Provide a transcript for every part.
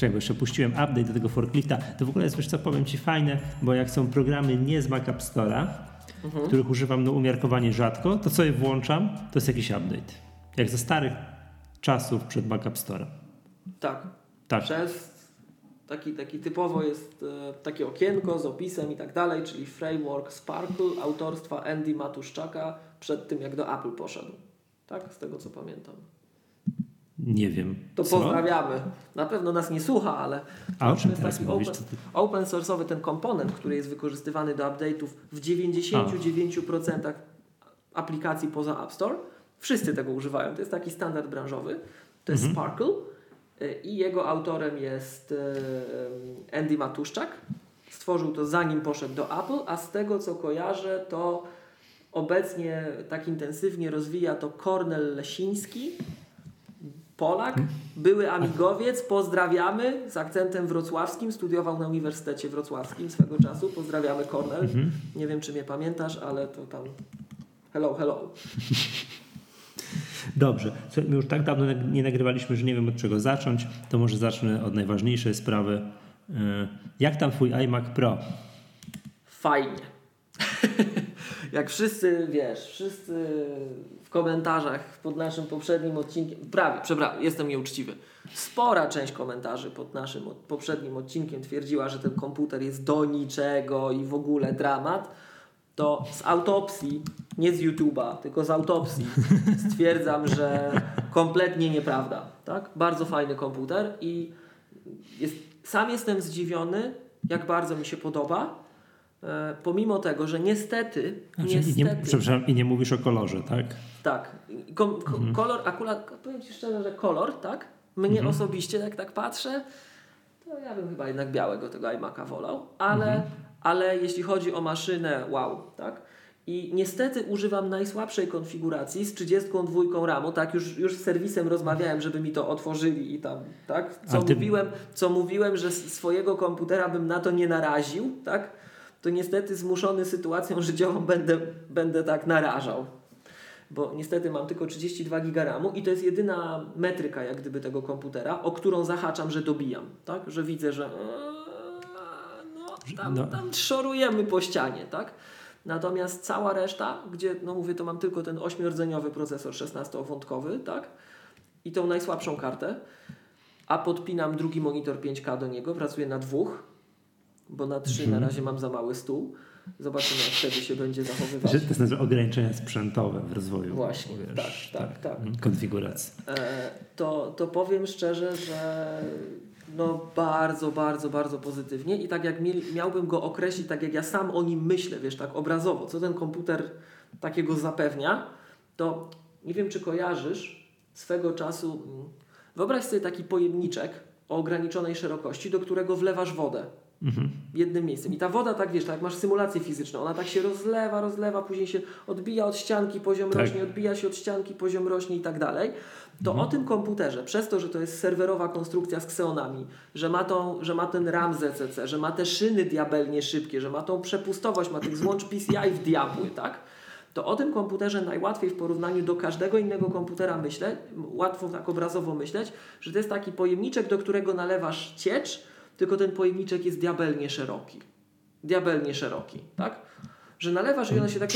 Czekaj, bo jeszcze puściłem update do tego forklifta. To w ogóle jest, wiesz co, powiem Ci, fajne, bo jak są programy nie z Mac App Store'a, których używam umiarkowanie rzadko, to co je włączam, to jest jakiś update. Jak ze starych czasów przed Mac App Store'a. Tak. Tak. Przez taki typowo jest takie okienko z opisem i tak dalej, czyli framework Sparkle autorstwa Andy Matuszczaka przed tym, jak do Apple poszedł. Tak? Z tego, co pamiętam. Nie wiem. To co? Pozdrawiamy. Na pewno nas nie słucha, ale A o czym jest teraz taki mówisz? open source'owy ten komponent, który jest wykorzystywany do update'ów w 99% aplikacji poza App Store. Wszyscy tego używają. To jest taki standard branżowy. To jest Sparkle i jego autorem jest Andy Matuszczak. Stworzył to zanim poszedł do Apple, a z tego co kojarzę, to obecnie tak intensywnie rozwija to Kornel Lesiński, Polak, były amigowiec, pozdrawiamy, z akcentem wrocławskim, studiował na Uniwersytecie Wrocławskim swego czasu, pozdrawiamy Kornel, nie wiem czy mnie pamiętasz, ale to tam hello. Dobrze, słuchaj, my już tak dawno nie nagrywaliśmy, że nie wiem od czego zacząć, to może zacznę od najważniejszej sprawy. Jak tam twój iMac Pro? Fajnie. Jak wszyscy w komentarzach pod naszym poprzednim odcinkiem, jestem nieuczciwy, spora część komentarzy pod naszym poprzednim odcinkiem twierdziła, że ten komputer jest do niczego i w ogóle dramat, to z autopsji, nie z YouTube'a, tylko z autopsji stwierdzam, że kompletnie nieprawda. Tak? Bardzo fajny komputer i sam jestem zdziwiony, jak bardzo mi się podoba. Pomimo tego, że niestety... Przepraszam, i nie mówisz o kolorze, tak? Tak. Kolor, akurat powiem Ci szczerze, że kolor, tak? Mnie osobiście, jak tak patrzę, to ja bym chyba jednak białego tego iMac'a wolał, ale jeśli chodzi o maszynę, wow, tak? I niestety używam najsłabszej konfiguracji z 32 RAMu, tak? Już z serwisem rozmawiałem, żeby mi to otworzyli i tam, tak? Co mówiłem, że swojego komputera bym na to nie naraził, tak? To niestety zmuszony sytuacją życiową będę tak narażał. Bo niestety mam tylko 32 GB RAMu i to jest jedyna metryka jak gdyby tego komputera, o którą zahaczam, że dobijam. Tak? Że widzę, że tam szorujemy po ścianie. Tak? Natomiast cała reszta, gdzie mówię, to mam tylko ten 8-rdzeniowy procesor 16-wątkowy, tak? I tą najsłabszą kartę, a podpinam drugi monitor 5K do niego, pracuję na 2, bo na 3 na razie mam za mały stół. Zobaczymy, jak wtedy się będzie zachowywać. To jest nazywa ograniczenia sprzętowe w rozwoju. Właśnie, tak. Konfiguracji. To powiem szczerze, że bardzo, bardzo, bardzo pozytywnie i tak jak miałbym go określić, tak jak ja sam o nim myślę, wiesz, tak obrazowo, co ten komputer takiego zapewnia, to nie wiem, czy kojarzysz swego czasu, wyobraź sobie taki pojemniczek o ograniczonej szerokości, do którego wlewasz wodę. Jednym miejscem. I ta woda, tak wiesz, tak jak masz symulację fizyczną, ona tak się rozlewa, później się odbija od ścianki, poziom rośnie, odbija się od ścianki, poziom rośnie i tak dalej. To o tym komputerze, przez to, że to jest serwerowa konstrukcja z Xeonami, że ma ten RAM ZCC, że ma te szyny diabelnie szybkie, że ma tą przepustowość, ma tych złącz PCI w diabły, tak? To o tym komputerze najłatwiej w porównaniu do każdego innego komputera myśleć, łatwo tak obrazowo myśleć, że to jest taki pojemniczek, do którego nalewasz ciecz, tylko ten pojemniczek jest diabelnie szeroki, tak? Że nalewasz i ona się tak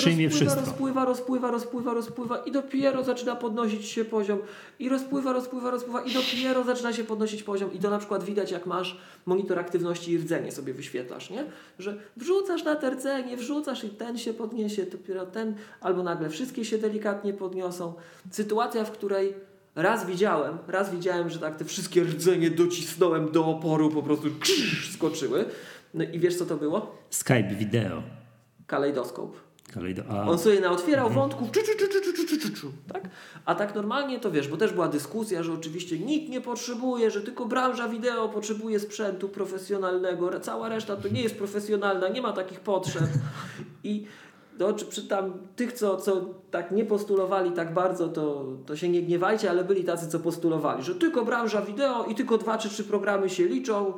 rozpływa i dopiero zaczyna podnosić się poziom i rozpływa i dopiero zaczyna się podnosić poziom i to na przykład widać, jak masz monitor aktywności i rdzenie sobie wyświetlasz, nie? Że wrzucasz na te rdzenie, i ten się podniesie, dopiero ten, albo nagle wszystkie się delikatnie podniosą. Sytuacja, w której raz widziałem, że tak te wszystkie rdzenie docisnąłem do oporu, po prostu skoczyły. No i wiesz, co to było? Skype wideo. Kalejdoskop. On sobie naotwierał wątków, tak? A tak normalnie to wiesz, bo też była dyskusja, że oczywiście nikt nie potrzebuje, że tylko branża wideo potrzebuje sprzętu profesjonalnego, cała reszta to nie jest profesjonalna, nie ma takich potrzeb. I przy tam tych, co tak nie postulowali tak bardzo, to się nie gniewajcie, ale byli tacy, co postulowali, że tylko branża wideo i tylko 2 czy 3 programy się liczą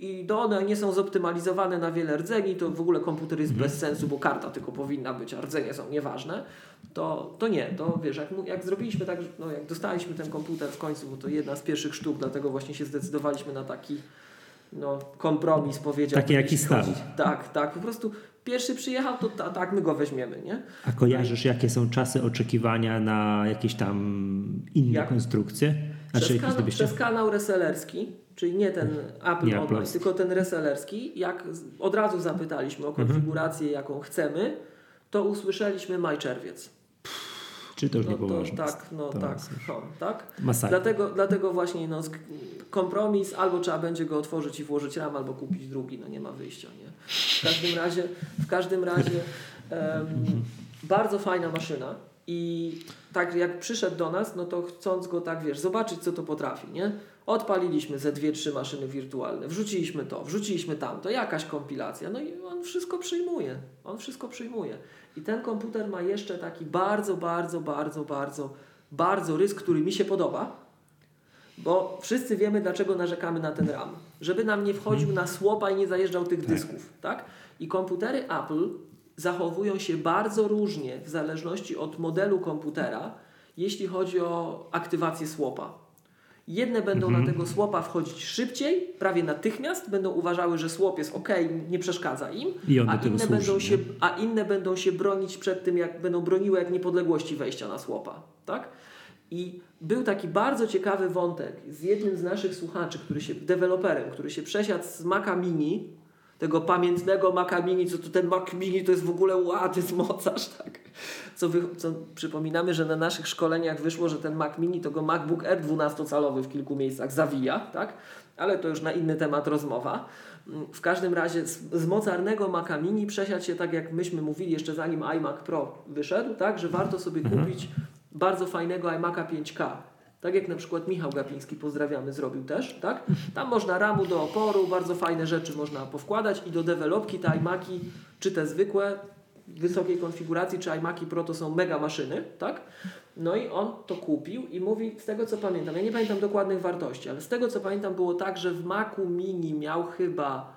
i one nie są zoptymalizowane na wiele rdzeni, to w ogóle komputer jest bez sensu, bo karta tylko powinna być, a rdzenie są nieważne, to nie, to wiesz, jak zrobiliśmy tak, no jak dostaliśmy ten komputer w końcu, bo to jedna z pierwszych sztuk, dlatego właśnie się zdecydowaliśmy na taki kompromis, powiedział. Taki jaki stawić. Tak, po prostu pierwszy przyjechał, to tak my go weźmiemy, nie? A kojarzysz, jakie są czasy oczekiwania na jakieś tam inne konstrukcje? Przez kanał resellerski, czyli nie ten Apple Online, tylko ten resellerski, jak od razu zapytaliśmy o konfigurację, jaką chcemy, to usłyszeliśmy maj-czerwiec. Czy to już nie poważne? Tak. Masakra. Dlatego właśnie kompromis, albo trzeba będzie go otworzyć i włożyć RAM, albo kupić drugi, nie ma wyjścia, nie? W każdym razie bardzo fajna maszyna i tak jak przyszedł do nas, no to chcąc go tak, wiesz, zobaczyć co to potrafi, nie? Odpaliliśmy ze 2-3 maszyny wirtualne, wrzuciliśmy to, wrzuciliśmy tamto, jakaś kompilacja, no i on wszystko przyjmuje. I ten komputer ma jeszcze taki bardzo rys, który mi się podoba, bo wszyscy wiemy, dlaczego narzekamy na ten RAM. Żeby nam nie wchodził na słopa i nie zajeżdżał tych dysków, tak? I komputery Apple zachowują się bardzo różnie w zależności od modelu komputera, jeśli chodzi o aktywację słopa. Jedne będą na tego słopa wchodzić szybciej, prawie natychmiast, będą uważały, że słop jest ok, nie przeszkadza im, a inne będą się bronić przed tym, jak będą broniły jak niepodległości wejścia na słopa. Tak? I był taki bardzo ciekawy wątek z jednym z naszych słuchaczy, deweloperem, który się przesiadł z Maca Mini, tego pamiętnego Maca Mini, co to ten Mac Mini to jest w ogóle to jest mocarz, tak? Co przypominamy, że na naszych szkoleniach wyszło, że ten Mac Mini to go MacBook Air 12-calowy w kilku miejscach zawija, tak? Ale to już na inny temat rozmowa. W każdym razie z mocarnego Maca Mini przesiadł się, tak jak myśmy mówili jeszcze zanim iMac Pro wyszedł, tak? Że warto sobie kupić bardzo fajnego iMac'a 5K. Tak jak na przykład Michał Gapiński, pozdrawiamy, zrobił też, tak? Tam można ramu do oporu, bardzo fajne rzeczy można powkładać i do dewelopki te iMaki, czy te zwykłe, wysokiej konfiguracji, czy iMaki Pro to są mega maszyny, tak? No i on to kupił i mówi, z tego co pamiętam, ja nie pamiętam dokładnych wartości, ale z tego co pamiętam było tak, że w Macu Mini miał chyba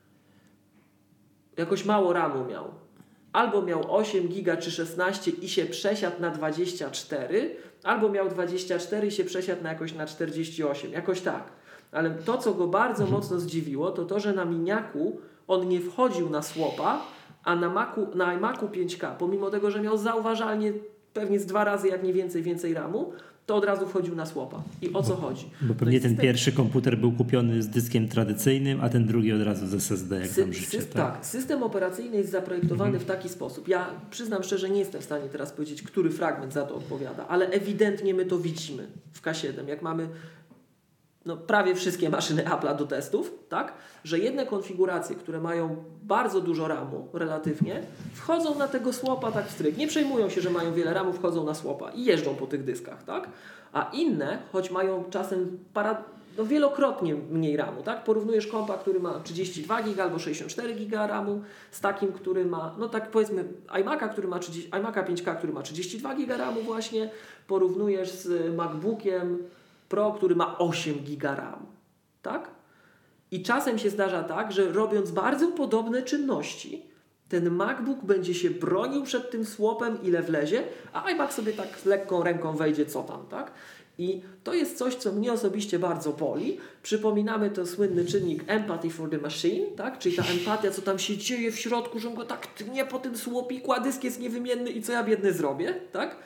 jakoś mało ramu miał. Albo miał 8 giga czy 16 i się przesiadł na 24, albo miał 24 i się przesiadł na 48, jakoś tak. Ale to, co go bardzo mocno zdziwiło, to, że na miniaku on nie wchodził na słopa, a na iMacu 5K, pomimo tego, że miał zauważalnie pewnie z 2 razy, jak nie więcej ramu, to od razu wchodził na słopa. I o co chodzi? Bo pewnie ten pierwszy komputer był kupiony z dyskiem tradycyjnym, a ten drugi od razu z SSD, jak tam życie. Tak, system operacyjny jest zaprojektowany w taki sposób. Ja przyznam szczerze, nie jestem w stanie teraz powiedzieć, który fragment za to odpowiada, ale ewidentnie my to widzimy w K7, jak mamy prawie wszystkie maszyny Apple'a do testów, tak? Że jedne konfiguracje, które mają bardzo dużo ramu relatywnie, wchodzą na tego słopa tak w stryk. Nie przejmują się, że mają wiele ramu, wchodzą na słopa i jeżdżą po tych dyskach, tak? A inne, choć mają czasem wielokrotnie mniej ramu, tak? Porównujesz kompa, który ma 32 GB albo 64 GB ramu z takim, który ma, tak powiedzmy iMac'a 5K, który ma 32 GB ramu właśnie, porównujesz z MacBookiem Pro, który ma 8 GB RAM, tak? I czasem się zdarza tak, że robiąc bardzo podobne czynności, ten MacBook będzie się bronił przed tym słopem, ile wlezie, a iMac sobie tak z lekką ręką wejdzie, co tam, tak? I to jest coś, co mnie osobiście bardzo boli. Przypominamy to słynny czynnik empathy for the machine, tak? Czyli ta empatia, co tam się dzieje w środku, że on go tak tnie po tym słopiku, a dysk jest niewymienny i co ja biedny zrobię, tak?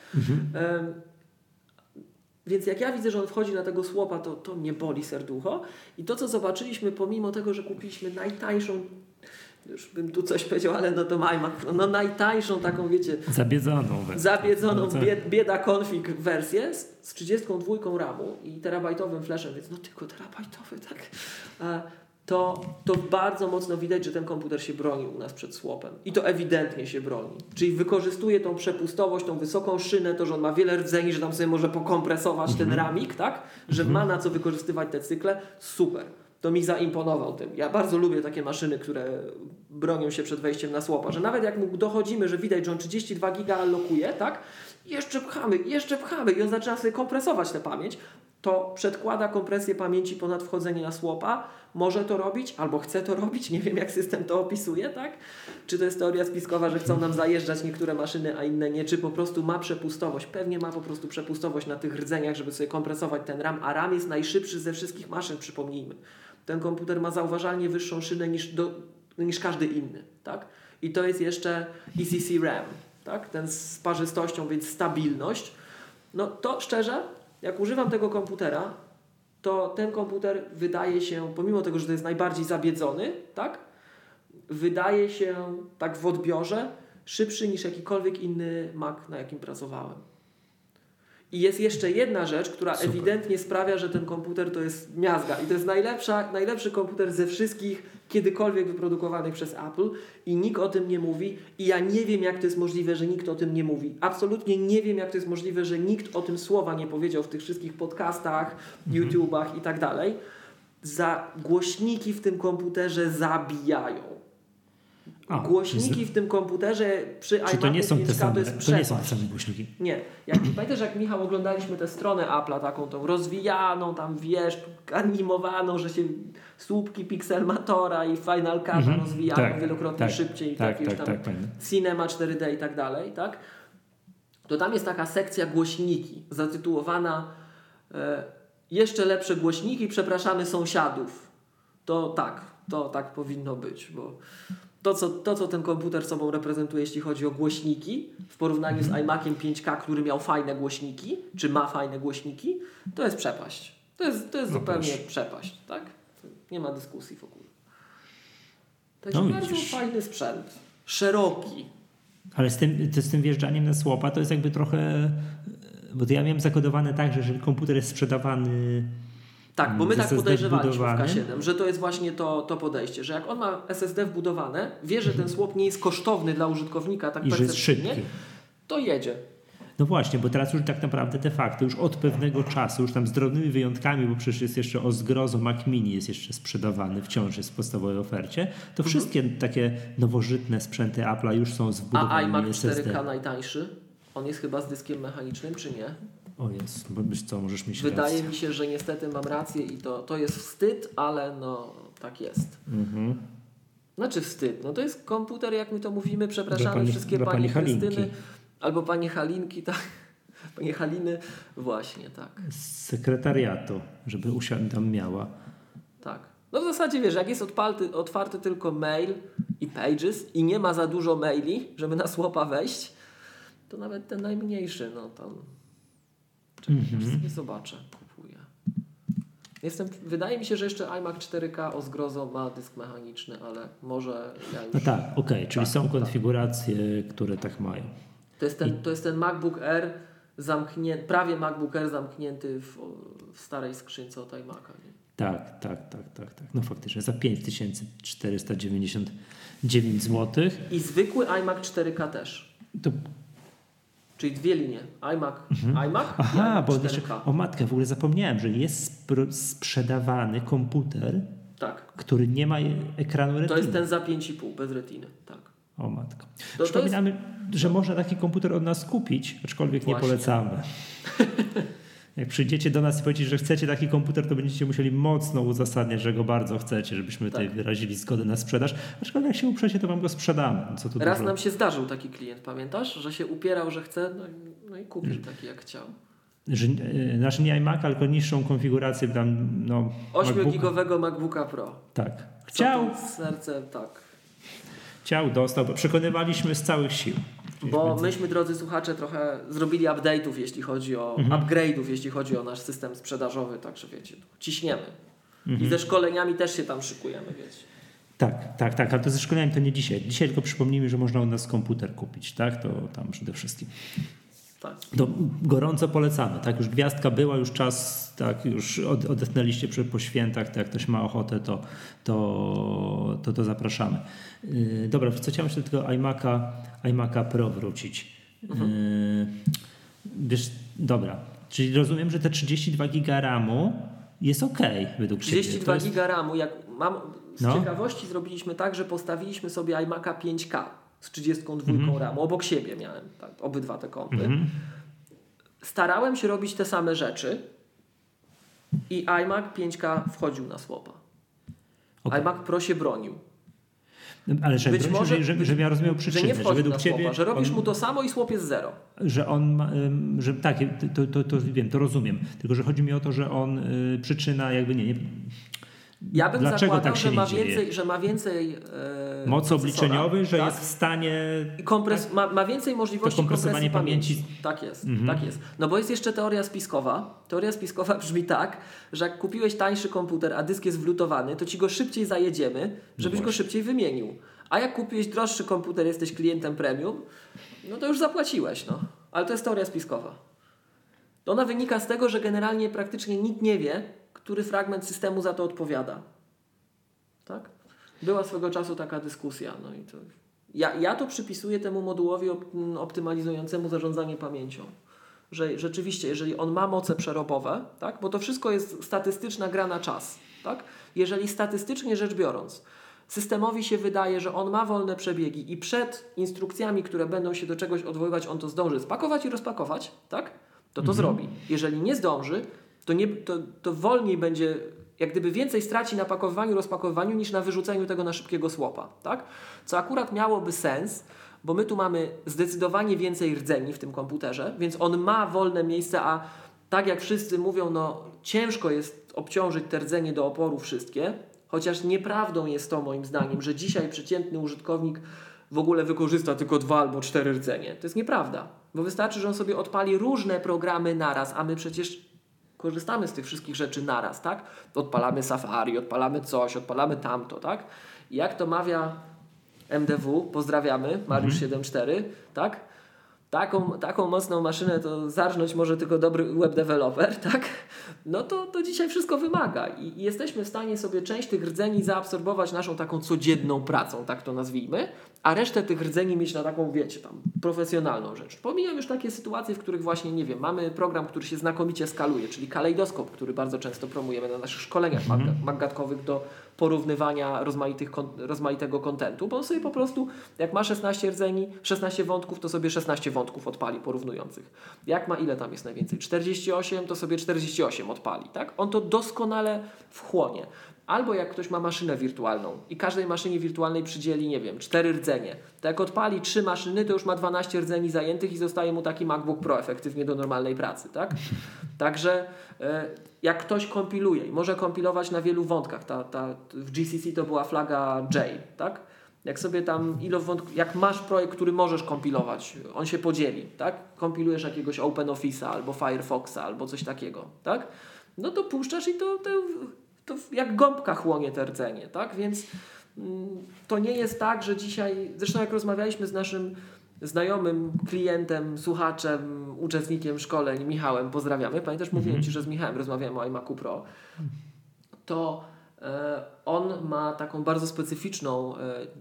Więc jak ja widzę, że on wchodzi na tego słopa, to mnie boli serducho. I to, co zobaczyliśmy, pomimo tego, że kupiliśmy najtańszą, już bym tu coś powiedział, ale to iMac, najtańszą taką, wiecie, zabiedzoną bieda config wersję z 32 ramu i terabajtowym flashem, więc tylko terabajtowy, tak? To bardzo mocno widać, że ten komputer się broni u nas przed słopem. I to ewidentnie się broni. Czyli wykorzystuje tą przepustowość, tą wysoką szynę, to, że on ma wiele rdzeni, że tam sobie może pokompresować ten ramik, tak? Że ma na co wykorzystywać te cykle. Super. To mi zaimponował tym. Ja bardzo lubię takie maszyny, które bronią się przed wejściem na słopa. Że nawet jak mu dochodzimy, że widać, że on 32 giga allokuje, tak? Jeszcze pchamy i on zaczyna sobie kompresować tę pamięć. to przedkłada kompresję pamięci ponad wchodzenie na słopa, może to robić, albo chce to robić, nie wiem jak system to opisuje, tak? Czy to jest teoria spiskowa, że chcą nam zajeżdżać niektóre maszyny, a inne nie, czy po prostu ma przepustowość, pewnie ma po prostu przepustowość na tych rdzeniach, żeby sobie kompresować ten RAM, a RAM jest najszybszy ze wszystkich maszyn, przypomnijmy. Ten komputer ma zauważalnie wyższą szynę niż każdy inny, tak? I to jest jeszcze ECC RAM, tak? Ten z parzystością, więc stabilność. No to szczerze, jak używam tego komputera, to ten komputer wydaje się, pomimo tego, że to jest najbardziej zabiedzony, tak? Wydaje się tak w odbiorze szybszy niż jakikolwiek inny Mac, na jakim pracowałem. I jest jeszcze jedna rzecz, która ewidentnie sprawia, że ten komputer to jest miazga. I to jest najlepszy komputer ze wszystkich kiedykolwiek wyprodukowanych przez Apple i nikt o tym nie mówi. I ja nie wiem, jak to jest możliwe, że nikt o tym nie mówi. Absolutnie nie wiem, jak to jest możliwe, że nikt o tym słowa nie powiedział w tych wszystkich podcastach, YouTubach i tak dalej. Głośniki w tym komputerze zabijają. Głośniki w tym komputerze przy iMacu 5K to jest przepaść. To nie są te same głośniki. Nie. Pamiętasz, jak Michał oglądaliśmy tę stronę Apple'a, taką tą rozwijaną, tam wiesz, animowaną, że się słupki Pixelmatora i Final Cut'a rozwijają wielokrotnie szybciej, już tam Cinema 4D i tak dalej, tak? To tam jest taka sekcja głośniki zatytułowana jeszcze lepsze głośniki, przepraszamy sąsiadów. To tak powinno być, bo to, co ten komputer sobą reprezentuje, jeśli chodzi o głośniki, w porównaniu z iMaciem 5K, który miał fajne głośniki, czy ma fajne głośniki, to jest przepaść. To jest zupełnie przepaść, tak? Nie ma dyskusji w ogóle. Także bardzo fajny sprzęt. Szeroki. Ale z tym wjeżdżaniem na słopa to jest jakby trochę... Bo to ja miałem zakodowane tak, że jeżeli komputer jest sprzedawany... Tak, bo my tak podejrzewaliśmy w K7, że to jest właśnie to podejście, że jak on ma SSD wbudowane, wie, że ten słop nie jest kosztowny dla użytkownika, tak percepcyjnie, to jedzie. No właśnie, bo teraz już tak naprawdę de facto już od pewnego czasu, już tam z drobnymi wyjątkami, bo przecież jest jeszcze o zgrozo Mac Mini jest jeszcze sprzedawany, wciąż jest w podstawowej ofercie, to wszystkie takie nowożytne sprzęty Apple'a już są z wbudowanymi iMac SSD. 4K najtańszy, on jest chyba z dyskiem mechanicznym, czy nie? O jest, bo wiesz co, możesz mieć Wydaje rację. mi się, że niestety mam rację i to jest wstyd, ale no tak jest. Znaczy wstyd, no to jest komputer, jak my to mówimy, przepraszamy wszystkie panie Krystyny albo panie Halinki, tak? Panie Haliny, właśnie, tak. Z sekretariatu, żeby tam miała. Tak. No w zasadzie wiesz, jak jest otwarty tylko mail i pages i nie ma za dużo maili, żeby na słopa wejść, to nawet ten najmniejszy, no tam... Czekaj, sobie zobaczę, kupuję. Wydaje mi się, że jeszcze iMac 4K o zgrozo ma dysk mechaniczny, ale może ja już... No tak, okej, czyli są konfiguracje, które tak mają. To jest ten MacBook Air zamknięty, prawie MacBook Air zamknięty w starej skrzynce od iMac'a, nie? Tak. No faktycznie, za 5499 zł. I zwykły iMac 4K też. Czyli dwie linie. iMac. Aha, bo jeszcze, o matkę, w ogóle zapomniałem, że jest sprzedawany komputer, który nie ma ekranu retiny. To jest ten za 5,5 bez retiny, tak. O matko. Przypominamy, że można taki komputer od nas kupić, aczkolwiek nie polecamy. Jak przyjdziecie do nas i powiecie, że chcecie taki komputer, to będziecie musieli mocno uzasadniać, że go bardzo chcecie, żebyśmy tutaj wyrazili zgodę na sprzedaż. Aczkolwiek jak się uprzecie, to wam go sprzedamy. Raz nam się zdarzył taki klient, pamiętasz? Że się upierał, że chce, no i kupił taki jak chciał. Że nie iMac, tylko niższą konfigurację tam, 8-gigowego MacBooka Pro. Tak. Chciał. Serce, tak. Chciał, dostał, bo przekonywaliśmy z całych sił. Bo myśmy, drodzy słuchacze, trochę zrobili update'ów, jeśli chodzi o upgrade'ów, jeśli chodzi o nasz system sprzedażowy, także wiecie, ciśniemy. I ze szkoleniami też się tam szykujemy, wiecie. Tak, ale to ze szkoleniami to nie dzisiaj. Dzisiaj tylko przypomnijmy, że można u nas komputer kupić, tak? To tam przede wszystkim. Tak. To gorąco polecamy, tak? Już gwiazdka była, już czas, tak? Już odetchnęliście po świętach, tak? Jak ktoś ma ochotę, to zapraszamy. Dobra, co chciałem jeszcze do tego iMac'a Pro wrócić. Wiesz, dobra, czyli rozumiem, że te 32 GB RAMu jest okej według Ciebie. 32 GB RAMu, jak mam z ciekawości zrobiliśmy tak, że postawiliśmy sobie iMac'a 5K z 32 RAMu, obok siebie miałem obydwa te kompy. Starałem się robić te same rzeczy, i iMac 5K wchodził na słapa. Okay. iMac Pro się bronił. Ale że ja rozumiem przyczynę, że nie wchodzi według na ciebie słapa, że robisz mu to samo i słop jest 0. Że on ma, że tak, to wiem, to rozumiem. Tylko, że chodzi mi o to, że on przyczyna jakby nie ja bym dlaczego zakładał, tak się że ma więcej mocy obliczeniowej, że tak? jest w stanie ma więcej możliwości kompresowania pamięci. Tak jest, tak jest. No bo jest jeszcze teoria spiskowa. Teoria spiskowa brzmi tak, że jak kupiłeś tańszy komputer, a dysk jest wlutowany, to ci go szybciej zajedziemy, żebyś go szybciej wymienił. A jak kupiłeś droższy komputer, jesteś klientem premium, no to już zapłaciłeś, no. Ale to jest teoria spiskowa. Ona wynika z tego, że generalnie praktycznie nikt nie wie, który fragment systemu za to odpowiada. Tak? Była swego czasu taka dyskusja. No i to ja to przypisuję temu modułowi optymalizującemu zarządzanie pamięcią. Że rzeczywiście, jeżeli on ma moce przerobowe, tak? Bo to wszystko jest statystyczna gra na czas. Tak? Jeżeli statystycznie rzecz biorąc, systemowi się wydaje, że on ma wolne przebiegi i przed instrukcjami, które będą się do czegoś odwoływać, on to zdąży spakować i rozpakować, tak? To zrobi. Jeżeli nie zdąży, to wolniej będzie, jak gdyby więcej straci na pakowaniu, rozpakowywaniu niż na wyrzuceniu tego na szybkiego słopa, tak? Co akurat miałoby sens, bo my tu mamy zdecydowanie więcej rdzeni w tym komputerze, więc on ma wolne miejsce, a tak jak wszyscy mówią, no ciężko jest obciążyć te rdzenie do oporu wszystkie, chociaż nieprawdą jest to moim zdaniem, że dzisiaj przeciętny użytkownik w ogóle wykorzysta tylko 2 albo 4 rdzenie. To jest nieprawda, bo wystarczy, że on sobie odpali różne programy naraz, a my przecież korzystamy z tych wszystkich rzeczy naraz, tak? Odpalamy Safari, odpalamy coś, odpalamy tamto, tak? I jak to mawia MDW, pozdrawiamy, Mariusz74, tak? Taką mocną maszynę to zarżnąć może tylko dobry web developer, tak? No to dzisiaj wszystko wymaga i jesteśmy w stanie sobie część tych rdzeni zaabsorbować naszą taką codzienną pracą, tak to nazwijmy, a resztę tych rdzeni mieć na taką, wiecie, tam profesjonalną rzecz. Pomijam już takie sytuacje, w których właśnie, nie wiem, mamy program, który się znakomicie skaluje, czyli kalejdoskop, który bardzo często promujemy na naszych szkoleniach maggatkowych do porównywania rozmaitego kontentu, bo on sobie po prostu, jak ma 16 rdzeni, 16 wątków, to sobie 16 wątków odpali porównujących. Jak ma, ile tam jest najwięcej? 48, to sobie 48 odpali, tak? On to doskonale wchłonie. Albo jak ktoś ma maszynę wirtualną i każdej maszynie wirtualnej przydzieli, nie wiem, 4 rdzenie, to jak odpali 3 maszyny, to już ma 12 rdzeni zajętych i zostaje mu taki MacBook Pro efektywnie do normalnej pracy, tak? Także jak ktoś kompiluje i może kompilować na wielu wątkach, w GCC to była flaga J, tak? Jak sobie tam jak masz projekt, który możesz kompilować, on się podzieli, tak? Kompilujesz jakiegoś OpenOffice'a albo Firefoxa albo coś takiego, tak? No to puszczasz i to jak gąbka chłonie te rdzenie, tak? Więc to nie jest tak, że dzisiaj, zresztą jak rozmawialiśmy z naszym znajomym, klientem, słuchaczem, uczestnikiem szkoleń, Michałem, pozdrawiamy. Pamiętasz, mówiłem Ci, że z Michałem rozmawiałem o iMacu Pro. To on ma taką bardzo specyficzną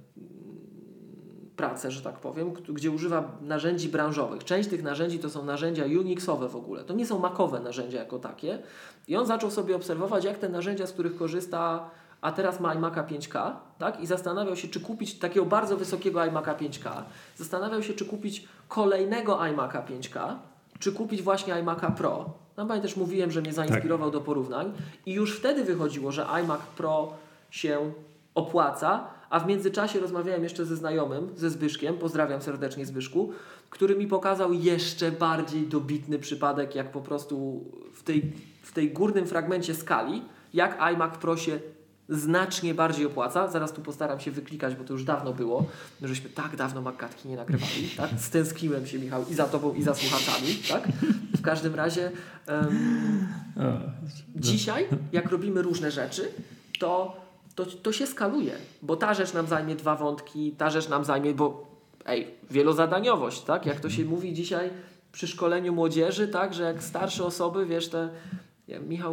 pracę, że tak powiem, gdzie używa narzędzi branżowych. Część tych narzędzi to są narzędzia Unixowe w ogóle. To nie są Macowe narzędzia jako takie. I on zaczął sobie obserwować, jak te narzędzia, z których korzysta, a teraz ma iMaca 5K, tak? I zastanawiał się, czy kupić takiego bardzo wysokiego iMaca 5K. Zastanawiał się, czy kupić kolejnego iMaca 5K, czy kupić właśnie iMaca Pro. No pamiętasz, mówiłem, że mnie zainspirował do porównań. I już wtedy wychodziło, że iMac Pro się opłaca, a w międzyczasie rozmawiałem jeszcze ze znajomym, ze Zbyszkiem, pozdrawiam serdecznie Zbyszku, który mi pokazał jeszcze bardziej dobitny przypadek, jak po prostu w tej górnym fragmencie skali, jak iMac Pro się znacznie bardziej opłaca. Zaraz tu postaram się wyklikać, bo to już dawno było. My żeśmy tak dawno Maggatki nie nagrywali, tak? Stęskniłem się, Michał, i za Tobą, i za słuchaczami, tak? W każdym razie dzisiaj, jak robimy różne rzeczy, to się skaluje, bo ta rzecz nam zajmie 2 wątki, ta rzecz nam zajmie, wielozadaniowość, tak? Jak to się mówi dzisiaj przy szkoleniu młodzieży, tak? Że jak starsze osoby, wiesz, Michał,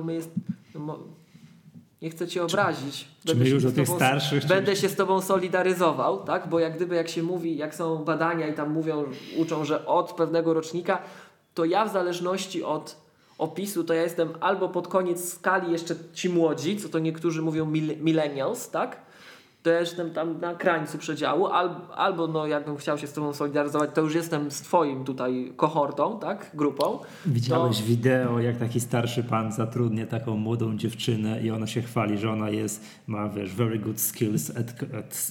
nie chcę Cię obrazić. Będę się z Tobą solidaryzował, tak? Bo jak się mówi, jak są badania i tam uczą, że od pewnego rocznika, to ja w zależności od opisu, to ja jestem albo pod koniec skali jeszcze ci młodzi, co to niektórzy mówią millennials, tak? to ja jestem tam na krańcu przedziału, albo no jakbym chciał się z tobą solidaryzować, to już jestem z twoim tutaj kohortą, tak, grupą. Widziałeś wideo, jak taki starszy pan zatrudnia taką młodą dziewczynę i ona się chwali, że ona ma very good skills at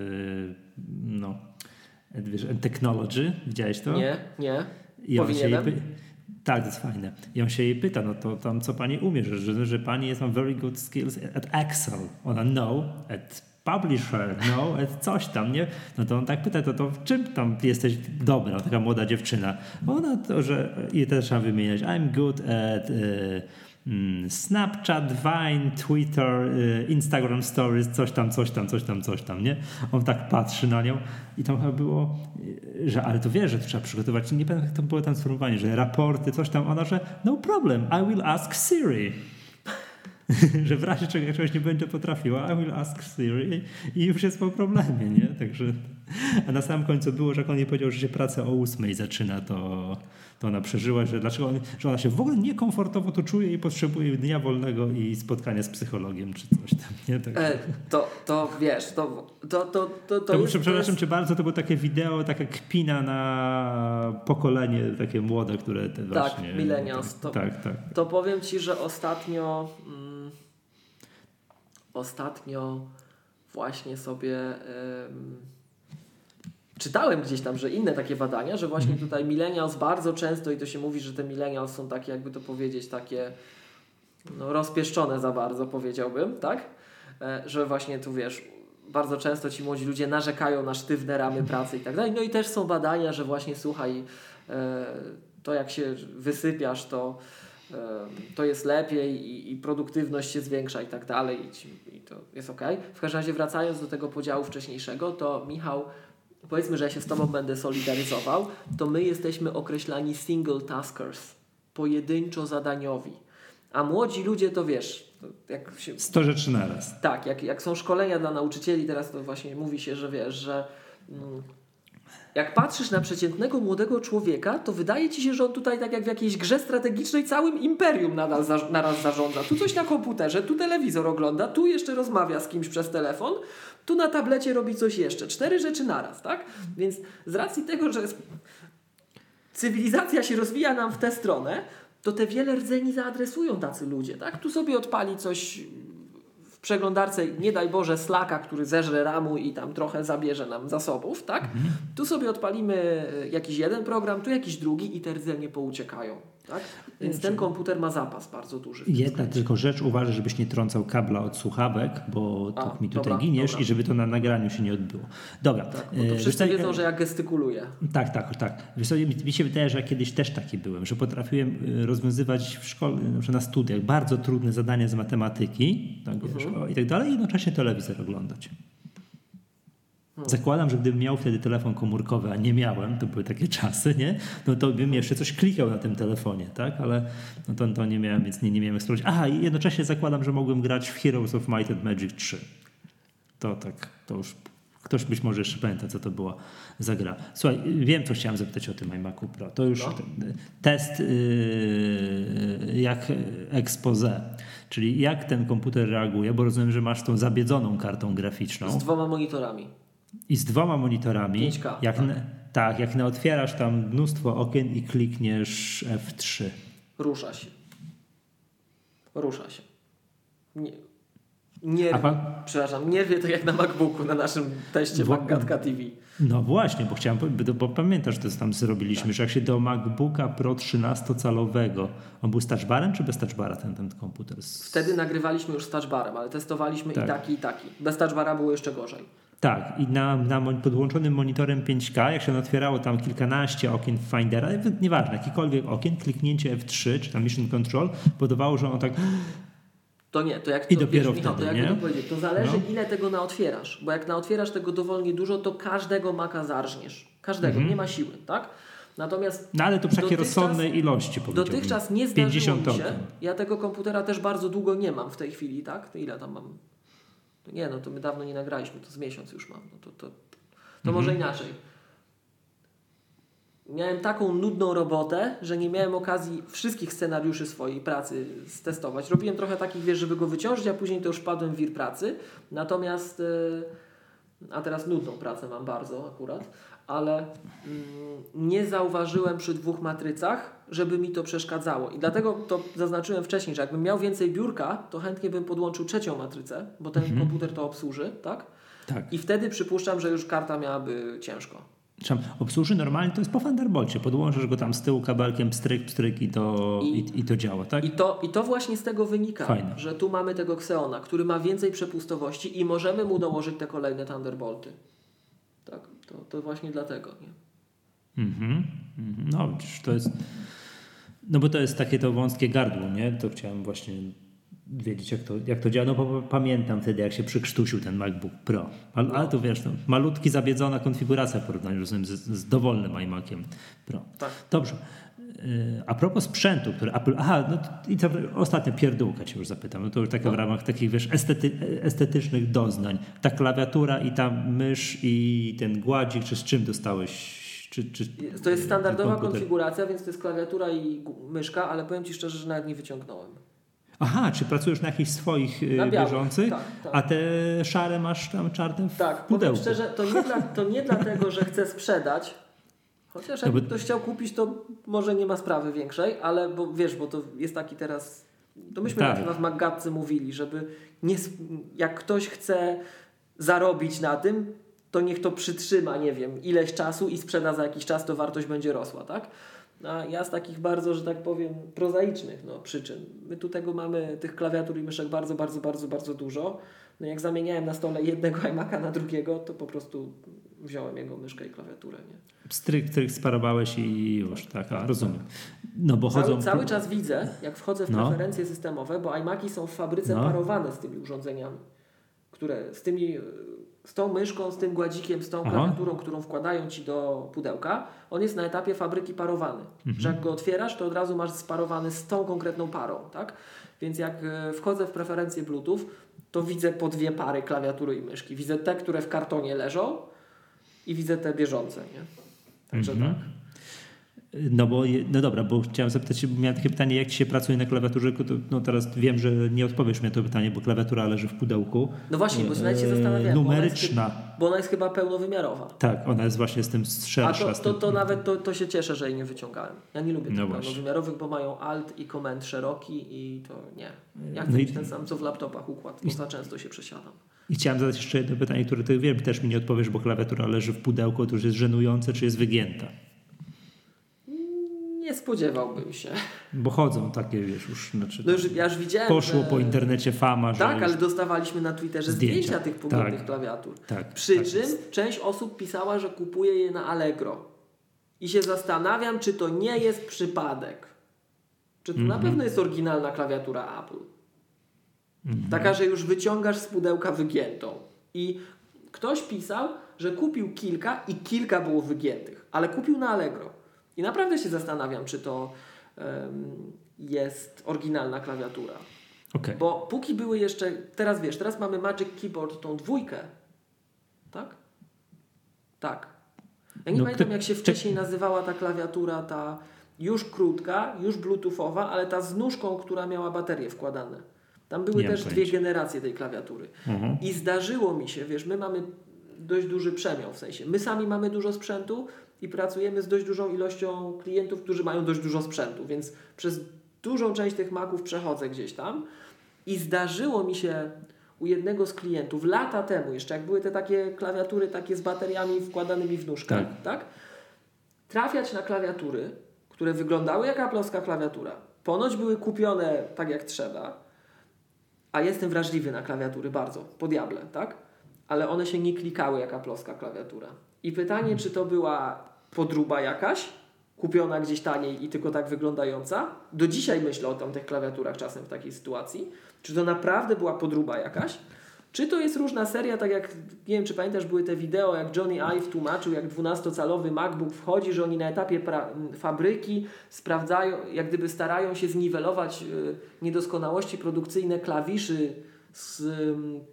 technology. Widziałeś to? Nie. I on Powinienem? Tak, to jest fajne. I on się jej pyta, no to tam co pani umie, że pani ma very good skills at Excel. Ona no, at publisher, no, at coś tam, nie? No to on tak pyta, to w czym tam jesteś dobra, taka młoda dziewczyna? Ona to, że i też trzeba wymieniać, I'm good at Snapchat, Vine, Twitter, Instagram Stories, coś tam, nie? On tak patrzy na nią i tam chyba było, że ale to wiesz, że to trzeba przygotować, nie pamiętam jak to było tam sformułowanie, że raporty, coś tam, ona, że no problem, I will ask Siri. Że w razie czego czegoś nie będzie potrafiła, I will ask Siri i już jest po problemie, nie? Także, a na samym końcu było, że jak on jej powiedział, że się praca o 8 zaczyna, to ona przeżyła, że że ona się w ogóle niekomfortowo tu czuje i potrzebuje dnia wolnego i spotkania z psychologiem czy coś tam, nie? Tak. To wiesz, to jest... Przepraszam cię bardzo, to było takie wideo, taka kpina na pokolenie takie młode, które te właśnie... Tak, millennials. Tak. To powiem ci, że ostatnio właśnie sobie czytałem gdzieś tam, że inne takie badania, że właśnie tutaj millennials bardzo często, i to się mówi, że te millennials są takie, jakby to powiedzieć, takie no, rozpieszczone za bardzo, powiedziałbym, tak? Że właśnie tu wiesz, bardzo często ci młodzi ludzie narzekają na sztywne ramy pracy i tak dalej. No i też są badania, że właśnie słuchaj, to jak się wysypiasz, to jest lepiej i produktywność się zwiększa i tak dalej i to jest okej. W każdym razie wracając do tego podziału wcześniejszego, to Michał, powiedzmy, że ja się z tobą będę solidaryzował, to my jesteśmy określani single taskers, pojedynczo zadaniowi. A młodzi ludzie to wiesz, jak się... 100 rzeczy naraz. Tak, jak są szkolenia dla nauczycieli, teraz to właśnie mówi się, że wiesz, że jak patrzysz na przeciętnego młodego człowieka, to wydaje ci się, że on tutaj tak jak w jakiejś grze strategicznej całym imperium naraz zarządza. Tu coś na komputerze, tu telewizor ogląda, tu jeszcze rozmawia z kimś przez telefon, tu na tablecie robi coś jeszcze. 4 rzeczy naraz, tak? Więc z racji tego, że cywilizacja się rozwija nam w tę stronę, to te wiele rdzeni zaadresują tacy ludzie, tak? Tu sobie odpali coś w przeglądarce, nie daj Boże, Slacka, który zeżre ramu i tam trochę zabierze nam zasobów, tak? Tu sobie odpalimy jakiś jeden program, tu jakiś drugi i te rdzenie pouciekają, tak? Więc ten komputer ma zapas bardzo duży. Jedna tylko rzecz, uważaj, żebyś nie trącał kabla od słuchawek, bo mi tutaj giniesz i żeby to na nagraniu się nie odbyło. Dobra. Tak, bo to wszyscy wiedzą, że ja gestykuluję. Tak. Wiesz co, mi się wydaje, że ja kiedyś też taki byłem, że potrafiłem rozwiązywać w szkole, na studiach bardzo trudne zadania z matematyki i tak dalej, i jednocześnie telewizor oglądać. Zakładam, że gdybym miał wtedy telefon komórkowy, a nie miałem, to były takie czasy, nie? No to bym jeszcze coś klikał na tym telefonie, tak? Ale no to nie miałem, więc nie miałem jak sprawdzić. Aha, i jednocześnie zakładam, że mogłem grać w Heroes of Might and Magic 3. To już ktoś być może jeszcze pamięta, co to była za gra. Słuchaj, wiem, co chciałem zapytać o tym iMacu Pro. To już test jak expose, czyli jak ten komputer reaguje, bo rozumiem, że masz tą zabiedzoną kartą graficzną. Z 2 monitorami. I z 2 monitorami. 5K. Jak otwierasz tam mnóstwo okien i klikniesz F3. Rusza się. Nie wie tak jak na MacBooku, na naszym teście MacGadka TV. No właśnie, bo chciałem, bo pamiętasz, że to tam zrobiliśmy, że jak się do MacBooka Pro 13-calowego, on był z touchbarem czy bez touchbara ten komputer? Wtedy nagrywaliśmy już z touchbarem, ale testowaliśmy i taki. Bez touchbara było jeszcze gorzej. Tak, i na podłączonym monitorem 5K, jak się otwierało tam kilkanaście okien Findera, nieważne, jakikolwiek okien, kliknięcie F3 czy tam Mission Control powodowało, że on tak... To nie, to jak i to dopiero wiesz, Michał, wtedy, to nie? to powiedzieć, to zależy ile tego naotwierasz, bo jak naotwierasz tego dowolnie dużo, to każdego Maca zarżniesz. Każdego, nie ma siły, tak? Natomiast no ale to przy takiej rozsądnej ilości, dotychczas nie zdarzyło 50 mi się, ja tego komputera też bardzo długo nie mam w tej chwili, tak? To ile tam mam? Nie, no to my dawno nie nagraliśmy, to z miesiąc już mam. No to może inaczej. miałem taką nudną robotę, że nie miałem okazji wszystkich scenariuszy swojej pracy stestować. Robiłem trochę takich, wiesz, żeby go wyciążyć, a później to już wpadłem w wir pracy. Natomiast, a teraz nudną pracę mam bardzo akurat, ale nie zauważyłem przy 2 matrycach, żeby mi to przeszkadzało. I dlatego to zaznaczyłem wcześniej, że jakbym miał więcej biurka, to chętnie bym podłączył 3. matrycę, bo ten komputer to obsłuży, tak? Tak. I wtedy przypuszczam, że już karta miałaby ciężko. Obsłuży normalnie to jest po Thunderbolcie. Podłączysz go tam z tyłu kabelkiem, pstryk i to działa, tak? I to właśnie z tego wynika, Fajne. że tu mamy tego Xeona, który ma więcej przepustowości i możemy mu dołożyć te kolejne Thunderbolty. Tak, to właśnie dlatego. Nie? No widzisz, to jest... No bo to jest takie to wąskie gardło, nie? To chciałem właśnie wiedzieć, jak to działa. No bo pamiętam wtedy, jak się przykrztusił ten MacBook Pro. Ale to wiesz, malutki, zabiedzona konfiguracja w porównaniu z dowolnym iMaciem Pro. Tak. Dobrze. A propos sprzętu, który Apple... no i to ostatnia pierdółka cię już zapytam. No to już takie w ramach takich, wiesz, estetycznych doznań. Ta klawiatura i ta mysz i ten gładzik, czy z czym dostałeś? To jest standardowa konfiguracja, więc to jest klawiatura i myszka, ale powiem Ci szczerze, że nawet nie wyciągnąłem. Aha, czy pracujesz na jakichś swoich bieżących, tak. a te szare masz tam czarne w Tak, pudełku. powiem szczerze, to nie dlatego, że chcę sprzedać, chociaż jakby ktoś chciał kupić, to może nie ma sprawy większej, ale bo wiesz, bo to jest taki teraz, to myśmy na Maggatce mówili, żeby jak ktoś chce zarobić na tym, to niech to przytrzyma, nie wiem, ileś czasu i sprzeda za jakiś czas, to wartość będzie rosła, tak? A ja z takich bardzo, że tak powiem, prozaicznych przyczyn. My tu mamy tych klawiatur i myszek bardzo, bardzo, bardzo, bardzo dużo. No jak zamieniałem na stole jednego iMac'a na drugiego, to po prostu wziąłem jego myszkę i klawiaturę. Nie? Stryk sparowałeś i już, tak, rozumiem. No bo Cały czas widzę, jak wchodzę w preferencje systemowe, bo iMac'i są w fabryce parowane z tymi urządzeniami, które z tą myszką, z tym gładzikiem, z tą klawiaturą, którą wkładają Ci do pudełka, on jest na etapie fabryki parowany. Że jak go otwierasz, to od razu masz sparowany z tą konkretną parą, tak? Więc jak wchodzę w preferencje Bluetooth, to widzę po 2 pary klawiatury i myszki. Widzę te, które w kartonie leżą i widzę te bieżące, nie? Także tak. No dobra, bo chciałem zapytać się, bo miałem takie pytanie, jak Ci się pracuje na klawiaturze, to teraz wiem, że nie odpowiesz mi na to pytanie, bo klawiatura leży w pudełku. No właśnie, bo nawet się zastanawiałem. Numeryczna. Bo ona jest chyba pełnowymiarowa. Tak, ona jest właśnie z tym szersza. To nawet to się cieszę, że jej nie wyciągałem. Ja nie lubię tych pełnowymiarowych, bo mają Alt i Command szeroki i to nie. Ja chcę mieć ten sam, co w laptopach układ, bo za często się przesiadam. I chciałem zadać jeszcze jedno pytanie, które ty wiem, też mi nie odpowiesz, bo klawiatura leży w pudełku, to już jest żenujące, czy jest wygięta? Nie spodziewałbym się. Bo chodzą takie, wiesz, już... Znaczy, ja już widziałem, poszło po internecie fama, że... Tak, ale dostawaliśmy na Twitterze zdjęcia tych pogiętych klawiatur. Przy czym część osób pisała, że kupuje je na Allegro. I się zastanawiam, czy to nie jest przypadek. Czy to na pewno jest oryginalna klawiatura Apple. Taka, że już wyciągasz z pudełka wygiętą. I ktoś pisał, że kupił kilka i kilka było wygiętych. Ale kupił na Allegro. I naprawdę się zastanawiam, czy to jest oryginalna klawiatura. Okay. Bo póki były jeszcze... Teraz mamy Magic Keyboard, tą 2. Tak? Tak. Ja nie pamiętam, jak się wcześniej nazywała ta klawiatura, ta już krótka, już bluetoothowa, ale ta z nóżką, która miała baterię wkładane. Tam były też 2 generacje tej klawiatury. I zdarzyło mi się, wiesz, my mamy dość duży przemiał, w sensie my sami mamy dużo sprzętu i pracujemy z dość dużą ilością klientów, którzy mają dość dużo sprzętu, więc przez dużą część tych Maców przechodzę gdzieś tam i zdarzyło mi się u jednego z klientów lata temu, jeszcze jak były te takie klawiatury takie z bateriami wkładanymi w nóżkę, tak? Trafiać na klawiatury, które wyglądały jak aplowska klawiatura. Ponoć były kupione tak jak trzeba, a jestem wrażliwy na klawiatury bardzo, po diable, tak? Ale one się nie klikały jak aplowska klawiatura. I pytanie, czy to była podróba jakaś, kupiona gdzieś taniej i tylko tak wyglądająca. Do dzisiaj myślę o tych klawiaturach czasem w takiej sytuacji. Czy to naprawdę była podróba jakaś? Czy to jest różna seria, tak jak, nie wiem czy pamiętasz, były te wideo, jak Johnny Ive tłumaczył, jak 12-calowy MacBook wchodzi, że oni na etapie fabryki sprawdzają, jak gdyby starają się zniwelować niedoskonałości produkcyjne klawiszy z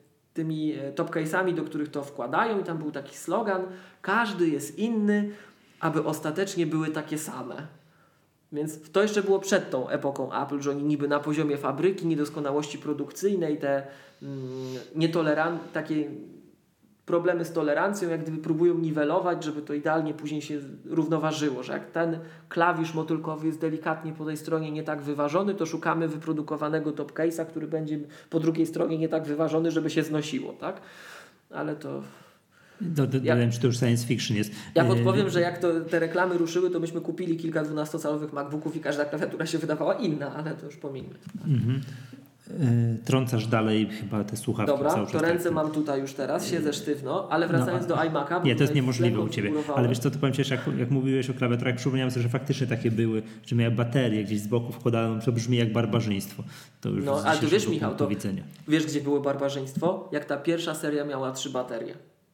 tymi topcase'ami, do których to wkładają i tam był taki slogan, każdy jest inny aby ostatecznie były takie same. Więc to jeszcze było przed tą epoką Apple, że oni niby na poziomie fabryki, niedoskonałości produkcyjnej, te takie problemy z tolerancją, jak gdyby próbują niwelować, żeby to idealnie później się równoważyło, że jak ten klawisz motylkowy jest delikatnie po tej stronie nie tak wyważony, to szukamy wyprodukowanego top case'a, który będzie po drugiej stronie nie tak wyważony, żeby się znosiło, tak? Ale to... Wiem, że to już science fiction jest. Ja podpowiem, że jak te reklamy ruszyły, to myśmy kupili kilka 12-calowych MacBooków i każda klawiatura się wydawała inna, ale to już pomińmy. Trącasz dalej chyba te słuchawki. Dobra, to ręce mam tutaj już teraz, siedzę sztywno, ale wracając do iMac'a... Nie, to jest niemożliwe u Ciebie. Ale wiesz co, to powiem Ci jeszcze, jak mówiłeś o klawiaturach, przypomniałem sobie, że faktycznie takie były, że miała baterię gdzieś z boku wkładaną, to brzmi jak barbarzyństwo. To już ale tu wiesz, Michał, to widzenia. Wiesz, gdzie było barbarzyństwo? Jak ta pierwsza seria miała 3 baterie.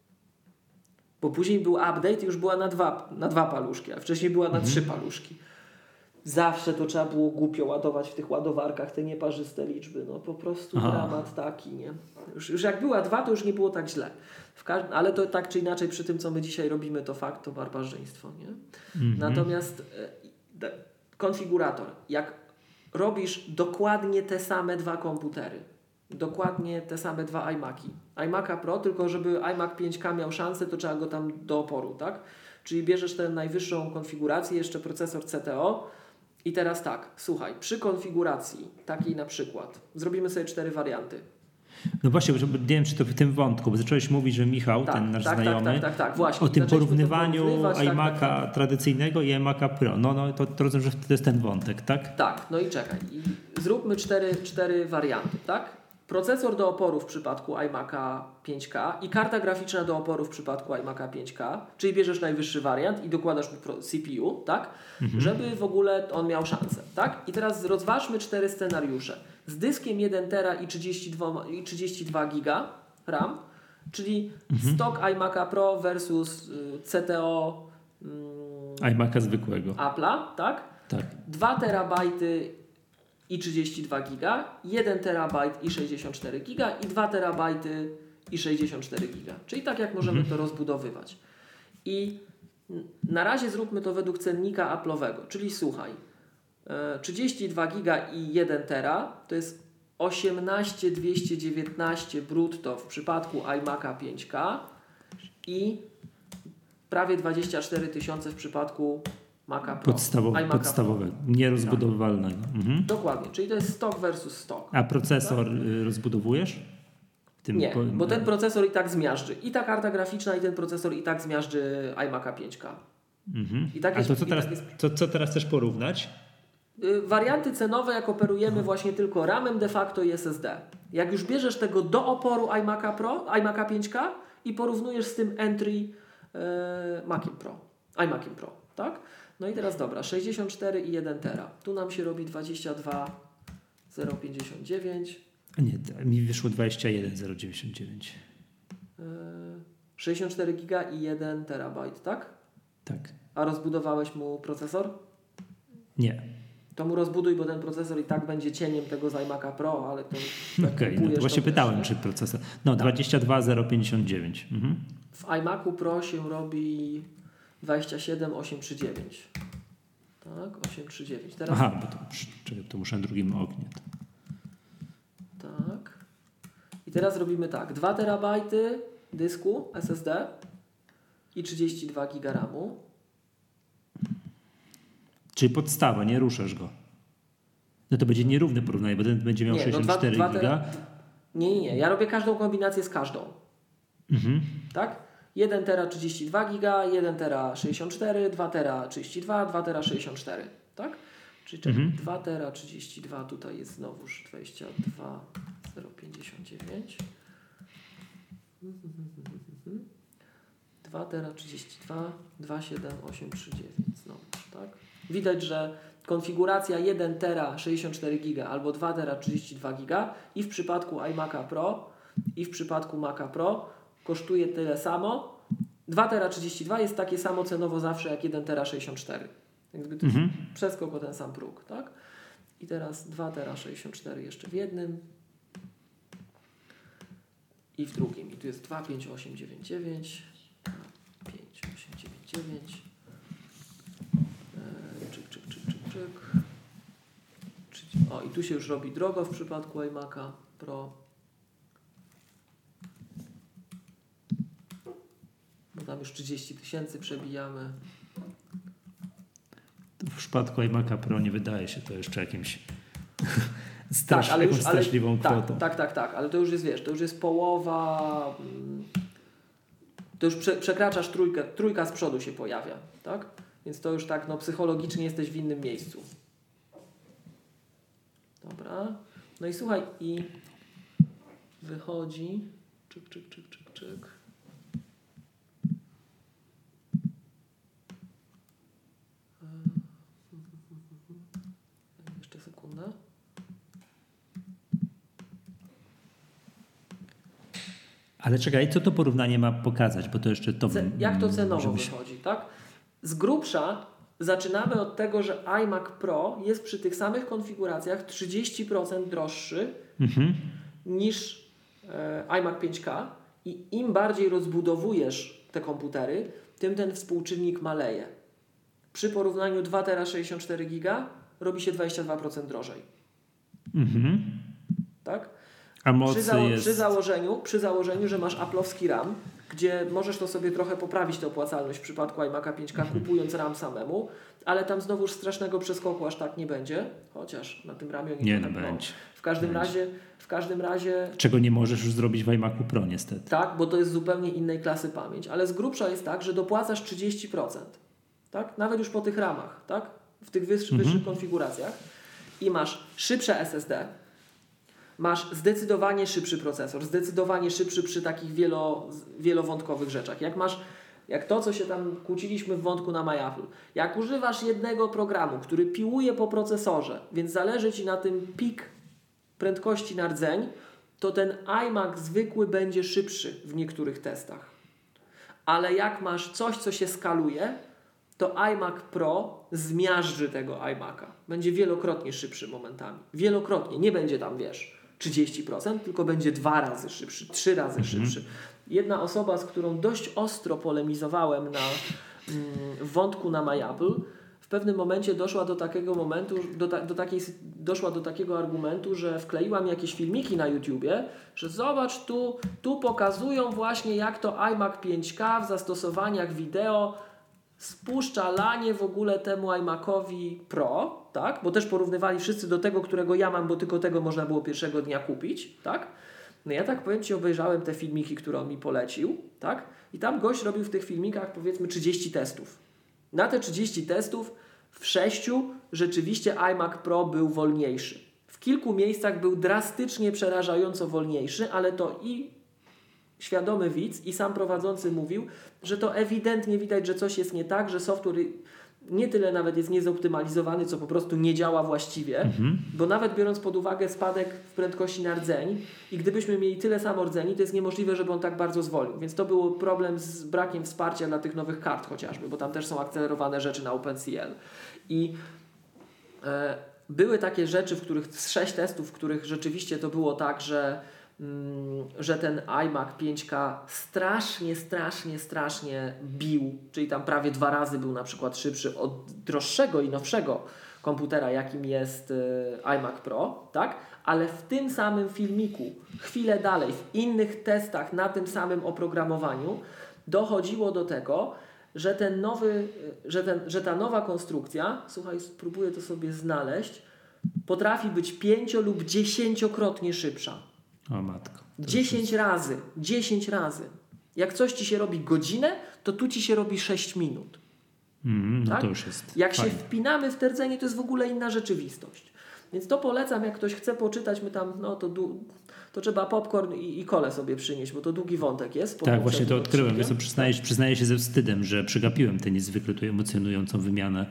Bo później był update i już była na dwa paluszki, a wcześniej była na 3 paluszki. Zawsze to trzeba było głupio ładować w tych ładowarkach te nieparzyste liczby. No po prostu dramat taki, nie? Już jak była 2, to już nie było tak źle. Ale to tak czy inaczej przy tym, co my dzisiaj robimy, to fakt, to barbarzyństwo, nie? Natomiast konfigurator. Jak robisz dokładnie te same 2 komputery, dokładnie te same 2 iMac'i. iMac'a Pro, tylko żeby iMac 5K miał szansę, to trzeba go tam do oporu, tak? Czyli bierzesz tę najwyższą konfigurację, jeszcze procesor CTO i teraz tak, słuchaj, przy konfiguracji takiej na przykład, zrobimy sobie 4 warianty. No właśnie, bo nie wiem, czy to w tym wątku, bo zacząłeś mówić, że Michał, ten nasz znajomy, właśnie. O tym porównywaniu iMac'a tradycyjnego i iMac'a Pro. No to rozumiem, że to jest ten wątek, tak? Tak, no i czekaj. Zróbmy 4 warianty, tak? Procesor do oporu w przypadku iMac'a 5K i karta graficzna do oporu w przypadku iMac'a 5K, czyli bierzesz najwyższy wariant i dokładasz mu CPU, tak? Żeby w ogóle on miał szansę, tak? I teraz rozważmy 4 scenariusze. Z dyskiem 1 tera i 32 giga RAM, czyli stok iMac'a Pro versus CTO iMac'a zwykłego. Apple'a, tak? Tak. 2 terabajty i 32 giga, 1 terabajt i 64 giga i 2 terabajty i 64 giga. Czyli tak jak możemy to rozbudowywać. I na razie zróbmy to według cennika Apple'owego, czyli słuchaj, 32 giga i 1 tera to jest 18219 brutto w przypadku iMac'a 5K i prawie 24 000 w przypadku Maca Pro. Podstawowe, nierozbudowywalnego. Dokładnie, czyli to jest stok versus stok. A procesor rozbudowujesz? Nie, bo ten procesor i tak zmiażdży. I ta karta graficzna i ten procesor i tak zmiażdży iMac'a 5K. I tak jest, co teraz chcesz porównać? Warianty cenowe, jak operujemy właśnie tylko RAM-em de facto i SSD. Jak już bierzesz tego do oporu iMac'a 5K i porównujesz z tym entry iMac'iem Pro, tak? No i teraz dobra, 64 i 1 tera. Tu nam się robi 22,059. Nie, mi wyszło 21,099. 64 giga i 1 terabajt, tak? Tak. A rozbudowałeś mu procesor? Nie. To mu rozbuduj, bo ten procesor i tak będzie cieniem tego z iMac'a Pro, ale to... Okej, no to właśnie pytałem, czy procesor... No, tak. 22,059. W iMac'u Pro się robi 27,839. Tak, 839. Teraz... Aha, bo to muszę na drugim oknie. Tak. I teraz robimy tak. 2 terabajty dysku SSD i 32 giga RAMu. Czyli podstawa, nie ruszasz go. No to będzie nierówne porównanie, bo ten będzie miał 64 giga. Nie. Ja robię każdą kombinację z każdą. Tak? 1 tera 32 giga, 1 tera 64, 2 tera 32, 2 tera 64. Tak? Czyli 2 tera 32, tutaj jest znowuż 22,059. 2 tera 32, 27839 znowuż, tak? Widać, że konfiguracja 1 tera 64 giga albo 2 tera 32 giga i w przypadku iMac'a Pro i w przypadku Maca Pro kosztuje tyle samo. 2 tera 32 jest takie samo cenowo zawsze jak 1 tera 64. Jakby to jest przeskok o ten sam próg, tak? I teraz 2 tera 64 jeszcze w jednym i w drugim. I tu jest 25899, 5899, czyk. O, i tu się już robi drogo w przypadku iMac'a Pro. Bo tam już 30 000 przebijamy. W przypadku iMac'a Pro nie wydaje się to jeszcze jakimś jakąś straszliwą kwotą. Tak, ale to już jest, wiesz, to już jest połowa, to już przekraczasz trójka z przodu się pojawia, tak? Więc to już tak, no psychologicznie jesteś w innym miejscu. Dobra. No i słuchaj, i wychodzi, czyk. Jeszcze sekundę. Ale czekaj, co to porównanie ma pokazać? Bo to jeszcze to... Jak to cenowo wychodzi, tak? Z grubsza zaczynamy od tego, że iMac Pro jest przy tych samych konfiguracjach 30% droższy niż iMac 5K i im bardziej rozbudowujesz te komputery, tym ten współczynnik maleje. Przy porównaniu 2 tera 64 giga robi się 22% drożej. Tak? A mocy przy założeniu, że masz Apple'owski RAM, gdzie możesz to sobie trochę poprawić tę opłacalność w przypadku iMac'a 5K kupując RAM samemu, ale tam znowuż strasznego przeskoku aż tak nie będzie, chociaż na tym ramie nie będzie. W każdym razie... Czego nie możesz już zrobić w iMacu Pro niestety. Tak, bo to jest zupełnie innej klasy pamięć, ale z grubsza jest tak, że dopłacasz 30%, tak? Nawet już po tych ramach, tak? W tych wyższych konfiguracjach i masz szybsze SSD, masz zdecydowanie szybszy procesor, zdecydowanie szybszy przy takich wielowątkowych rzeczach. Jak to, co się tam kłóciliśmy w wątku na MyApple. Jak używasz jednego programu, który piłuje po procesorze, więc zależy Ci na tym pik prędkości na rdzeń, to ten iMac zwykły będzie szybszy w niektórych testach. Ale jak masz coś, co się skaluje, to iMac Pro zmiażdży tego iMac'a. Będzie wielokrotnie szybszy momentami. Wielokrotnie. Nie będzie tam, 30%, tylko będzie 2 razy szybszy, 3 razy szybszy. Jedna osoba, z którą dość ostro polemizowałem w wątku na MyApple, w pewnym momencie doszła do takiego momentu, doszła do takiego argumentu, że wkleiła mi jakieś filmiki na YouTubie, że zobacz, tu pokazują właśnie, jak to iMac 5K w zastosowaniach wideo spuszcza lanie w ogóle temu iMacowi Pro, tak? Bo też porównywali wszyscy do tego, którego ja mam, bo tylko tego można było pierwszego dnia kupić, tak? No ja tak powiem Ci, obejrzałem te filmiki, które on mi polecił, tak? I tam gość robił w tych filmikach powiedzmy 30 testów. Na te 30 testów w 6 rzeczywiście iMac Pro był wolniejszy. W kilku miejscach był drastycznie przerażająco wolniejszy, ale to i świadomy widz i sam prowadzący mówił, że to ewidentnie widać, że coś jest nie tak, że software nie tyle nawet jest niezoptymalizowany, co po prostu nie działa właściwie, bo nawet biorąc pod uwagę spadek w prędkości na rdzeń i gdybyśmy mieli tyle samo rdzeni, to jest niemożliwe, żeby on tak bardzo zwolnił. Więc to był problem z brakiem wsparcia dla tych nowych kart chociażby, bo tam też są akcelerowane rzeczy na OpenCL. I były takie rzeczy, w których z 6 testów, w których rzeczywiście to było tak, że ten iMac 5K strasznie bił, czyli tam prawie 2 razy był na przykład szybszy od droższego i nowszego komputera, jakim jest iMac Pro, tak? Ale w tym samym filmiku, chwilę dalej, w innych testach na tym samym oprogramowaniu dochodziło do tego, że ta nowa konstrukcja, słuchaj, spróbuję to sobie znaleźć, potrafi być 5 lub 10-krotnie szybsza. O matko. 10 razy. Jak coś Ci się robi godzinę, to tu Ci się robi 6 minut. Tak? To już jest jak fajne. się wpinamy w te rdzenie, to jest w ogóle inna rzeczywistość. Więc to polecam, jak ktoś chce poczytać, my tam, to trzeba popcorn i kolę sobie przynieść, bo to długi wątek jest. Tak, właśnie to odkryłem. Więc przyznaję się ze wstydem, że przegapiłem tę niezwykle tu emocjonującą wymianę,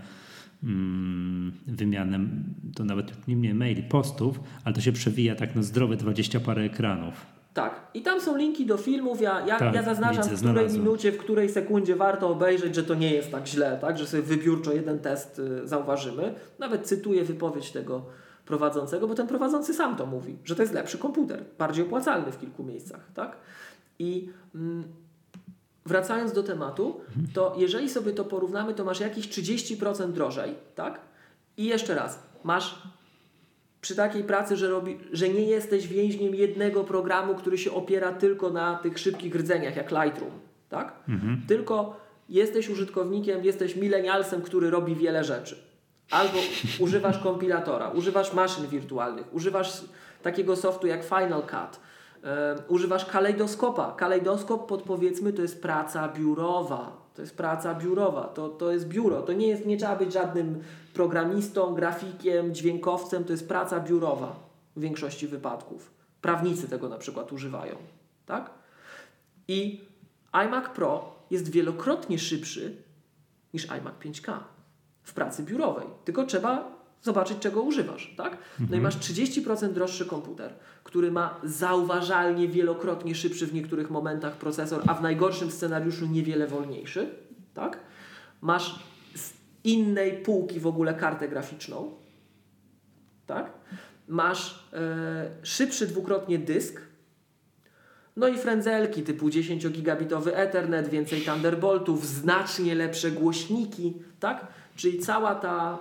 to nawet nie maili, postów, ale to się przewija tak na zdrowe 20 parę ekranów. Tak. I tam są linki do filmów. Ja zaznaczam, widzę, w której minucie, w której sekundzie warto obejrzeć, że to nie jest tak źle, tak? Że sobie wybiórczo jeden test zauważymy. Nawet cytuję wypowiedź tego prowadzącego, bo ten prowadzący sam to mówi, że to jest lepszy komputer, bardziej opłacalny w kilku miejscach. Tak? I wracając do tematu, to jeżeli sobie to porównamy, to masz jakieś 30% drożej, tak? I jeszcze raz, masz przy takiej pracy, że nie jesteś więźniem jednego programu, który się opiera tylko na tych szybkich rdzeniach, jak Lightroom, tak? Tylko jesteś użytkownikiem, jesteś milenialsem, który robi wiele rzeczy. Albo używasz kompilatora, używasz maszyn wirtualnych, używasz takiego softu jak Final Cut, używasz kalejdoskopa. Kalejdoskop, podpowiedzmy, to jest praca biurowa. To jest praca biurowa, to jest biuro. To nie trzeba być żadnym programistą, grafikiem, dźwiękowcem, to jest praca biurowa w większości wypadków. Prawnicy tego na przykład używają, tak? I iMac Pro jest wielokrotnie szybszy niż iMac 5K w pracy biurowej. Tylko trzeba zobaczyć, czego używasz, tak? No i masz 30% droższy komputer, który ma zauważalnie wielokrotnie szybszy w niektórych momentach procesor, a w najgorszym scenariuszu niewiele wolniejszy, tak? Masz z innej półki w ogóle kartę graficzną, tak? Masz szybszy dwukrotnie dysk, no i frędzelki typu 10-gigabitowy Ethernet, więcej Thunderboltów, znacznie lepsze głośniki, tak? Czyli cała ta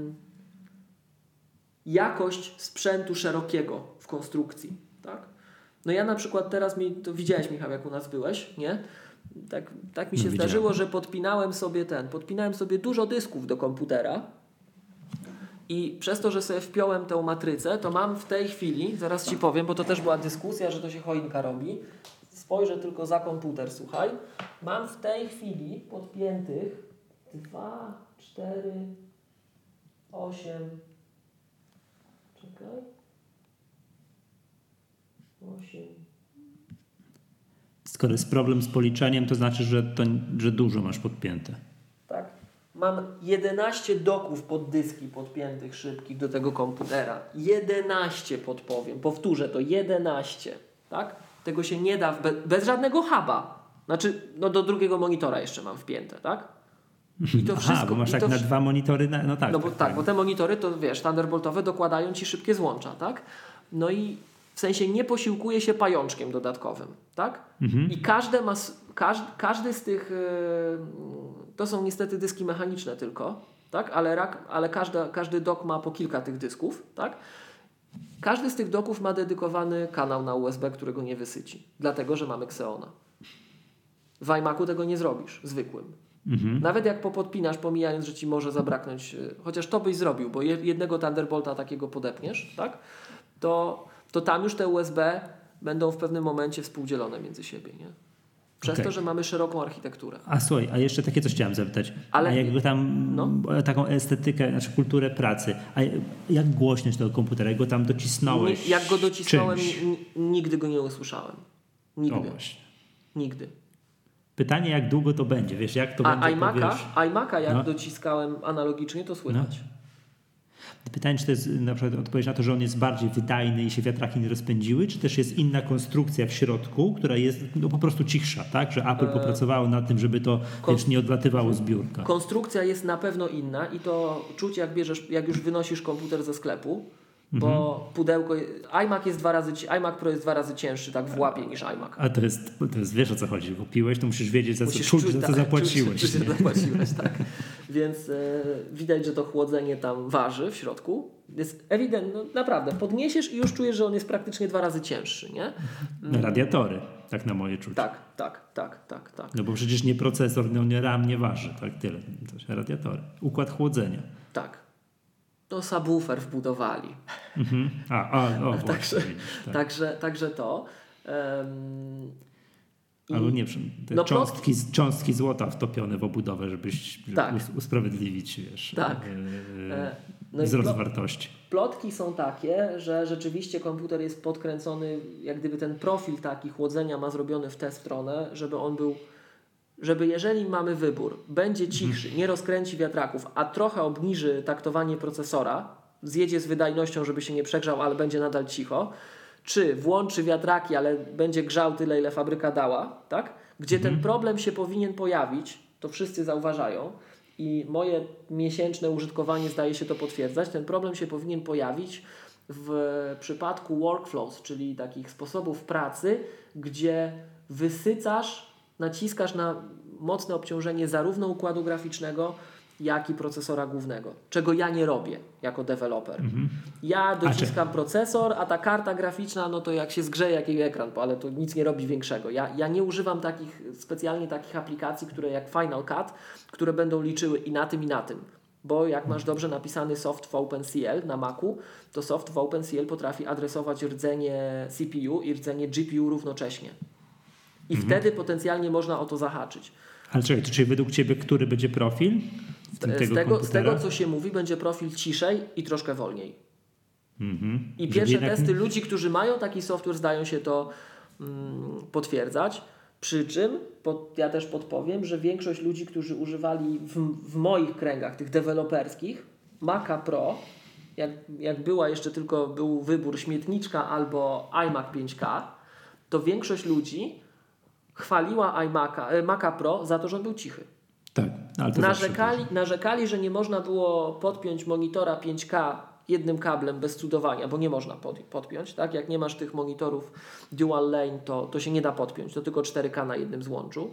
jakość sprzętu szerokiego w konstrukcji, tak? No ja na przykład teraz, to widziałeś, Michał, jak u nas byłeś, nie? Tak mi się zdarzyło, że podpinałem sobie dużo dysków do komputera i przez to, że sobie wpiąłem tę matrycę, to mam w tej chwili, zaraz Ci powiem, bo to też była dyskusja, że to się choinka robi. Spojrzę tylko za komputer, słuchaj. Mam w tej chwili podpiętych 2, 4, 8, czekaj, 8. Skoro jest problem z policzeniem, to znaczy, że dużo masz podpięte. Tak. Mam 11 doków pod dyski podpiętych szybkich do tego komputera. 11 powtórzę to, 11. Tak? Tego się nie da bez żadnego huba. Znaczy, no do drugiego monitora jeszcze mam wpięte, tak? I to wszystko. Bo masz tak na dwa monitory, no tak. No bo tak, bo te monitory to wiesz, Thunderboltowe dokładają Ci szybkie złącza, tak? No i w sensie nie posiłkuje się pajączkiem dodatkowym, tak? I każdy z tych, to są niestety dyski mechaniczne tylko, tak? Ale każdy dok ma po kilka tych dysków, tak? Każdy z tych doków ma dedykowany kanał na USB, którego nie wysyci, dlatego że mamy Xeona. W iMacu tego nie zrobisz, zwykłym. Nawet jak popodpinasz, pomijając, że Ci może zabraknąć, chociaż to byś zrobił, bo jednego Thunderbolta takiego podepniesz, tak? To tam już te USB będą w pewnym momencie współdzielone między siebie, nie? Przez to, że mamy szeroką architekturę. A słuchaj, a jeszcze takie coś chciałem zapytać. Ale jak go tam, taką estetykę, znaczy kulturę pracy, a jak głośność tego komputera, jak go tam docisnąłeś? Jak go docisnąłem, nigdy go nie usłyszałem. Nigdy. Nigdy. Pytanie, jak długo to będzie, wiesz, jak to będzie, iMaca jak dociskałem analogicznie, to słychać. Pytanie, czy to jest na przykład odpowiedź na to, że on jest bardziej wydajny i się wiatraki nie rozpędziły, czy też jest inna konstrukcja w środku, która jest po prostu cichsza, tak? Że Apple popracowało nad tym, żeby to nie odlatywało z biurka. Konstrukcja jest na pewno inna i to czuć, jak już wynosisz komputer ze sklepu, bo pudełko, iMac Pro jest 2 razy cięższy tak w łapie niż iMac. A to jest wiesz, o co chodzi. Kupiłeś, to musisz wiedzieć, za co zapłaciłeś. Czuć, że zapłaciłeś, tak. Więc widać, że to chłodzenie tam waży w środku. Jest ewidentne, no, naprawdę. Podniesiesz i już czujesz, że on jest praktycznie 2 razy cięższy, nie? Radiatory, tak na moje czucie. Tak. No bo przecież nie procesor, nie RAM nie waży, tak tyle. To się radiatory. Układ chłodzenia. Tak. To subwoofer wbudowali. Właśnie. Także to. Albo nie, cząstki złota wtopione w obudowę, żeby usprawiedliwić, wiesz, wzrost wartości. Plotki są takie, że rzeczywiście komputer jest podkręcony, jak gdyby ten profil taki chłodzenia ma zrobiony w tę stronę, żeby jeżeli mamy wybór, będzie cichszy, nie rozkręci wiatraków, a trochę obniży taktowanie procesora, zjedzie z wydajnością, żeby się nie przegrzał, ale będzie nadal cicho, czy włączy wiatraki, ale będzie grzał tyle, ile fabryka dała, tak? Gdzie ten problem się powinien pojawić, to wszyscy zauważają i moje miesięczne użytkowanie zdaje się to potwierdzać, ten problem się powinien pojawić w przypadku workflows, czyli takich sposobów pracy, gdzie wysycasz, naciskasz na mocne obciążenie zarówno układu graficznego, jak i procesora głównego, czego ja nie robię jako deweloper. Ja dociskam procesor, a ta karta graficzna, no to jak się zgrzeje jakiś ekran, ale to nic nie robi większego. Ja nie używam specjalnie takich aplikacji, które jak Final Cut, które będą liczyły i na tym, Bo jak masz dobrze napisany soft w OpenCL na Macu, to soft w OpenCL potrafi adresować rdzenie CPU i rdzenie GPU równocześnie. I wtedy potencjalnie można o to zahaczyć. Ale czekaj, to czyli według Ciebie który będzie profil z tego, co się mówi, będzie profil ciszej i troszkę wolniej. I pierwsze testy ludzi, którzy mają taki software, zdają się to potwierdzać. Przy czym ja też podpowiem, że większość ludzi, którzy używali w moich kręgach, tych deweloperskich, Maca Pro, jak był wybór śmietniczka albo iMac 5K, to większość ludzi chwaliła Maca Pro za to, że on był cichy. Tak, ale to narzekali, że nie można było podpiąć monitora 5K jednym kablem bez cudowania, bo nie można podpiąć, tak? Jak nie masz tych monitorów dual lane, to się nie da podpiąć, to tylko 4K na jednym złączu.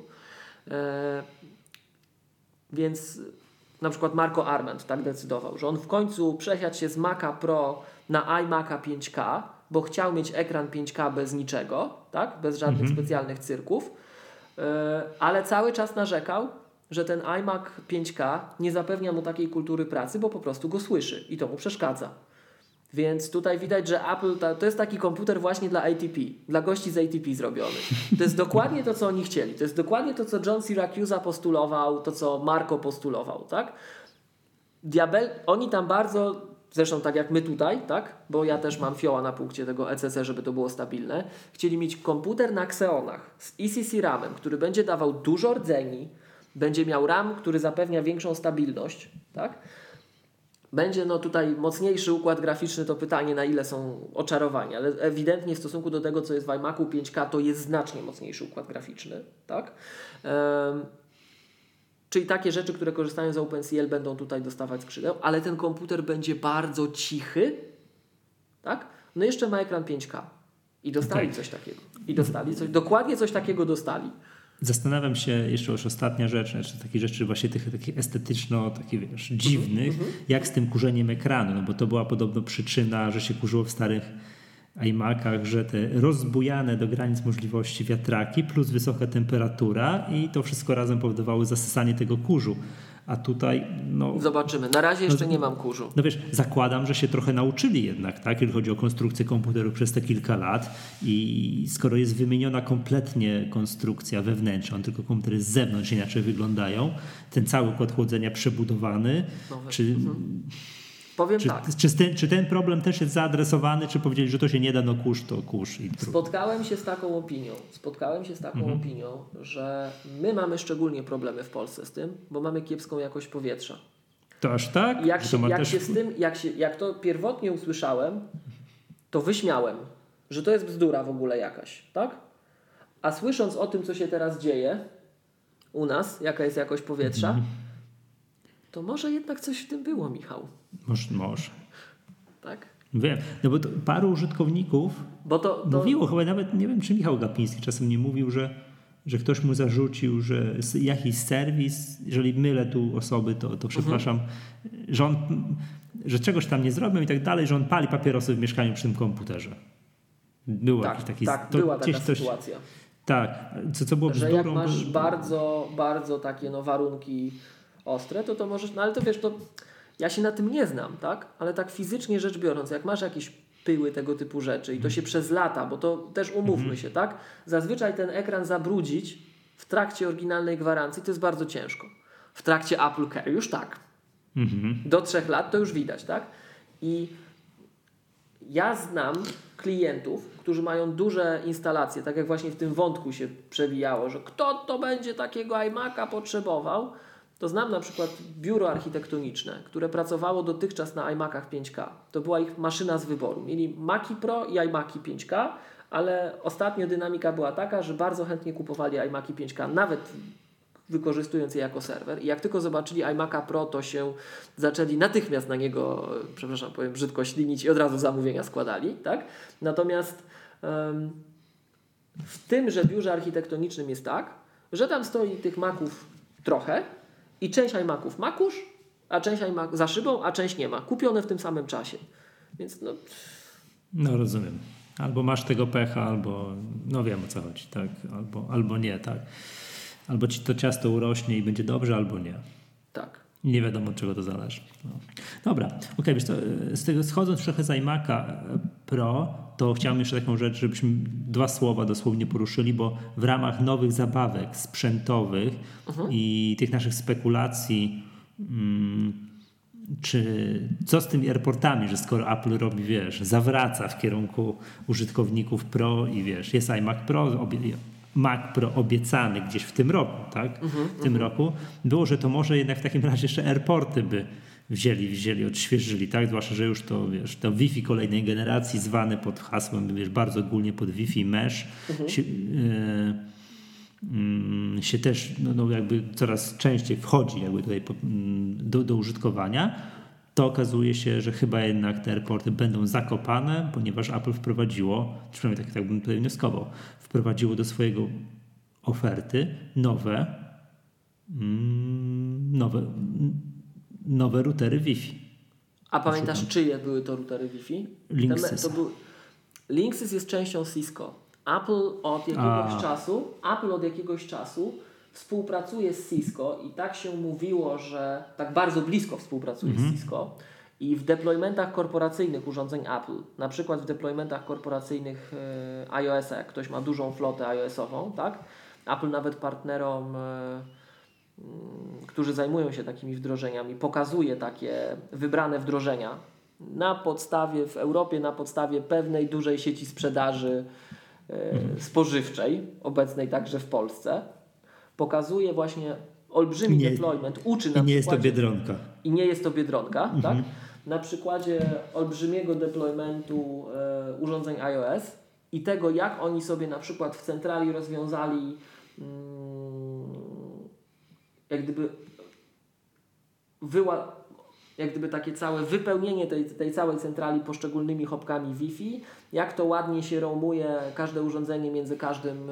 Więc na przykład Marco Arment tak decydował, że on w końcu przesiadł się z Maca Pro na iMaca 5K, bo chciał mieć ekran 5K bez niczego, tak? Bez żadnych specjalnych cyrków, ale cały czas narzekał, że ten iMac 5K nie zapewnia mu takiej kultury pracy, bo po prostu go słyszy i to mu przeszkadza. Więc tutaj widać, że Apple to jest taki komputer właśnie dla ATP, dla gości z ATP zrobiony. To jest dokładnie to, co oni chcieli. To jest dokładnie to, co John Siracusa postulował, to, co Marco postulował, tak? Oni tam bardzo, zresztą tak jak my tutaj, tak? Bo ja też mam fioła na punkcie tego ECC, żeby to było stabilne. Chcieli mieć komputer na Xeonach z ECC RAM-em, który będzie dawał dużo rdzeni, będzie miał RAM, który zapewnia większą stabilność, tak? Będzie tutaj mocniejszy układ graficzny, to pytanie, na ile są oczarowani, ale ewidentnie w stosunku do tego, co jest w iMacu 5K, to jest znacznie mocniejszy układ graficzny, tak? Czyli takie rzeczy, które korzystają z OpenCL, będą tutaj dostawać skrzydeł, ale ten komputer będzie bardzo cichy, tak? No jeszcze ma ekran 5K i dostali coś takiego. Dokładnie coś takiego dostali. Zastanawiam się jeszcze już ostatnia rzecz, znaczy takich rzeczy właśnie takich estetyczno, takich wiesz, dziwnych, jak z tym kurzeniem ekranu, no bo to była podobno przyczyna, że się kurzyło w starych iMacach, że te rozbujane do granic możliwości wiatraki plus wysoka temperatura i to wszystko razem powodowało zasysanie tego kurzu. A tutaj, zobaczymy. Na razie jeszcze nie mam kurzu. No wiesz, zakładam, że się trochę nauczyli jednak, tak? Jeżeli chodzi o konstrukcję komputerów przez te kilka lat i skoro jest wymieniona kompletnie konstrukcja wewnętrzna, tylko komputery z zewnątrz inaczej wyglądają, ten cały układ chłodzenia przebudowany, Powiem tak. Czy ten problem też jest zaadresowany, czy powiedzieli, że to się nie da, kurz to kurz. Spotkałem się z taką opinią, że my mamy szczególnie problemy w Polsce z tym, bo mamy kiepską jakość powietrza. To aż tak? Jak to pierwotnie usłyszałem, to wyśmiałem, że to jest bzdura w ogóle jakaś, tak? A słysząc o tym, co się teraz dzieje u nas, jaka jest jakość powietrza, to może jednak coś w tym było, Michał. Może. Tak? Wiem, no bo paru użytkowników mówiło, chyba nawet, nie wiem, czy Michał Gapiński czasem nie mówił, że ktoś mu zarzucił, że jakiś serwis, jeżeli mylę tu osoby, to przepraszam, że czegoś tam nie zrobią i tak dalej, że on pali papierosy w mieszkaniu przy tym komputerze. Była taka sytuacja. Tak, co było bzdurą. Że jak masz bardzo, bardzo takie warunki ostre, to możesz, ale to wiesz, ja się na tym nie znam, tak? Ale tak fizycznie rzecz biorąc, jak masz jakieś pyły tego typu rzeczy i to się przez lata, bo to też umówmy się, tak? Zazwyczaj ten ekran zabrudzić w trakcie oryginalnej gwarancji to jest bardzo ciężko. W trakcie Apple Care już tak. Do 3 lat to już widać, tak? I ja znam klientów, którzy mają duże instalacje, tak jak właśnie w tym wątku się przewijało, że kto to będzie takiego iMac'a potrzebował, to znam na przykład biuro architektoniczne, które pracowało dotychczas na iMacach 5K. To była ich maszyna z wyboru. Mieli Maci Pro i iMaci 5K, ale ostatnio dynamika była taka, że bardzo chętnie kupowali iMaci 5K, nawet wykorzystując je jako serwer. I jak tylko zobaczyli iMaca Pro, to się zaczęli natychmiast na niego, przepraszam, powiem brzydko, ślinić i od razu zamówienia składali. Tak? Natomiast w tymże biurze architektonicznym jest tak, że tam stoi tych Maców trochę i część iMaców ma kurz, A część iMac za szybą, a część nie ma. Kupione w tym samym czasie. Więc No rozumiem. Albo masz tego pecha, albo no wiem o co chodzi, tak? Albo nie, tak? Albo ci to ciasto urośnie i będzie dobrze, albo nie. Tak. I nie wiadomo od czego to zależy. No. Dobra, okej, wiesz co, z tego schodząc trochę z iMac'a Pro, to chciałem jeszcze taką rzecz, żebyśmy 2 słowa dosłownie poruszyli, bo w ramach nowych zabawek sprzętowych i tych naszych spekulacji czy co z tymi AirPortami, że skoro Apple robi, wiesz, zawraca w kierunku użytkowników Pro i wiesz, jest iMac Pro, Mac Pro obiecany gdzieś w tym roku, tak? W tym roku było, że to może jednak w takim razie jeszcze AirPorty by wzięli, odświeżyli, tak? Zwłaszcza, że już to, wiesz, to Wi-Fi kolejnej generacji zwane pod hasłem, wiesz, bardzo ogólnie pod Wi-Fi Mesh się też no jakby coraz częściej wchodzi jakby tutaj do użytkowania, to okazuje się, że chyba jednak te AirPorty będą zakopane, ponieważ Apple wprowadziło, czy przynajmniej tak bym tutaj wnioskował, wprowadziło do swojego oferty nowe routery Wi-Fi. A pamiętasz, czyje były to routery Wi-Fi? Linksys. Linksys jest częścią Cisco. Apple od jakiegoś czasu współpracuje z Cisco i tak się mówiło, że tak bardzo blisko współpracuje z Cisco i w deploymentach korporacyjnych urządzeń Apple, na przykład w deploymentach korporacyjnych iOS-a, jak ktoś ma dużą flotę iOS-ową, tak? Apple nawet partnerom, którzy zajmują się takimi wdrożeniami, pokazuje takie wybrane wdrożenia w Europie na podstawie pewnej dużej sieci sprzedaży spożywczej, obecnej także w Polsce, pokazuje właśnie olbrzymi deployment, uczy na I nie jest to Biedronka. I nie jest to Biedronka, tak? Na przykładzie olbrzymiego deploymentu urządzeń iOS i tego, jak oni sobie na przykład w centrali rozwiązali jak gdyby takie całe wypełnienie tej całej centrali poszczególnymi hopkami Wi-Fi, jak to ładnie się roamuje każde urządzenie między każdym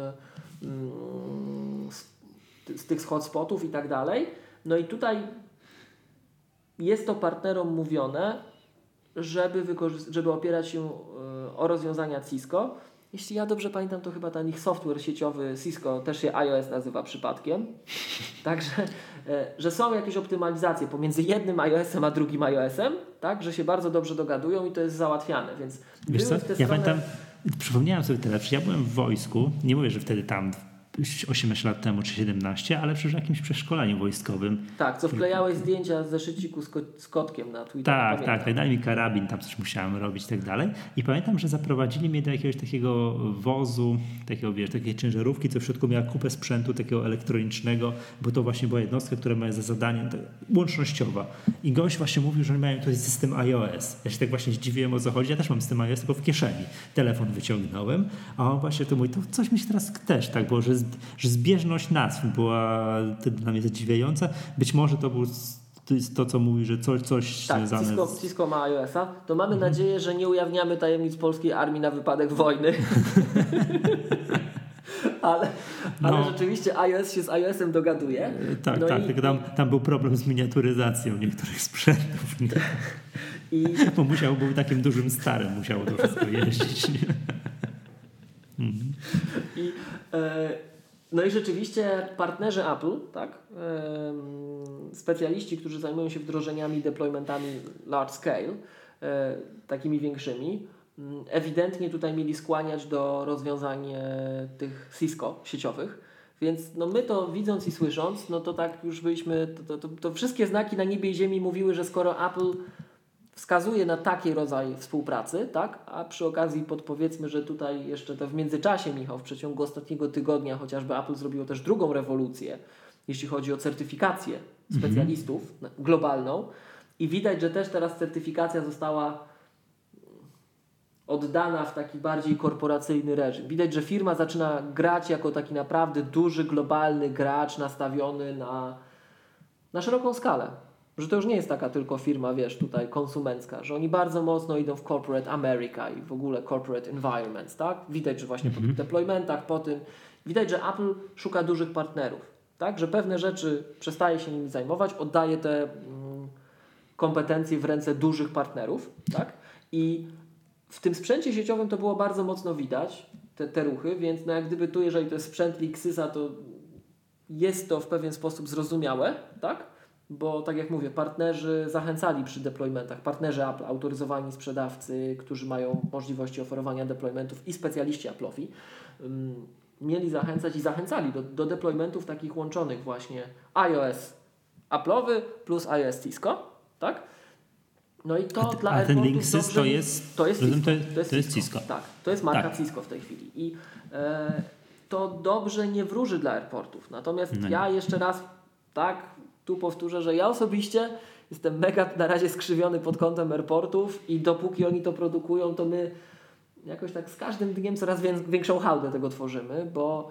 z tych hotspotów i tak dalej. No i tutaj jest to partnerom mówione, żeby opierać się o rozwiązania Cisco. Jeśli ja dobrze pamiętam, to chyba ten ich software sieciowy Cisco też się iOS nazywa przypadkiem. Także, że są jakieś optymalizacje pomiędzy jednym iOS-em a drugim iOS-em, tak, że się bardzo dobrze dogadują i to jest załatwiane. Więc wiesz co, ja pamiętam, przypomniałem sobie teraz, że ja byłem w wojsku, nie mówię, że wtedy tam 18 lat temu czy 17, ale przy jakimś przeszkoleniu wojskowym. Tak, co wklejałeś zdjęcia z zeszyciku z kotkiem na Twitter. Tak, dali mi karabin, tam coś musiałem robić i tak dalej. I pamiętam, że zaprowadzili mnie do jakiegoś takiego wozu, takiego, wiesz, takiej ciężarówki, co w środku miała kupę sprzętu takiego elektronicznego, bo to właśnie była jednostka, która ma za zadanie łącznościowa. I gość właśnie mówił, że oni mają tutaj system iOS. Ja się tak właśnie zdziwiłem, o co chodzi. Ja też mam system iOS, tylko w kieszeni. Telefon wyciągnąłem, a on właśnie to mówi, to coś mi się teraz też tak było, że zbieżność nazw była wtedy dla mnie zadziwiająca. Być może to było to, co mówi, że coś tak, związane Cisco ma iOS-a. To mamy nadzieję, że nie ujawniamy tajemnic polskiej armii na wypadek wojny. ale rzeczywiście iOS się z iOS-em dogaduje. Tak, no tylko tam był problem z miniaturyzacją niektórych sprzętów. Bo był takim dużym starym, musiało to wszystko jeździć. No i rzeczywiście partnerzy Apple, tak, specjaliści, którzy zajmują się wdrożeniami, deploymentami large scale, takimi większymi, ewidentnie tutaj mieli skłaniać do rozwiązań tych Cisco sieciowych. Więc no my to widząc i słysząc, no to tak już byliśmy, to wszystkie znaki na niebie i ziemi mówiły, że skoro Apple wskazuje na taki rodzaj współpracy, tak? A przy okazji podpowiedzmy, że tutaj jeszcze to w międzyczasie, Michał, w przeciągu ostatniego tygodnia chociażby Apple zrobiło też drugą rewolucję, jeśli chodzi o certyfikację specjalistów globalną i widać, że też teraz certyfikacja została oddana w taki bardziej korporacyjny reżim. Widać, że firma zaczyna grać jako taki naprawdę duży, globalny gracz nastawiony na szeroką skalę. Że to już nie jest taka tylko firma, wiesz, tutaj konsumencka, że oni bardzo mocno idą w corporate America i w ogóle corporate environments, tak? Widać, że właśnie po tych deploymentach, po tym, widać, że Apple szuka dużych partnerów, tak? Że pewne rzeczy przestaje się nimi zajmować, oddaje te kompetencje w ręce dużych partnerów, tak? I w tym sprzęcie sieciowym to było bardzo mocno widać, te ruchy, więc no jak gdyby tu, jeżeli to jest sprzęt Linksysa, to jest to w pewien sposób zrozumiałe, tak? Bo tak jak mówię, partnerzy zachęcali przy deploymentach, partnerzy Apple, autoryzowani sprzedawcy, którzy mają możliwości oferowania deploymentów i specjaliści Apple'owi, mieli zachęcać i zachęcali do deploymentów takich łączonych właśnie iOS Apple'owy plus iOS Cisco, tak? No i to dla a ten Linksys to jest Cisco. Tak, to jest marka tak. Cisco w tej chwili. I to dobrze nie wróży dla airportów. Natomiast ja jeszcze raz tak tu powtórzę, że ja osobiście jestem mega na razie skrzywiony pod kątem airportów i dopóki oni to produkują, to my jakoś tak z każdym dniem coraz większą hałdę tego tworzymy, bo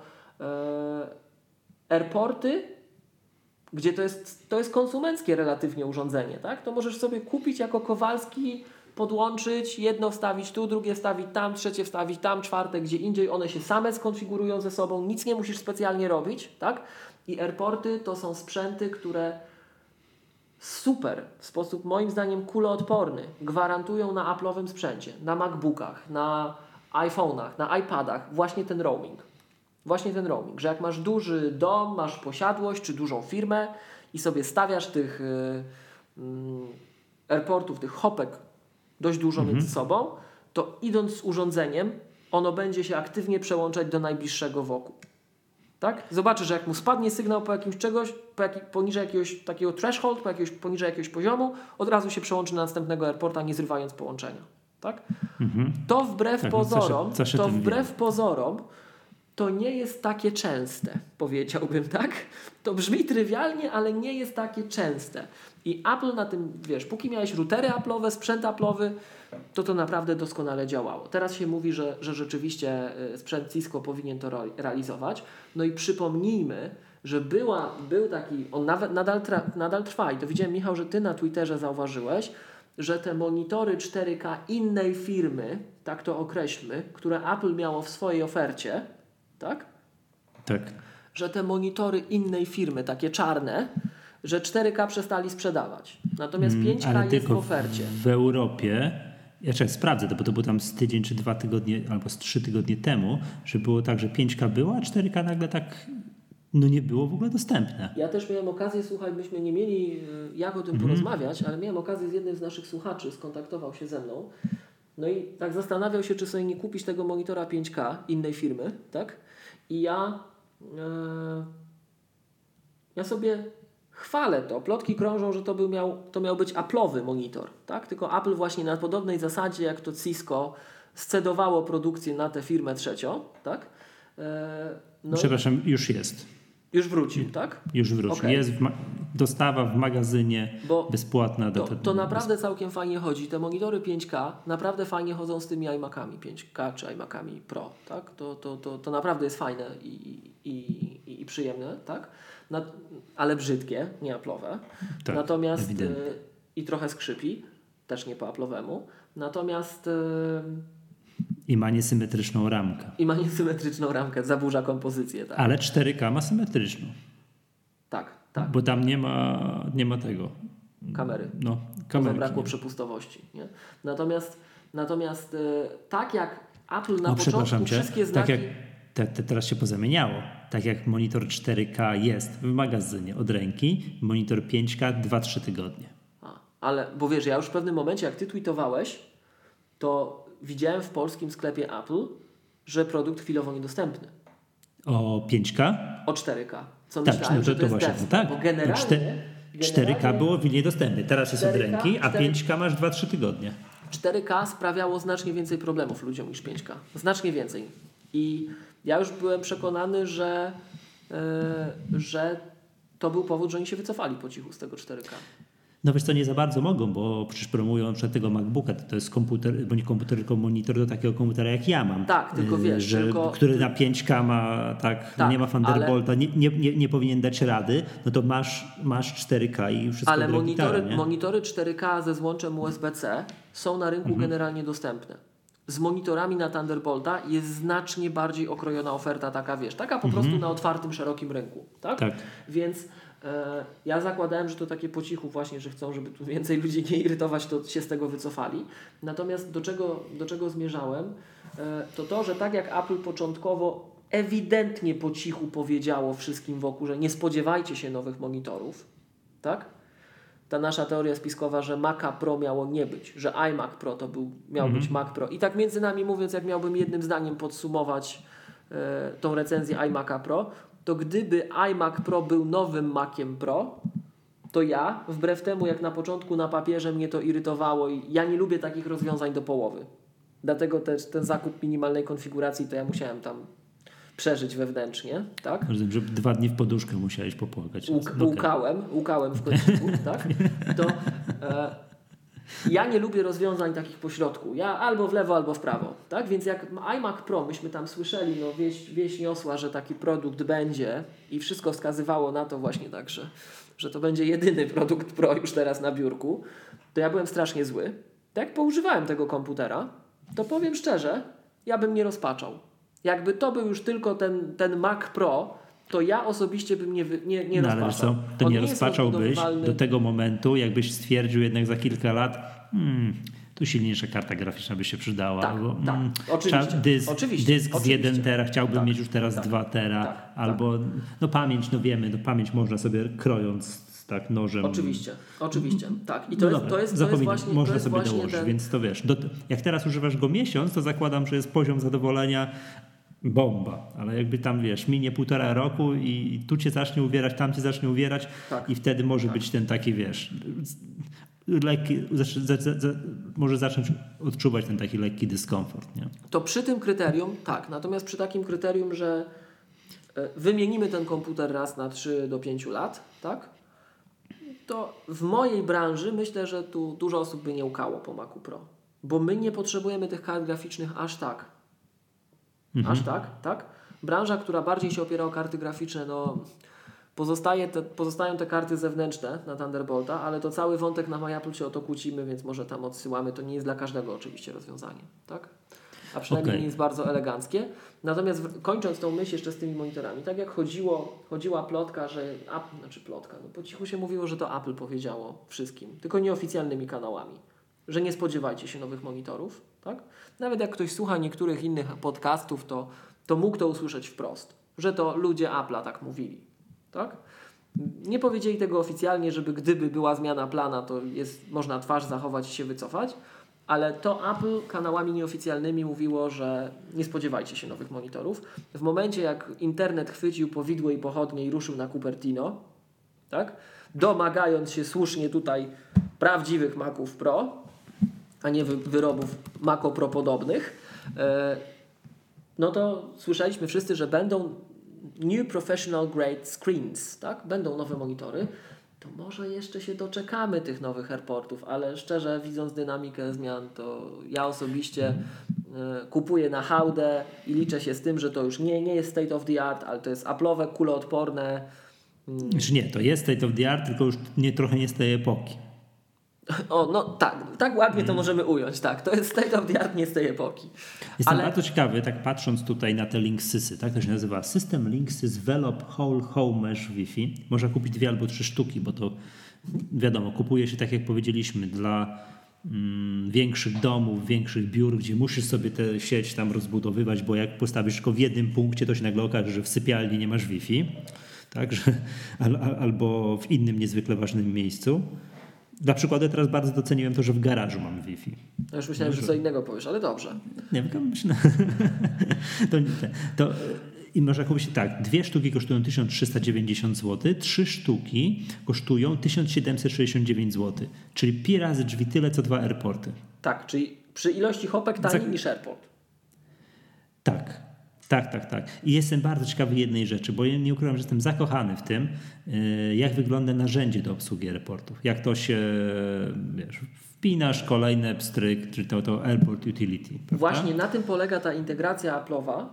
airporty, gdzie to jest konsumenckie relatywnie urządzenie, tak? To możesz sobie kupić jako Kowalski, podłączyć, jedno wstawić tu, drugie wstawić tam, trzecie wstawić tam, czwarte gdzie indziej, one się same skonfigurują ze sobą, nic nie musisz specjalnie robić, tak? I airporty to są sprzęty, które super, w sposób moim zdaniem kuloodporny gwarantują na Apple'owym sprzęcie, na MacBookach, na iPhone'ach, na iPadach właśnie ten roaming. Właśnie ten roaming, że jak masz duży dom, masz posiadłość czy dużą firmę i sobie stawiasz tych airportów, tych hopek dość dużo między sobą, to idąc z urządzeniem, ono będzie się aktywnie przełączać do najbliższego wokół. Tak? Zobaczysz, że jak mu spadnie sygnał po jakimś czegoś, poniżej jakiegoś takiego threshold, poniżej jakiegoś poziomu, od razu się przełączy na następnego airporta, nie zrywając połączenia. Tak? To wbrew pozorom to nie jest takie częste, powiedziałbym, tak? To brzmi trywialnie, ale nie jest takie częste. I Apple na tym, wiesz, póki miałeś routery Apple'owe, sprzęt Apple'owy, to naprawdę doskonale działało. Teraz się mówi, że rzeczywiście sprzęt Cisco powinien to realizować. No i przypomnijmy, że był taki, on nadal trwa i to widziałem, Michał, że Ty na Twitterze zauważyłeś, że te monitory 4K innej firmy, tak to określmy, które Apple miało w swojej ofercie, tak? Tak. Że te monitory innej firmy, takie czarne, że 4K przestali sprzedawać. Natomiast 5K jest w ofercie. W Europie, ja sprawdzę to, bo to było tam z tydzień czy 2 tygodnie, albo z 3 tygodnie temu, że było tak, że 5K było, a 4K nagle tak nie było w ogóle dostępne. Ja też miałem okazję, słuchaj, myśmy nie mieli jak o tym porozmawiać, ale miałem okazję z jednym z naszych słuchaczy, skontaktował się ze mną. No i tak zastanawiał się, czy sobie nie kupić tego monitora 5K innej firmy, tak? I ja sobie chwalę to. Plotki krążą, że to miał być Apple'owy monitor, tak? Tylko Apple właśnie na podobnej zasadzie, jak to Cisco scedowało produkcję na tę firmę trzecią, tak? Przepraszam, już jest. Już wrócił, tak? Już wrócił. Okay. Jest dostawa w magazynie bezpłatna. To naprawdę całkiem fajnie chodzi. Te monitory 5K naprawdę fajnie chodzą z tymi iMacami 5K czy iMacami Pro, tak? To naprawdę jest fajne i przyjemne, tak? Ale brzydkie, nie Apple'owe. Tak, natomiast i trochę skrzypi, też nie po Apple'owemu. Natomiast i ma niesymetryczną ramkę. zaburza kompozycję. Tak. Ale 4K ma symetryczną. Tak. Bo tam nie ma tego. Kamery. Zabrakło przepustowości. Nie? Natomiast tak jak Apple na początku wszystkie znaki... Tak jak teraz się pozamieniało. Tak jak monitor 4K jest w magazynie od ręki, monitor 5K 2-3 tygodnie. Ale, bo wiesz, ja już w pewnym momencie, jak Ty tweetowałeś, to widziałem w polskim sklepie Apple, że produkt chwilowo niedostępny. O 5K? O 4K. Co tak, myślałem, że to jest właśnie, tak. Bo generalnie 4K było niedostępny. Teraz jest od ręki, a 5K masz 2-3 tygodnie. 4K sprawiało znacznie więcej problemów ludziom niż 5K. Znacznie więcej. I ja już byłem przekonany, że to był powód, że oni się wycofali po cichu z tego 4K. No wiesz co, nie za bardzo mogą, bo przecież promują przed tego MacBooka, to jest komputer, bo nie komputer, tylko monitor do takiego komputera jak ja mam. Tak, tylko wiesz, który na 5K ma, nie ma Thunderbolta, nie powinien dać rady, no to masz 4K i wszystko. Ale monitory 4K ze złączem USB-C są na rynku generalnie dostępne. Z monitorami na Thunderbolta jest znacznie bardziej okrojona oferta, taka po prostu na otwartym, szerokim rynku. Tak? Tak. Więc Ja zakładałem, że to takie po cichu właśnie, że chcą, żeby tu więcej ludzi nie irytować, to się z tego wycofali. Natomiast do czego zmierzałem, to, że tak jak Apple początkowo ewidentnie po cichu powiedziało wszystkim wokół, że nie spodziewajcie się nowych monitorów, tak? Ta nasza teoria spiskowa, że Maca Pro miało nie być, że iMac Pro to miał być Mac Pro. I tak między nami mówiąc, jak miałbym jednym zdaniem podsumować tą recenzję iMac'a Pro, to gdyby iMac Pro był nowym Maciem Pro, to ja, wbrew temu jak na początku na papierze mnie to irytowało i ja nie lubię takich rozwiązań do połowy. Dlatego też ten zakup minimalnej konfiguracji to ja musiałem tam przeżyć wewnętrznie, tak? Rozumiem, że 2 dni w poduszkę musiałeś popłakać. Łukałem w końcu, tak? To ja nie lubię rozwiązań takich pośrodku. Ja albo w lewo, albo w prawo, tak? Więc jak iMac Pro, myśmy tam słyszeli, no wieść niosła, że taki produkt będzie i wszystko wskazywało na to właśnie tak, że to będzie jedyny produkt Pro już teraz na biurku, to ja byłem strasznie zły. Tak jak poużywałem tego komputera, to powiem szczerze, ja bym nie rozpaczał. Jakby to był już tylko ten Mac Pro, to ja osobiście bym nie no, rozpaczał. Ale co, to nie rozpaczałbyś do tego momentu, jakbyś stwierdził jednak za kilka lat, tu silniejsza karta graficzna by się przydała. Tak, albo, oczywiście. Dysk z 1 tera, chciałbym mieć już teraz 2 tera, albo no pamięć, no wiemy, no pamięć można sobie krojąc tak nożem. Oczywiście, tak. I to jest właśnie można sobie dołożyć, więc to wiesz, jak teraz używasz go miesiąc, to zakładam, że jest poziom zadowolenia bomba, ale jakby tam wiesz, minie 1,5 roku i tu cię zacznie uwierać, tam cię zacznie uwierać i wtedy może być ten taki, wiesz, lekki, może zacząć odczuwać ten taki lekki dyskomfort, nie? To przy tym kryterium, tak, natomiast przy takim kryterium, że wymienimy ten komputer raz na 3 do 5 lat, tak? To w mojej branży myślę, że tu dużo osób by nie łkało po Macu Pro, bo my nie potrzebujemy tych kart graficznych aż tak. Aż tak? Branża, która bardziej się opiera o karty graficzne, no pozostają te karty zewnętrzne na Thunderbolta, ale to cały wątek na MyApple się o to kłócimy, więc może tam odsyłamy. To nie jest dla każdego oczywiście rozwiązanie, tak? A przynajmniej nie jest bardzo eleganckie. Natomiast kończąc tą myśl jeszcze z tymi monitorami, tak jak chodziła plotka, że no po cichu się mówiło, że to Apple powiedziało wszystkim, tylko nieoficjalnymi kanałami, że nie spodziewajcie się nowych monitorów, tak? Nawet jak ktoś słucha niektórych innych podcastów, to mógł to usłyszeć wprost, że to ludzie Apple'a tak mówili, tak? Nie powiedzieli tego oficjalnie, żeby gdyby była zmiana plana, to można twarz zachować i się wycofać, ale to Apple kanałami nieoficjalnymi mówiło, że nie spodziewajcie się nowych monitorów. W momencie jak internet chwycił powidło i pochodnie i ruszył na Cupertino, tak? Domagając się słusznie tutaj prawdziwych Maców Pro, a nie wyrobów Maco Pro podobnych, no to słyszeliśmy wszyscy, że będą New Professional Grade Screens, tak? Będą nowe monitory. To może jeszcze się doczekamy tych nowych AirPortów, ale szczerze widząc dynamikę zmian, to ja osobiście kupuję na hałdę i liczę się z tym, że to już nie jest state of the art, ale to jest Apple'owe, kuloodporne. Nie, to jest state of the art, tylko już trochę nie z tej epoki. O, no tak ładnie to możemy ująć, tak. To jest state of the art, nie z tej epoki. Jestem bardzo ciekawy, tak patrząc tutaj na te Linksysy, tak to się nazywa System Linksys Velop Whole Home Mesh Wi-Fi. Można kupić 2 albo 3 sztuki, bo to wiadomo, kupuje się tak jak powiedzieliśmy dla większych domów, większych biur, gdzie musisz sobie tę sieć tam rozbudowywać, bo jak postawisz tylko w jednym punkcie, to się nagle okaże, że w sypialni nie masz Wi-Fi, tak, albo w innym niezwykle ważnym miejscu. Dla przykładu teraz bardzo doceniłem to, że w garażu mam Wi-Fi. Ja już myślałem, że co innego powiesz, ale dobrze. Nie, myślę. I można kupić tak, 2 sztuki kosztują 1390 zł, 3 sztuki kosztują 1769 zł, czyli pi razy drzwi tyle, co 2 AirPorty. Tak, czyli przy ilości hopek taniej niż AirPort. Tak. I jestem bardzo ciekawy jednej rzeczy, bo ja nie ukrywam, że jestem zakochany w tym, jak wygląda narzędzie do obsługi AirPortów. Jak to się, wpinasz kolejne pstryk, czyli to AirPort Utility. Prawda? Właśnie na tym polega ta integracja Apple'owa,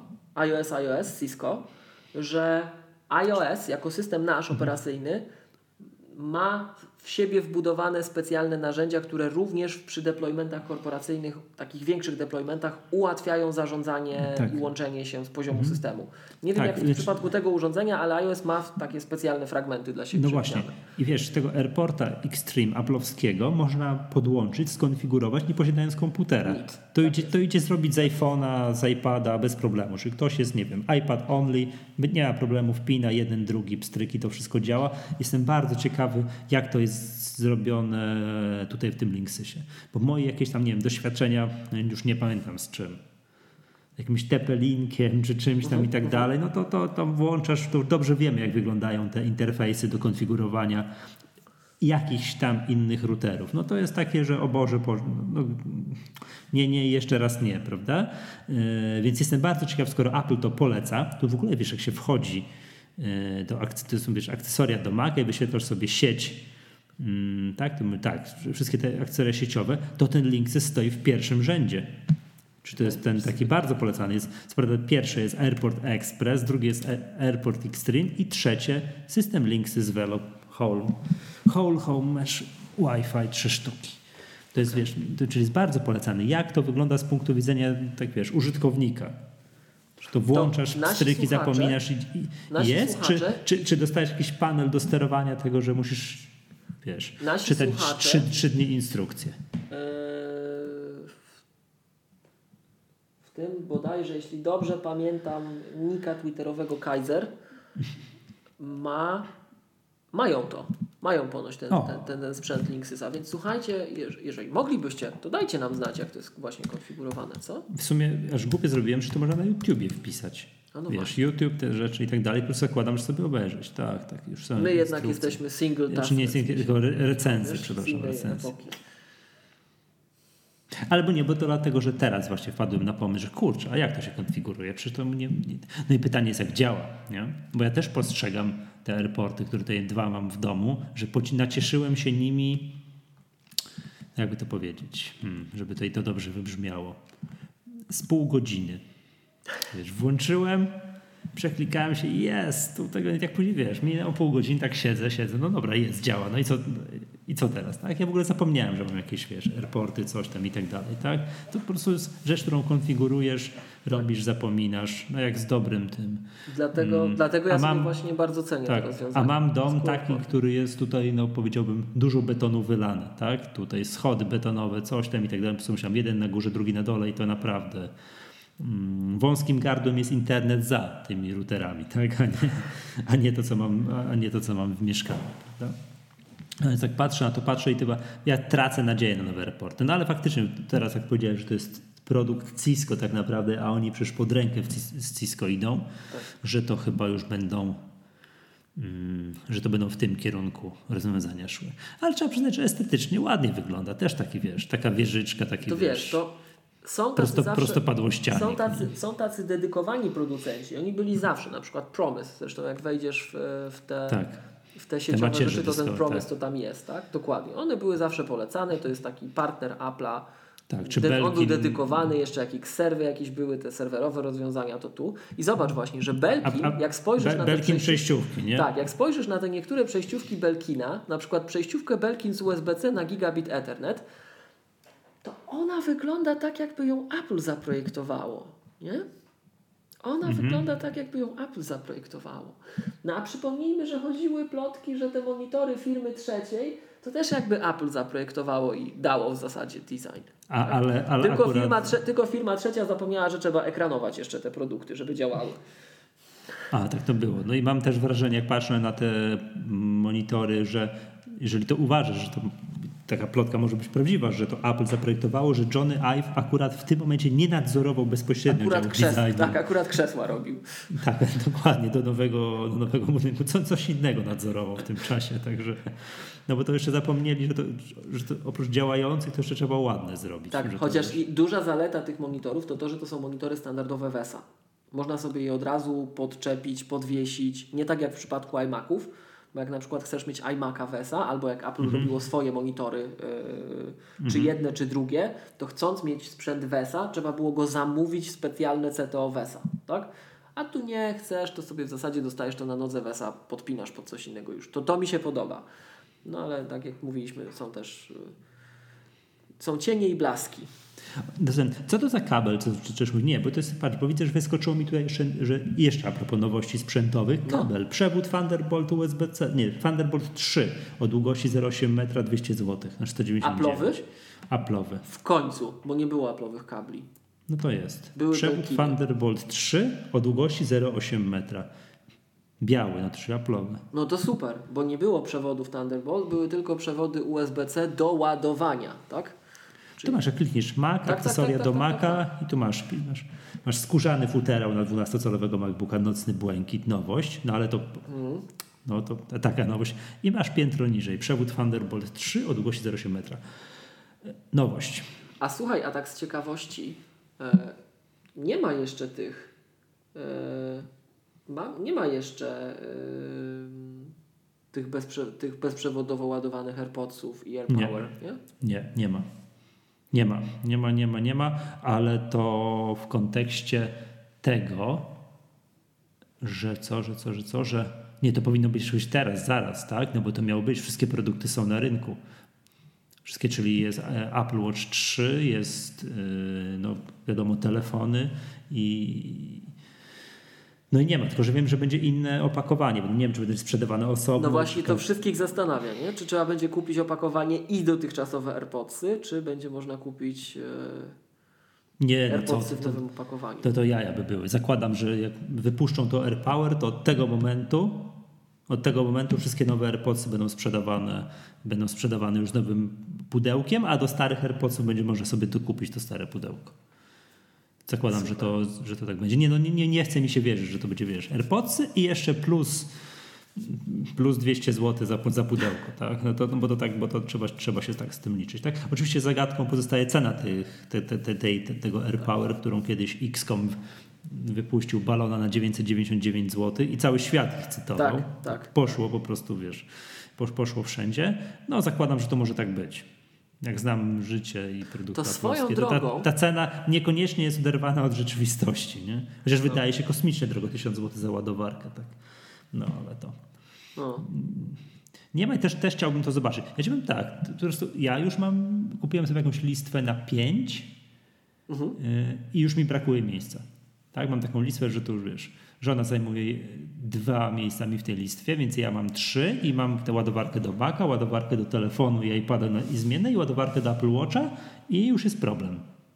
iOS, Cisco, że iOS jako system nasz operacyjny ma w siebie wbudowane specjalne narzędzia, które również przy deploymentach korporacyjnych, takich większych deploymentach ułatwiają zarządzanie i łączenie się z poziomu systemu. Nie wiem jak w przypadku tego urządzenia, ale iOS ma takie specjalne fragmenty dla siebie. No właśnie. I wiesz, tego AirPorta Extreme Apple'owskiego można podłączyć, skonfigurować, nie posiadając komputera. To idzie zrobić z iPhone'a, z iPada bez problemu. Czyli ktoś jest, nie wiem, iPad only, nie ma problemu, wpina jeden, drugi, pstryki, to wszystko działa. Jestem bardzo ciekawy, jak to jest zrobione tutaj w tym Linksysie. Bo moje jakieś tam, nie wiem, doświadczenia, już nie pamiętam z czym, jakimś TP-Linkiem czy czymś tam i tak dalej, no to włączasz, to dobrze wiemy, jak wyglądają te interfejsy do konfigurowania jakichś tam innych routerów. No to jest takie, że o Boże, no, nie, jeszcze raz nie, prawda? Więc jestem bardzo ciekaw, skoro Apple to poleca, to w ogóle wiesz, jak się wchodzi to są wiesz, akcesoria do Maca i wyświetlasz sobie sieć, tak, wszystkie te akcesoria sieciowe, to ten Linksys stoi w pierwszym rzędzie. Czy to jest ten taki bardzo polecany? Co prawda pierwsze jest AirPort Express, drugie jest AirPort Extreme i trzecie system Linksys Velo Whole Home Mesh Wi-Fi 3 sztuki. To jest, wiesz, czyli jest bardzo polecany. Jak to wygląda z punktu widzenia, tak wiesz, użytkownika? Czy to włączasz pstryki, zapominasz i jest? Czy dostajesz jakiś panel do sterowania tego, że musisz, wiesz, czytać 3 dni instrukcje? W tym bodajże, jeśli dobrze pamiętam, nika twitterowego Kaiser mają to. Mają ponoć ten sprzęt Linksysa, więc słuchajcie, jeżeli moglibyście, to dajcie nam znać, jak to jest właśnie konfigurowane, co? W sumie aż głupie zrobiłem, że to można na YouTubie wpisać. No wiesz, właśnie. YouTube, te rzeczy i tak dalej, plus zakładam, że sobie obejrzeć. Tak, już są my jednak jesteśmy single task. Czy nie tylko recenzje, przepraszam, recenzje. Albo nie, bo to dlatego, że teraz właśnie wpadłem na pomysł, że kurczę, a jak to się konfiguruje? Przecież to nie. No i pytanie jest, jak działa, nie? Bo ja też postrzegam te AirPorty, które tutaj 2 mam w domu, że nacieszyłem się nimi, jakby to powiedzieć, żeby tutaj to dobrze wybrzmiało, z pół godziny. Wiesz, włączyłem, przeklikałem się i jest, tu tego jak później, wiesz, minęło pół godziny, tak siedzę, no dobra, jest, działa, no i co teraz, tak? Ja w ogóle zapomniałem, że mam jakieś, wiesz, AirPorty, coś tam i tak dalej, tak? To po prostu jest rzecz, którą konfigurujesz, robisz, zapominasz, no jak z dobrym tym. Dlatego ja sobie właśnie bardzo cenię te rozwiązania. A mam dom taki, który jest tutaj, no powiedziałbym, dużo betonu wylane, tak? Tutaj schody betonowe, coś tam i tak dalej, po prostu musiałem jeden na górze, drugi na dole i to naprawdę wąskim gardłem jest internet za tymi routerami, tak? A nie to, co mam w mieszkaniu, prawda? Więc tak patrzę i chyba ja tracę nadzieję na nowe AirPorty. No ale faktycznie teraz jak powiedziałem, że to jest produkt Cisco tak naprawdę, a oni przecież pod rękę z Cisco idą, że to chyba już będą w tym kierunku rozwiązania szły. Ale trzeba przyznać, że estetycznie ładnie wygląda. Też taki, wiesz, taka wieżyczka, taki, to wiesz, to są tacy prostopadłościanie. Są tacy dedykowani producenci. Oni byli zawsze, na przykład Promise. Zresztą jak wejdziesz w te sieciowe rzeczy, to ten Promise to tam jest, tak? Dokładnie. One były zawsze polecane. To jest taki partner Apple'a. Tak, On był dedykowany, jeszcze jakieś serwy jakieś były, te serwerowe rozwiązania to tu. I zobacz właśnie, że Belkin, jak spojrzysz na te przejściówki, nie? Tak, jak spojrzysz na te niektóre przejściówki Belkina, na przykład przejściówkę Belkin z USB-C na gigabit Ethernet, to ona wygląda tak, jakby ją Apple zaprojektowało, nie? Ona wygląda tak, jakby ją Apple zaprojektowało. No a przypomnijmy, że chodziły plotki, że te monitory firmy trzeciej to też jakby Apple zaprojektowało i dało w zasadzie design. Tylko firma trzecia zapomniała, że trzeba ekranować jeszcze te produkty, żeby działały. Tak to było. No i mam też wrażenie, jak patrzę na te monitory, że jeżeli to uważasz, że to taka plotka może być prawdziwa, że to Apple zaprojektowało, że Johnny Ive akurat w tym momencie nie nadzorował bezpośrednio designu. Tak, akurat krzesła robił. Tak, dokładnie, do nowego budynku. Coś innego nadzorował w tym czasie, także... No bo to jeszcze zapomnieli, że to oprócz działających to jeszcze trzeba ładne zrobić. Tak, chociaż i duża zaleta tych monitorów to, że to są monitory standardowe VESA. Można sobie je od razu podczepić, podwiesić, nie tak jak w przypadku iMaców, bo jak na przykład chcesz mieć iMac'a VESA, albo jak Apple robiło swoje monitory, czy jedne, czy drugie, to chcąc mieć sprzęt VESA, trzeba było go zamówić w specjalne CTO VESA, tak? A tu nie chcesz, to sobie w zasadzie dostajesz to na nodze VESA, podpinasz pod coś innego już. To mi się podoba. No ale tak jak mówiliśmy, są cienie i blaski. Co to za kabel? Nie, bo to jest, patrz, bo widzę, że wyskoczyło mi tutaj jeszcze a propos nowości sprzętowych, kabel, przewód Thunderbolt USB-C, Thunderbolt 3 o długości 0,8 metra 200 zł na 199. Apple'owy? W końcu, bo nie było Apple'owych kabli. No to jest. Przewód Thunderbolt 3 o długości 0,8 metra. Biały, czyli Apple'owy. No to super, bo nie było przewodów Thunderbolt, były tylko przewody USB-C do ładowania, tak? Tu masz, jak klikniesz Mac, akcesoria do Maca i tu masz skórzany futerał na 12-calowego MacBooka, nocny błękit, nowość, no ale to to taka nowość. I masz piętro niżej, przewód Thunderbolt 3 o długości 0,8 metra. Nowość. A słuchaj, a tak z ciekawości, nie ma jeszcze tych tych bezprzewodowo ładowanych AirPodsów i AirPower, nie? Nie ma, ale to w kontekście tego, że nie, to powinno być już teraz, zaraz, tak? No bo to miało być, wszystkie produkty są na rynku. Wszystkie, czyli jest Apple Watch 3, jest wiadomo telefony i nie ma, tylko że wiem, że będzie inne opakowanie, bo nie wiem, czy będzie sprzedawane osobno. No właśnie, to wszystkich zastanawia, nie? Czy trzeba będzie kupić opakowanie i dotychczasowe AirPodsy, czy będzie można kupić AirPodsy w nowym opakowaniu. To jaja by były. Zakładam, że jak wypuszczą to AirPower, to od tego momentu wszystkie nowe AirPodsy będą sprzedawane już nowym pudełkiem, a do starych AirPodsów będzie można sobie dokupić to stare pudełko. Zakładam, że to tak będzie. Nie chce mi się wierzyć, że to będzie, AirPodsy i jeszcze plus 200 zł za pudełko, tak? Bo to trzeba się tak z tym liczyć, tak? Oczywiście zagadką pozostaje cena tego AirPower, którą kiedyś XCOM wypuścił balona na 999 zł i cały świat ich cytował. Tak. Poszło po prostu, poszło wszędzie. No zakładam, że to może tak być. Jak znam życie i produkty polskie, to ta cena niekoniecznie jest oderwana od rzeczywistości, nie? Chociaż wydaje się kosmicznie drogo, 1000 zł za ładowarkę, tak? No, ale to... Nie ma i też chciałbym to zobaczyć. Ja ci powiem tak, po prostu ja już kupiłem sobie jakąś listwę na 5 i już mi brakuje miejsca. Tak, mam taką listwę, że to już żona zajmuje 2 miejscami w tej listwie, więc ja mam 3 i mam tę ładowarkę do Maca, ładowarkę do telefonu i iPada i zmienne i ładowarkę do Apple Watcha i już jest problem.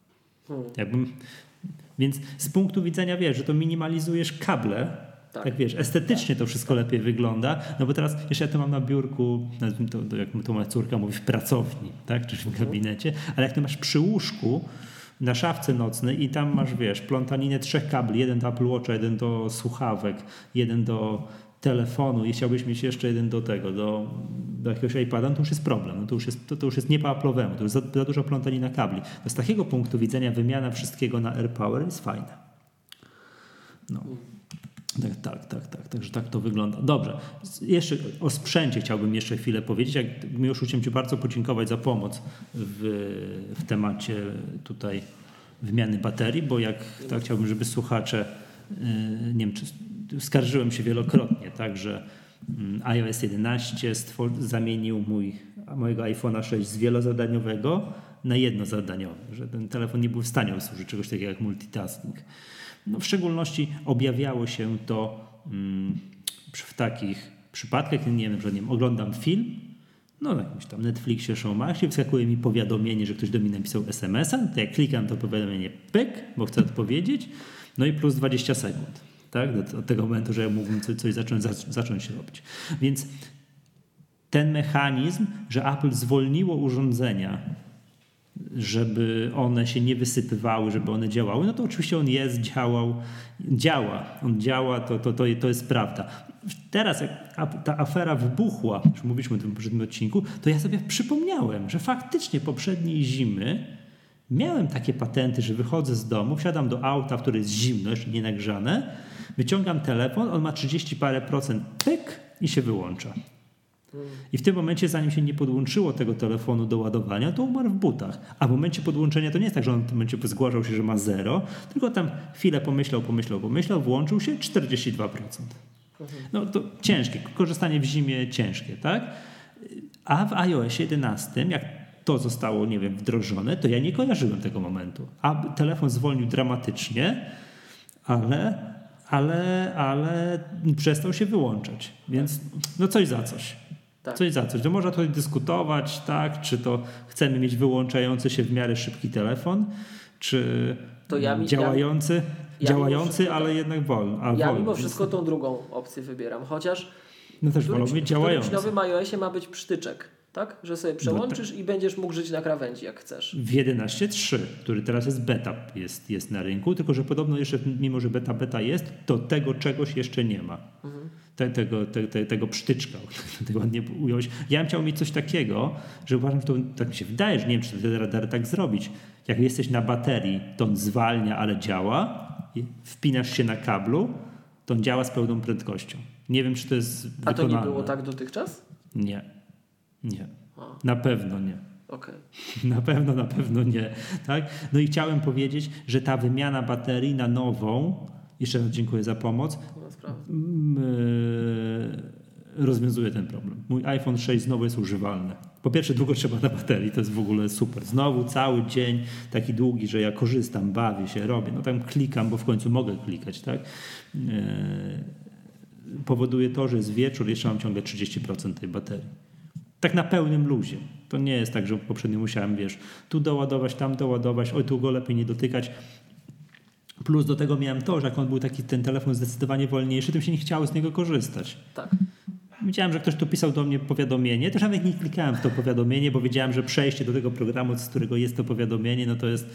Więc z punktu widzenia, że to minimalizujesz kable, tak estetycznie to wszystko lepiej wygląda, no bo teraz jeszcze ja to mam na biurku, to jak to moja córka mówi, w pracowni, tak, czy w gabinecie, ale jak to masz przy łóżku, na szafce nocnej i tam masz, plątaninę 3 kabli, jeden do Apple Watcha, jeden do słuchawek, jeden do telefonu i chciałbyś mieć jeszcze jeden do jakiegoś iPada, no to już jest problem. No to już jest nie po Apple'owemu, to już za dużo plątanina kabli. To z takiego punktu widzenia wymiana wszystkiego na AirPower jest fajna. No. Tak. Także tak to wygląda. Dobrze. Jeszcze o sprzęcie chciałbym jeszcze chwilę powiedzieć. Miłoszu, chciałem Ci bardzo podziękować za pomoc w temacie tutaj wymiany baterii, bo chciałbym, żeby słuchacze, nie wiem, czy skarżyłem się wielokrotnie, tak, że iOS 11 zamienił mojego iPhone'a 6 z wielozadaniowego na jednozadaniowy, że ten telefon nie był w stanie obsłużyć czegoś takiego jak multitasking. No, w szczególności objawiało się to w takich przypadkach, nie wiem, że oglądam film, na jakimś tam Netflixie, Showmaxie, wyskakuje mi powiadomienie, że ktoś do mnie napisał SMS-a, to jak klikam to powiadomienie pyk, bo chcę odpowiedzieć, no i plus 20 sekund, tak, od tego momentu, że ja mógłbym coś zacząć robić. Więc ten mechanizm, że Apple zwolniło urządzenia, żeby one się nie wysypywały, żeby one działały, no to oczywiście on działa, to jest prawda. Teraz jak ta afera wybuchła, już mówiliśmy o tym w poprzednim odcinku, to ja sobie przypomniałem, że faktycznie poprzedniej zimy miałem takie patenty, że wychodzę z domu, wsiadam do auta, w którym jest zimno, jeszcze nie nagrzane, wyciągam telefon, on ma 30 parę procent, pyk i się wyłącza. I w tym momencie, zanim się nie podłączyło tego telefonu do ładowania, to umarł w butach. A w momencie podłączenia to nie jest tak, że on w tym momencie zgłaszał się, że ma 0, tylko tam chwilę pomyślał, włączył się, 42%. No to ciężkie, korzystanie w zimie ciężkie, tak? A w iOS 11, jak to zostało, nie wiem, wdrożone, to ja nie kojarzyłem tego momentu. A telefon zwolnił dramatycznie, ale przestał się wyłączać. Więc no coś za coś. Tak. Coś za coś. To można tutaj dyskutować, tak, czy to chcemy mieć wyłączający się w miarę szybki telefon, czy To działający, ale jednak wolny. Ja mimo wszystko tą drugą opcję wybieram, chociaż no też wolę mieć działający. W nowym iOSie ma być przytyczek, tak? Że sobie przełączysz i będziesz mógł żyć na krawędzi, jak chcesz. W 11.3, który teraz jest beta, jest na rynku, tylko że podobno jeszcze, mimo że beta jest, to tego czegoś jeszcze nie ma. Tego przytyczka, tego ładnie ująłeś. Ja bym chciał mieć coś takiego, że uważam, że to tak mi się wydaje, że nie wiem, czy to da tak zrobić. Jak jesteś na baterii, to on zwalnia, ale działa. Wpinasz się na kablu, to on działa z pełną prędkością. Nie wiem, czy to jest wykonalne. A to nie było tak dotychczas? Nie. Na pewno nie. Okay. Na pewno nie. Tak? No i chciałem powiedzieć, że ta wymiana baterii na nową, jeszcze raz dziękuję za pomoc, rozwiązuje ten problem. Mój iPhone 6 znowu jest używalny. Po pierwsze, długo trzeba na baterii, to jest w ogóle super. Znowu cały dzień taki długi, że ja korzystam, bawię się, robię. No tam klikam, bo w końcu mogę klikać, tak? Powoduje to, że jest wieczór, jeszcze mam ciągle 30% tej baterii. Tak na pełnym luzie. To nie jest tak, że poprzednio musiałem, tu doładować, tam doładować, tu go lepiej nie dotykać. Plus do tego miałem to, że jak on był taki, ten telefon zdecydowanie wolniejszy, to mi się nie chciało z niego korzystać. Tak. Widziałem, że ktoś tu pisał do mnie powiadomienie. Też nawet nie klikałem w to powiadomienie, bo wiedziałem, że przejście do tego programu, z którego jest to powiadomienie, no to jest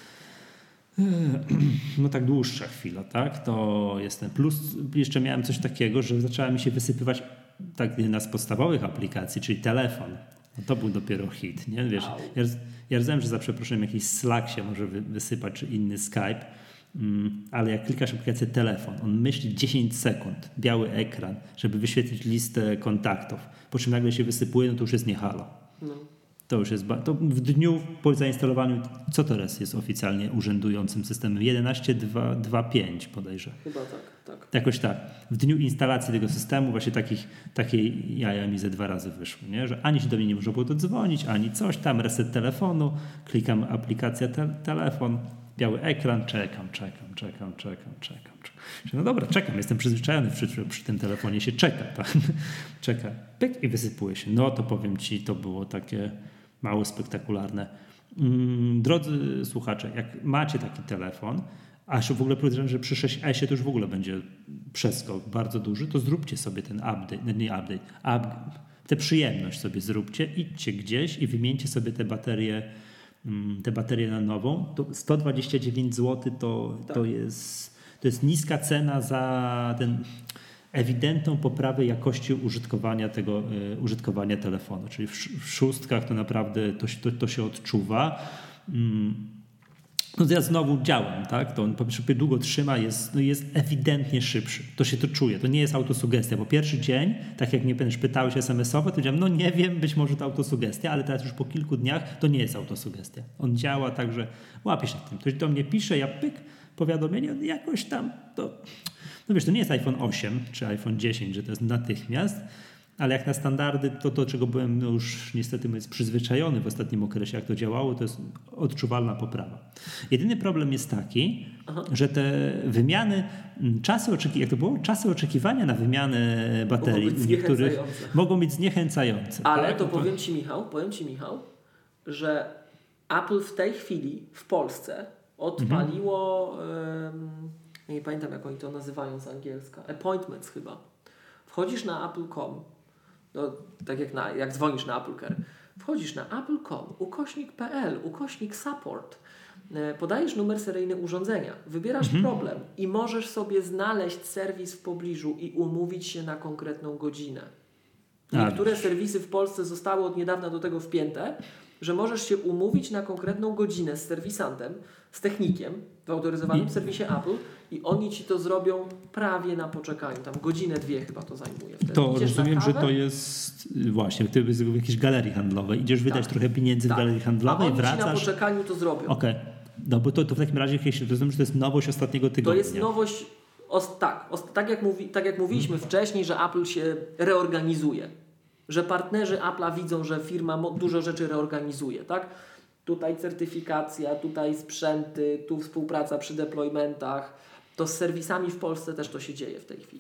no tak dłuższa chwila, tak? To jest ten. Plus jeszcze miałem coś takiego, że zaczęła mi się wysypywać tak jedna z podstawowych aplikacji, czyli telefon. No to był dopiero hit, nie? Wiesz, ja rozumiem, że za przeproszeniem jakiś Slack się może wysypać, czy inny Skype, ale jak klikasz aplikację telefon, on myśli 10 sekund, biały ekran, żeby wyświetlić listę kontaktów, po czym nagle się wysypuje, no to już jest nie halo. No. To już jest, to w dniu po zainstalowaniu, co teraz jest oficjalnie urzędującym systemem? 11.2.5 bodajże. Chyba tak. Jakoś tak. W dniu instalacji tego systemu właśnie takie jaja mi ze 2 razy wyszły, nie? Że ani się do mnie nie można było dodzwonić, ani coś tam, reset telefonu, klikam aplikacja telefon, biały ekran, czekam. No dobra, czekam, jestem przyzwyczajony, przy tym telefonie się czeka, tak? Czeka, pyk i wysypuje się. No to powiem ci, to było takie mało spektakularne. Drodzy słuchacze, jak macie taki telefon, a w ogóle podejrzewam, że przy 6S to już w ogóle będzie przeskok bardzo duży, to zróbcie sobie ten tę przyjemność sobie zróbcie, idźcie gdzieś i wymieńcie sobie te baterie na nową. To 129 zł to jest niska cena za ten ewidentną poprawę jakości użytkowania telefonu. Czyli w 6 to naprawdę to się odczuwa. No ja znowu działam, tak? To on po pierwsze długo trzyma, jest ewidentnie szybszy. To się to czuje, to nie jest autosugestia. Bo pierwszy dzień, tak jak mnie pytałeś SMS-owo, to powiedziałem, no nie wiem, być może to autosugestia, ale teraz już po kilku dniach to nie jest autosugestia. On działa tak, że łapie się w tym. Ktoś do mnie pisze, ja pyk, powiadomienie, jakoś tam to... No wiesz, to nie jest iPhone 8 czy iPhone 10, że to jest natychmiast, ale jak na standardy, to czego byłem już niestety przyzwyczajony w ostatnim okresie, jak to działało, to jest odczuwalna poprawa. Jedyny problem jest taki, że te wymiany, czasy oczekiwania na wymianę baterii u niektórych mogą być zniechęcające. Ale tak? to powiem Ci Michał, że Apple w tej chwili w Polsce odpaliło, nie pamiętam jak oni to nazywają z angielska, appointments chyba. Wchodzisz na apple.com, no, tak jak dzwonisz na Apple Care, wchodzisz na apple.com, /PL, /support, podajesz numer seryjny urządzenia, wybierasz problem i możesz sobie znaleźć serwis w pobliżu i umówić się na konkretną godzinę. Niektóre serwisy w Polsce zostały od niedawna do tego wpięte, że możesz się umówić na konkretną godzinę z serwisantem, z technikiem w autoryzowanym serwisie Apple i oni ci to zrobią prawie na poczekaniu. Tam godzinę, 2 chyba to zajmuje. Wtedy to rozumiem, że to jest właśnie, ty w jakiejś galerii handlowej. Idziesz wydać trochę pieniędzy w galerii handlowej, wracasz. Ci na poczekaniu to zrobią. Okej. No bo to w takim razie, jeśli rozumiem, że to jest nowość ostatniego tygodnia. To jest nowość, tak jak mówiliśmy wcześniej, że Apple się reorganizuje. że partnerzy Apple'a widzą, że firma dużo rzeczy reorganizuje, tak? Tutaj certyfikacja, tutaj sprzęty, tu współpraca przy deploymentach. To z serwisami w Polsce też to się dzieje w tej chwili.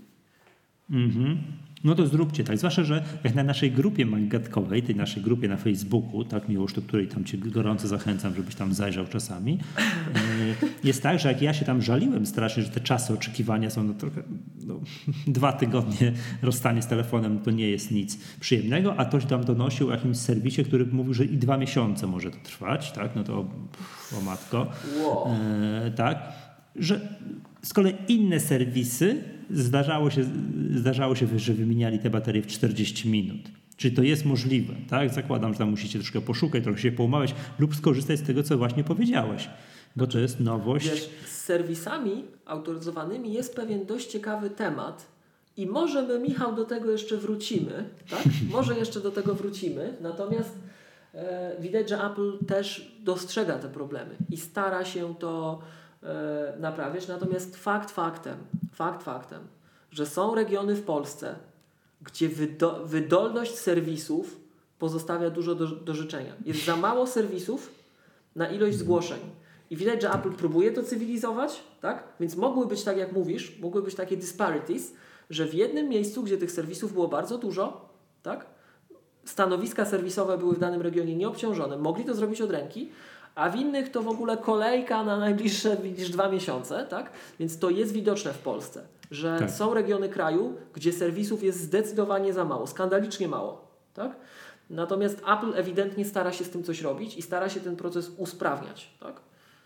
No to zróbcie tak. Zwłaszcza, że jak na naszej grupie magatkowej, tej naszej grupie na Facebooku, tak Miłosz, do której tam cię gorąco zachęcam, żebyś tam zajrzał czasami, jest tak, że jak ja się tam żaliłem strasznie, że te czasy oczekiwania są trochę 2 tygodnie rozstanie z telefonem, to nie jest nic przyjemnego, a ktoś tam donosił o jakimś serwisie, który mówił, że i 2 miesiące może to trwać, tak? No to o matko. Wow. Tak? Że z kolei inne serwisy zdarzało się, że wymieniali te baterie w 40 minut. Czyli to jest możliwe, tak? Zakładam, że tam musicie troszkę poszukać, trochę się poumawiać lub skorzystać z tego, co właśnie powiedziałeś, bo to jest nowość. Wiesz, z serwisami autoryzowanymi jest pewien dość ciekawy temat i może my, Michał, do tego jeszcze wrócimy, tak? Może jeszcze do tego wrócimy, natomiast widać, że Apple też dostrzega te problemy i stara się to naprawiać, natomiast fakt faktem, że są regiony w Polsce, gdzie wydolność serwisów pozostawia dużo do życzenia. Jest za mało serwisów na ilość zgłoszeń. I widać, że Apple próbuje to cywilizować, tak? Więc mogły być, tak jak mówisz, mogły być takie disparities, że w jednym miejscu, gdzie tych serwisów było bardzo dużo, tak? Stanowiska serwisowe były w danym regionie nieobciążone, mogli to zrobić od ręki, a w innych to w ogóle kolejka na najbliższe, widzisz, 2 miesiące, tak? Więc to jest widoczne w Polsce, że są regiony kraju, gdzie serwisów jest zdecydowanie za mało, skandalicznie mało, tak? Natomiast Apple ewidentnie stara się z tym coś robić i stara się ten proces usprawniać, tak?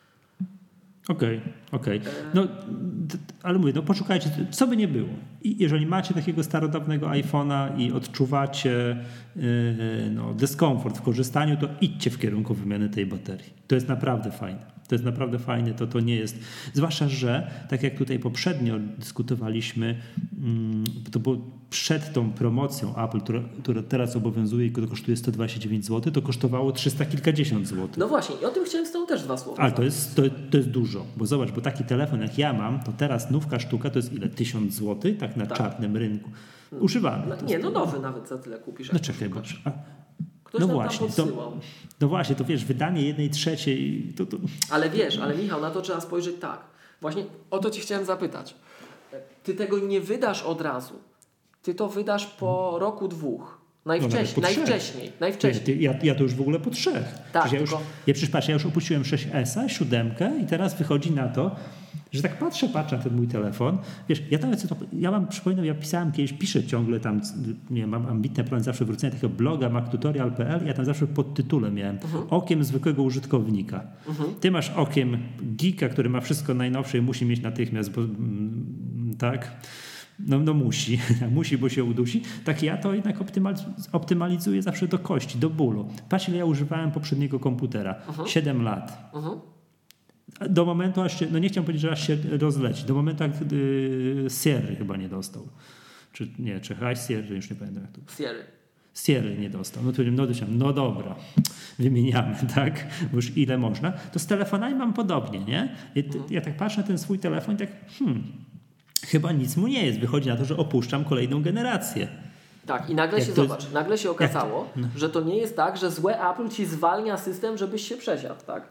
Okej. No, ale mówię, poszukajcie, co by nie było. I jeżeli macie takiego starodawnego iPhone'a i odczuwacie dyskomfort w korzystaniu, to idźcie w kierunku wymiany tej baterii. To jest naprawdę fajne. To nie jest. Zwłaszcza, że tak jak tutaj poprzednio dyskutowaliśmy, to było przed tą promocją Apple, która teraz obowiązuje i kosztuje 129 zł, to kosztowało 300 kilkadziesiąt złotych. No właśnie, i o tym chciałem z tobą też 2 słowa. Ale to jest dużo, bo zobacz, bo taki telefon jak ja mam, to teraz nówka sztuka to jest ile? 1000 zł, tak na czarnym rynku. Używany. Nowy nawet za tyle kupisz. No czekaj, bo... Ktoś nam tam podsyłał. No właśnie, to wiesz, wydanie 1/3 to... Ale Michał, na to trzeba spojrzeć tak. Właśnie o to ci chciałem zapytać. Ty tego nie wydasz od razu. Ty to wydasz po roku, 2. Najwcześniej. Ja to już w ogóle po 3. Tak, Ja już opuściłem 6S, 7 i teraz wychodzi na to, że tak patrzę na ten mój telefon. Wiesz, ja pisałem kiedyś, piszę ciągle tam, mam ambitne plany zawsze wrócenia takiego bloga mactutorial.pl, ja tam zawsze pod tytule miałem okiem zwykłego użytkownika. Ty masz okiem geeka, który ma wszystko najnowsze i musi mieć natychmiast, bo tak... No musi, bo się udusi. Tak ja to jednak optymalizuję zawsze do kości, do bólu. Patrz, ile ja używałem poprzedniego komputera. 7 lat. Do momentu, aż się, nie chciałem powiedzieć, że aż się rozleci. Do momentu, jak Sierry chyba nie dostał. Czy Sierry, już nie pamiętam jak to. Sierry nie dostał. No dobra, wymieniamy, tak? Bo już ile można. To z telefonami mam podobnie, nie? Ja tak patrzę na ten swój telefon i tak chyba nic mu nie jest. Wychodzi na to, że opuszczam kolejną generację. Tak, i nagle się okazało, że to nie jest tak, że złe Apple ci zwalnia system, żebyś się przesiadł, tak?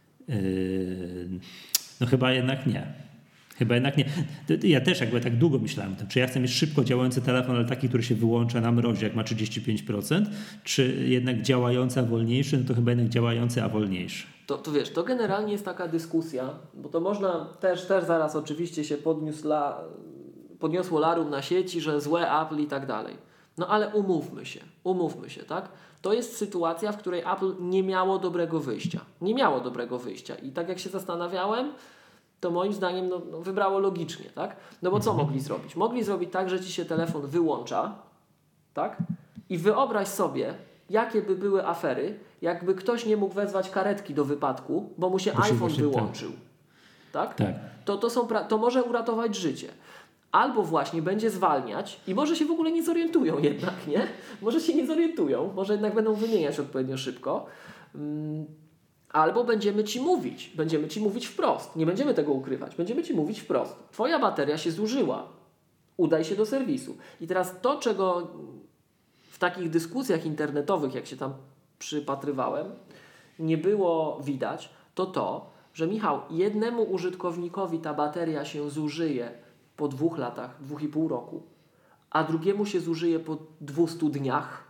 No chyba jednak nie. Ja też jakby tak długo myślałem, czy ja chcę mieć szybko działający telefon, ale taki, który się wyłącza na mrozie, jak ma 35%, czy jednak działający, a wolniejszy, no to chyba jednak działający, a wolniejszy. To wiesz, to generalnie jest taka dyskusja, bo to można też zaraz oczywiście się podniosło larum na sieci, że złe Apple i tak dalej. No ale umówmy się, tak? To jest sytuacja, w której Apple nie miało dobrego wyjścia. I tak jak się zastanawiałem, to moim zdaniem wybrało logicznie, tak? No bo co mogli zrobić? Mogli zrobić tak, że ci się telefon wyłącza, tak? I wyobraź sobie, jakie by były afery, jakby ktoś nie mógł wezwać karetki do wypadku, bo mu się iPhone wyłączył. Tak? To może uratować życie. Albo właśnie będzie zwalniać i może się w ogóle nie zorientują jednak, nie? Może się nie zorientują, może jednak będą wymieniać odpowiednio szybko. Albo będziemy ci mówić wprost. Nie będziemy tego ukrywać. Będziemy ci mówić wprost. Twoja bateria się zużyła. Udaj się do serwisu. I teraz to, czego w takich dyskusjach internetowych, jak się tam przypatrywałem, nie było widać, to, że Michał, jednemu użytkownikowi ta bateria się zużyje po 2 latach, 2,5 roku, a drugiemu się zużyje po 200 dniach,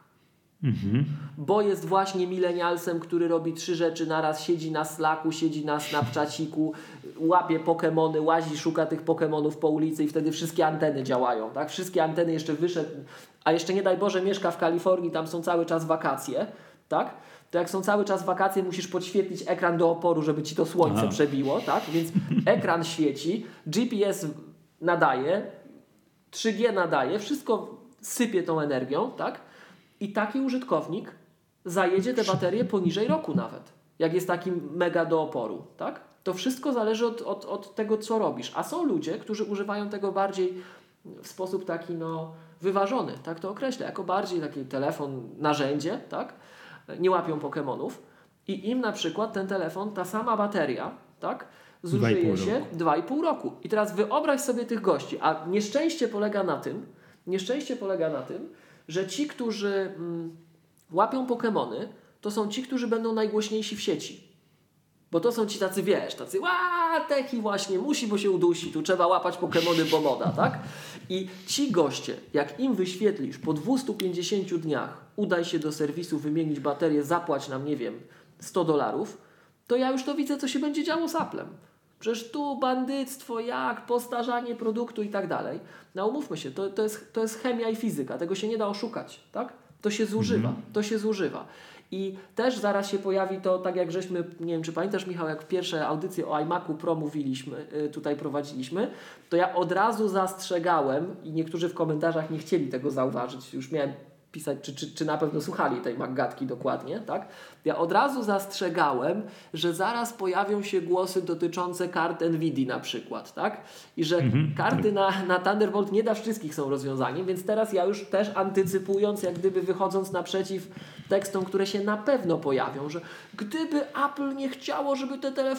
bo jest właśnie milenialsem, który robi 3 rzeczy naraz, siedzi na Slacku, siedzi na Snapchaciku, łapie Pokemony, łazi, szuka tych Pokemonów po ulicy i wtedy wszystkie anteny działają, tak? Wszystkie anteny jeszcze wyszedł, a jeszcze nie daj Boże mieszka w Kalifornii, tam są cały czas wakacje, tak? To jak są cały czas wakacje, musisz podświetlić ekran do oporu, żeby ci to słońce przebiło, tak? Więc ekran świeci, GPS nadaje, 3G nadaje, wszystko sypie tą energią, tak? I taki użytkownik zajedzie te baterie poniżej roku nawet, jak jest taki mega do oporu, tak? To wszystko zależy od tego, co robisz. A są ludzie, którzy używają tego bardziej w sposób taki, wyważony, tak to określę, jako bardziej taki telefon, narzędzie, tak? Nie łapią Pokemonów i im na przykład ten telefon, ta sama bateria, tak? Zużyje się 2,5 roku. I teraz wyobraź sobie tych gości, a nieszczęście polega na tym, że ci, którzy łapią Pokemony, to są ci, którzy będą najgłośniejsi w sieci. Bo to są ci tacy, taki właśnie musi, bo się udusi, tu trzeba łapać Pokemony, bo moda, tak? I ci goście, jak im wyświetlisz po 250 dniach, udaj się do serwisu, wymienić baterię, zapłać nam, nie wiem, $100, to ja już to widzę, co się będzie działo z Applem. Przecież tu bandyctwo, postarzanie produktu i tak dalej. No umówmy się, to jest chemia i fizyka, tego się nie da oszukać, tak? To się zużywa. I też zaraz się pojawi to, tak jak żeśmy, nie wiem czy pamiętasz Michał, jak w pierwsze audycje o iMacu Pro tutaj prowadziliśmy, to ja od razu zastrzegałem i niektórzy w komentarzach nie chcieli tego zauważyć, już miałem pisać, czy na pewno słuchali tej Maggatki dokładnie, tak? Ja od razu zastrzegałem, że zaraz pojawią się głosy dotyczące kart NVIDII na przykład, tak? I że karty na Thunderbolt nie da wszystkich są rozwiązaniem, więc teraz ja już też antycypując, jak gdyby wychodząc naprzeciw tekstom, które się na pewno pojawią, że gdyby Apple nie chciało, żeby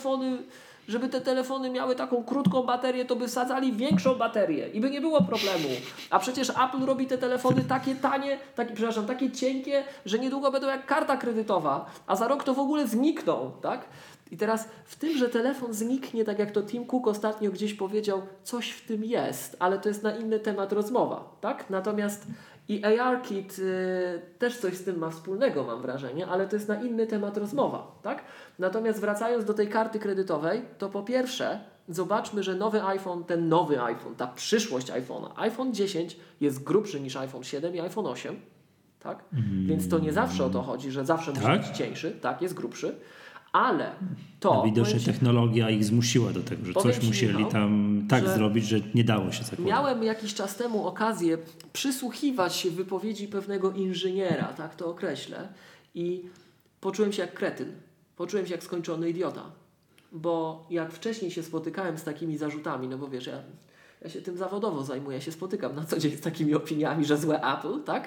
te telefony miały taką krótką baterię, to by wsadzali większą baterię i by nie było problemu. A przecież Apple robi te telefony takie tanie, takie cienkie, że niedługo będą jak karta kredytowa, a za rok to w ogóle znikną, tak? I teraz w tym, że telefon zniknie, tak jak to Tim Cook ostatnio gdzieś powiedział, coś w tym jest, ale to jest na inny temat rozmowa, tak? Natomiast i ARKit też coś z tym ma wspólnego, mam wrażenie, ale to jest na inny temat rozmowa, tak? Natomiast wracając do tej karty kredytowej, to po pierwsze zobaczmy, że nowy iPhone, ta przyszłość iPhone'a, iPhone 10 jest grubszy niż iPhone 7 i iPhone 8, tak? Więc to nie zawsze o to chodzi, że zawsze musi być cieńszy, tak, jest grubszy. Ale to... Widocznie technologia ich zmusiła do tego, że coś musieli tam zrobić, że nie dało się zakładać. Miałem jakiś czas temu okazję przysłuchiwać się wypowiedzi pewnego inżyniera, tak to określę, i poczułem się jak kretyn. Poczułem się jak skończony idiota. Bo jak wcześniej się spotykałem z takimi zarzutami, no bo wiesz, ja się tym zawodowo zajmuję, ja się spotykam na co dzień z takimi opiniami, że złe Apple, tak?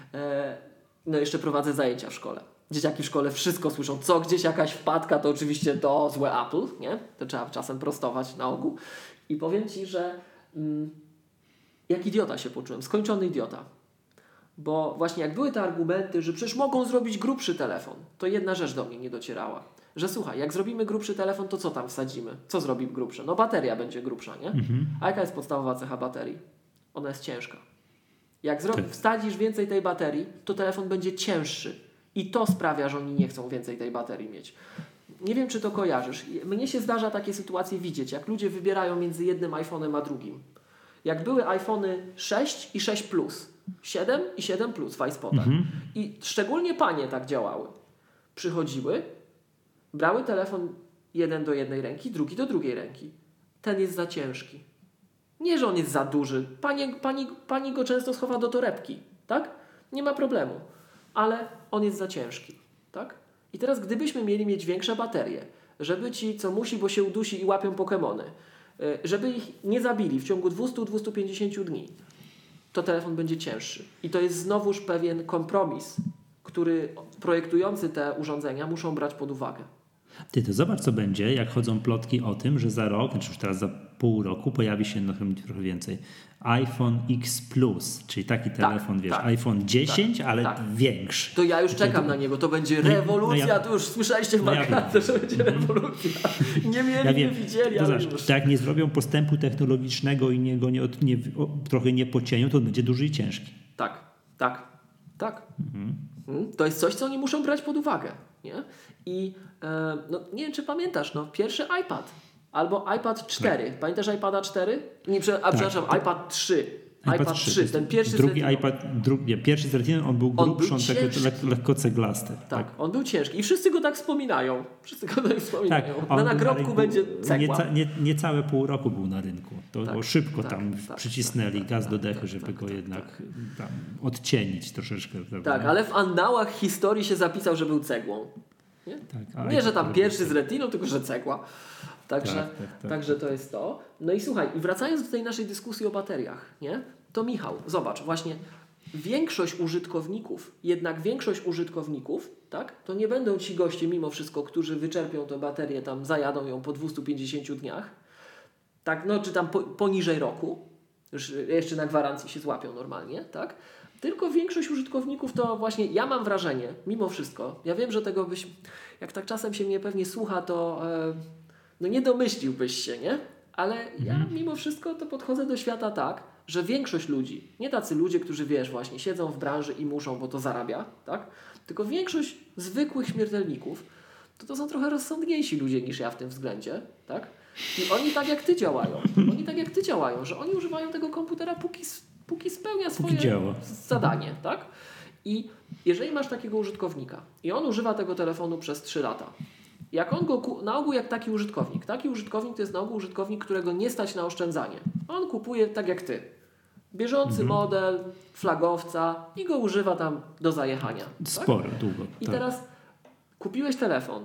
No jeszcze prowadzę zajęcia w szkole. Dzieciaki w szkole wszystko słyszą, co gdzieś jakaś wpadka, to oczywiście to złe Apple, nie? To trzeba czasem prostować na ogół. I powiem Ci, że jak idiota się poczułem, skończony idiota. Bo właśnie jak były te argumenty, że przecież mogą zrobić grubszy telefon, to jedna rzecz do mnie nie docierała. Że słuchaj, jak zrobimy grubszy telefon, to co tam wsadzimy? Co zrobi grubsze? No bateria będzie grubsza, nie? A jaka jest podstawowa cecha baterii? Ona jest ciężka. Jak wsadzisz więcej tej baterii, to telefon będzie cięższy. I to sprawia, że oni nie chcą więcej tej baterii mieć. Nie wiem, czy to kojarzysz. Mnie się zdarza takie sytuacje widzieć, jak ludzie wybierają między jednym iPhone'em a drugim. Jak były iPhony 6 i 6 Plus, 7 i 7 Plus w iSpotach. I szczególnie panie tak działały. Przychodziły, brały telefon jeden do jednej ręki, drugi do drugiej ręki. Ten jest za ciężki. Nie, że on jest za duży. Pani go często schowa do torebki, tak? Nie ma problemu. Ale on jest za ciężki, tak? I teraz gdybyśmy mieć większe baterie, żeby ci, co musi, bo się udusi i łapią Pokemony, żeby ich nie zabili w ciągu 200-250 dni, to telefon będzie cięższy. I to jest znowuż pewien kompromis, który projektujący te urządzenia muszą brać pod uwagę. To zobacz, co będzie, jak chodzą plotki o tym, że za rok, znaczy już teraz za pół roku pojawi się trochę więcej iPhone X Plus, czyli taki telefon, iPhone 10, ale większy. To ja już czekam na niego, to będzie rewolucja, to już słyszeliście w marketce, że będzie rewolucja. Nie mieli, nie widzieli, ale już. Tak jak nie zrobią postępu technologicznego i go trochę nie pocienią, to będzie duży i ciężki. Tak. To jest coś, co oni muszą brać pod uwagę. Nie? I nie wiem, czy pamiętasz, pierwszy iPad albo iPad 4. Tak. Pamiętasz iPada 4? Przepraszam, iPad 3. iPad 3, ten pierwszy drugi iPad, pierwszy z Retiną, on był grubszy, on taki lekko ceglasty. Tak, on był ciężki i wszyscy go tak wspominają. Tak, na nagrobku będzie cegła. Niecałe pół roku był na rynku. To szybko przycisnęli gaz do dechy, żeby go jednak tam odcienić troszeczkę. Prawda? Tak, ale w annałach historii się zapisał, że był cegłą. Nie, nie że tam pierwszy z Retiną, tylko że cegła. Także to jest to. No i słuchaj, i wracając do tej naszej dyskusji o bateriach, nie? To Michał, zobacz, właśnie większość użytkowników, tak? To nie będą ci goście mimo wszystko, którzy wyczerpią tę baterię, tam zajadą ją po 250 dniach, tak? Czy tam poniżej roku, już jeszcze na gwarancji się złapią normalnie, tak? Tylko większość użytkowników to właśnie, ja mam wrażenie, mimo wszystko, ja wiem, że tego jak tak czasem się mnie pewnie słucha, to nie domyśliłbyś się, nie? Ale ja mimo wszystko to podchodzę do świata tak, że większość ludzi, nie tacy ludzie, którzy właśnie siedzą w branży i muszą, bo to zarabia, tak? Tylko większość zwykłych śmiertelników, to są trochę rozsądniejsi ludzie niż ja w tym względzie, tak? I oni tak jak ty działają, że oni używają tego komputera póki spełnia swoje zadanie, tak? I jeżeli masz takiego użytkownika i on używa tego telefonu przez 3 lata, jak on go, na ogół jak taki użytkownik to jest na ogół użytkownik, którego nie stać na oszczędzanie. On kupuje tak jak ty. Bieżący model, flagowca i go używa tam do zajechania. Sporo, tak? Długo. I teraz kupiłeś telefon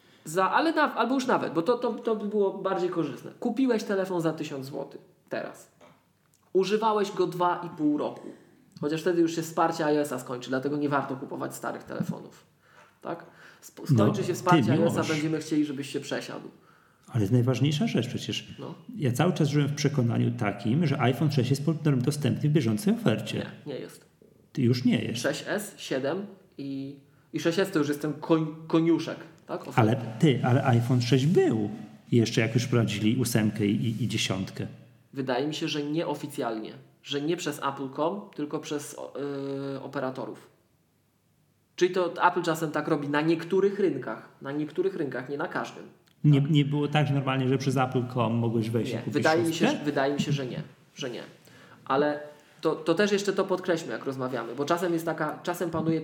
albo już nawet, bo to by było bardziej korzystne. Kupiłeś telefon za 1000 zł teraz. Używałeś go 2,5 roku. Chociaż wtedy już się wsparcie iOS-a skończy, dlatego nie warto kupować starych telefonów. Tak? Skończy się wsparcie iOS-a, będziemy chcieli, żebyś się przesiadł. Ale jest najważniejsza rzecz przecież. Ja cały czas żyłem w przekonaniu takim, że iPhone 6 jest dostępny w bieżącej ofercie. Nie jest. Już nie jest. 6S, 7 i 6S to już jest ten koniuszek. Tak? Ale iPhone 6 był. Jeszcze jak już prowadzili 8 i 10. Wydaje mi się, że nieoficjalnie. Że nie przez Apple.com, tylko przez operatorów. Czyli to Apple czasem tak robi na niektórych rynkach, nie na każdym. Nie było tak, że normalnie, że przez Apple.com mogłeś wejść i kupić Wydaje mi się, że nie. Ale to też jeszcze to podkreślmy, jak rozmawiamy, bo czasem panuje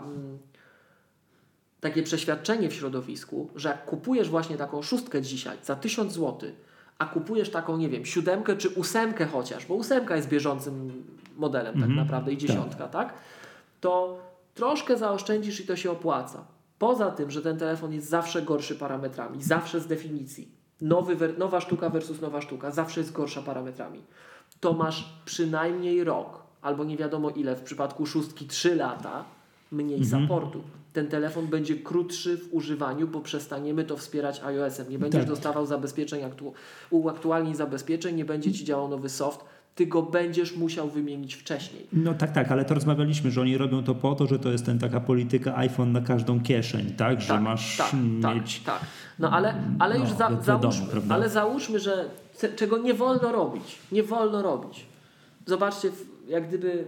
takie przeświadczenie w środowisku, że jak kupujesz właśnie taką 6 dzisiaj za 1000 zł, a kupujesz taką, 7 czy 8 chociaż, bo 8 jest bieżącym modelem tak naprawdę i 10, tak? To troszkę zaoszczędzisz i to się opłaca. Poza tym, że ten telefon jest zawsze gorszy parametrami, zawsze z definicji. Nowa sztuka versus nowa sztuka, zawsze jest gorsza parametrami. To masz przynajmniej rok, albo nie wiadomo ile, w przypadku 6 3 lata, mniej supportu. Ten telefon będzie krótszy w używaniu, bo przestaniemy to wspierać iOS-em. Nie będziesz dostawał zabezpieczeń, uaktualnień zabezpieczeń, nie będzie ci działał nowy soft. Ty go będziesz musiał wymienić wcześniej. Tak, ale to rozmawialiśmy, że oni robią to po to, że to jest taka polityka iPhone na każdą kieszeń, tak? Że masz mieć... Tak. Ale już załóżmy, że czego nie wolno robić. Nie wolno robić. Zobaczcie, jak gdyby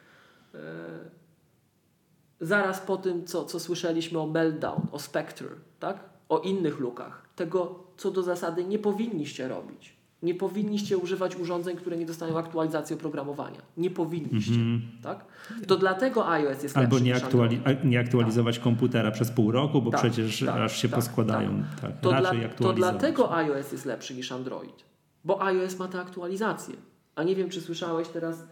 zaraz po tym, co słyszeliśmy o Meltdown, o Spectre, tak? O innych lukach. Tego, co do zasady nie powinniście robić. Nie powinniście używać urządzeń, które nie dostają aktualizacji oprogramowania. Nie powinniście. Tak? To dlatego iOS jest lepszy niż Android. Albo nie aktualizować komputera przez pół roku, bo przecież aż się poskładają. To dlatego iOS jest lepszy niż Android. Bo iOS ma te aktualizacje. A nie wiem, czy słyszałeś teraz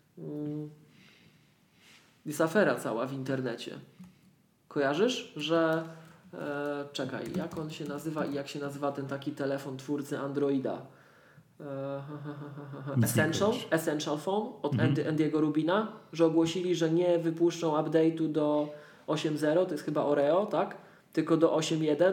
jest afera cała w internecie. Kojarzysz, że czekaj, jak on się nazywa i jak się nazywa ten taki telefon twórcy Androida? Essential Phone od Andy'ego Rubina, że ogłosili, że nie wypuszczą update'u do 8.0, to jest chyba Oreo, tak? Tylko do 8.1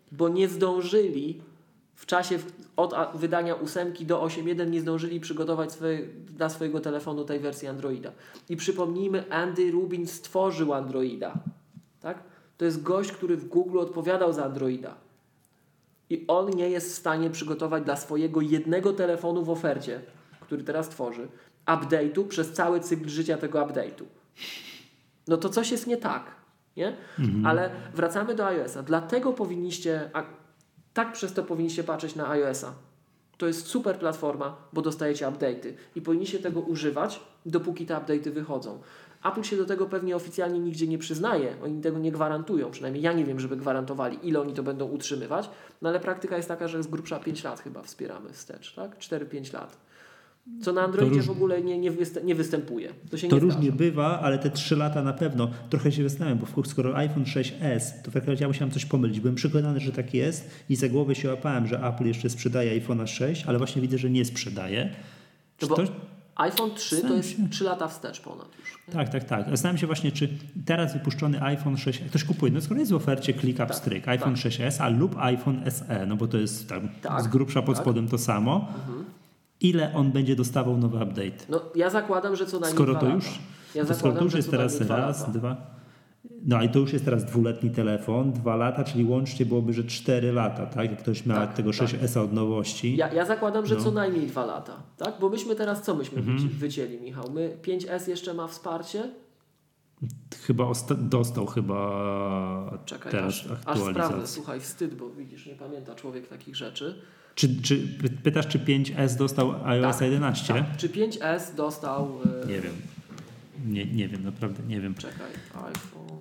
bo nie zdążyli w czasie od wydania 8 do 8.1 nie zdążyli przygotować dla swojego telefonu tej wersji Androida. I przypomnijmy, Andy Rubin stworzył Androida. Tak? To jest gość, który w Google odpowiadał za Androida. I on nie jest w stanie przygotować dla swojego jednego telefonu w ofercie, który teraz tworzy, update'u przez cały cykl życia tego update'u. No to coś jest nie tak. Nie? Ale wracamy do iOS-a. Dlatego tak przez to powinniście patrzeć na iOS-a. To jest super platforma, bo dostajecie update'y i powinniście tego używać, dopóki te update'y wychodzą. Apple się do tego pewnie oficjalnie nigdzie nie przyznaje, oni tego nie gwarantują, przynajmniej ja nie wiem, żeby gwarantowali, ile oni to będą utrzymywać, no ale praktyka jest taka, że z grubsza 5 lat chyba wspieramy wstecz, tak? 4-5 lat. Co na Androidzie w ogóle nie występuje. To różnie bywa, ale te 3 lata na pewno. Trochę się zastanawiam, bo skoro iPhone 6s, to w takim razie ja musiałem coś pomylić. Byłem przekonany, że tak jest i za głowę się łapałem, że Apple jeszcze sprzedaje iPhone'a 6, ale właśnie widzę, że nie sprzedaje. iPhone 3 to jest 3 lata wstecz ponad już. Tak. Zastanawiam się właśnie, czy teraz wypuszczony iPhone 6, ktoś kupuje, no skoro jest w ofercie ClickUp Stryk, iPhone 6s lub iPhone SE, no bo to jest tam z grubsza pod spodem to samo. Ile on będzie dostawał nowe update? No ja zakładam, że co najmniej 2 lata. Skoro to już jest teraz raz, 2. No i to już jest teraz 2-letni telefon, 2 lata, czyli łącznie byłoby, że 4 lata, tak? Jak ktoś ma tego 6S od nowości. Ja zakładam, że co najmniej 2 lata, tak? Bo myśmy teraz, co myśmy wycięli, Michał? 5S jeszcze ma wsparcie? Chyba dostał Czekaj, teraz aż aktualizację. sprawdzę, słuchaj, wstyd, bo widzisz, nie pamięta człowiek takich rzeczy. Czy pytasz, czy 5S dostał iOS 11? Tak. Czy 5S dostał... Nie wiem. Nie wiem, naprawdę nie wiem. Czekaj, iPhone...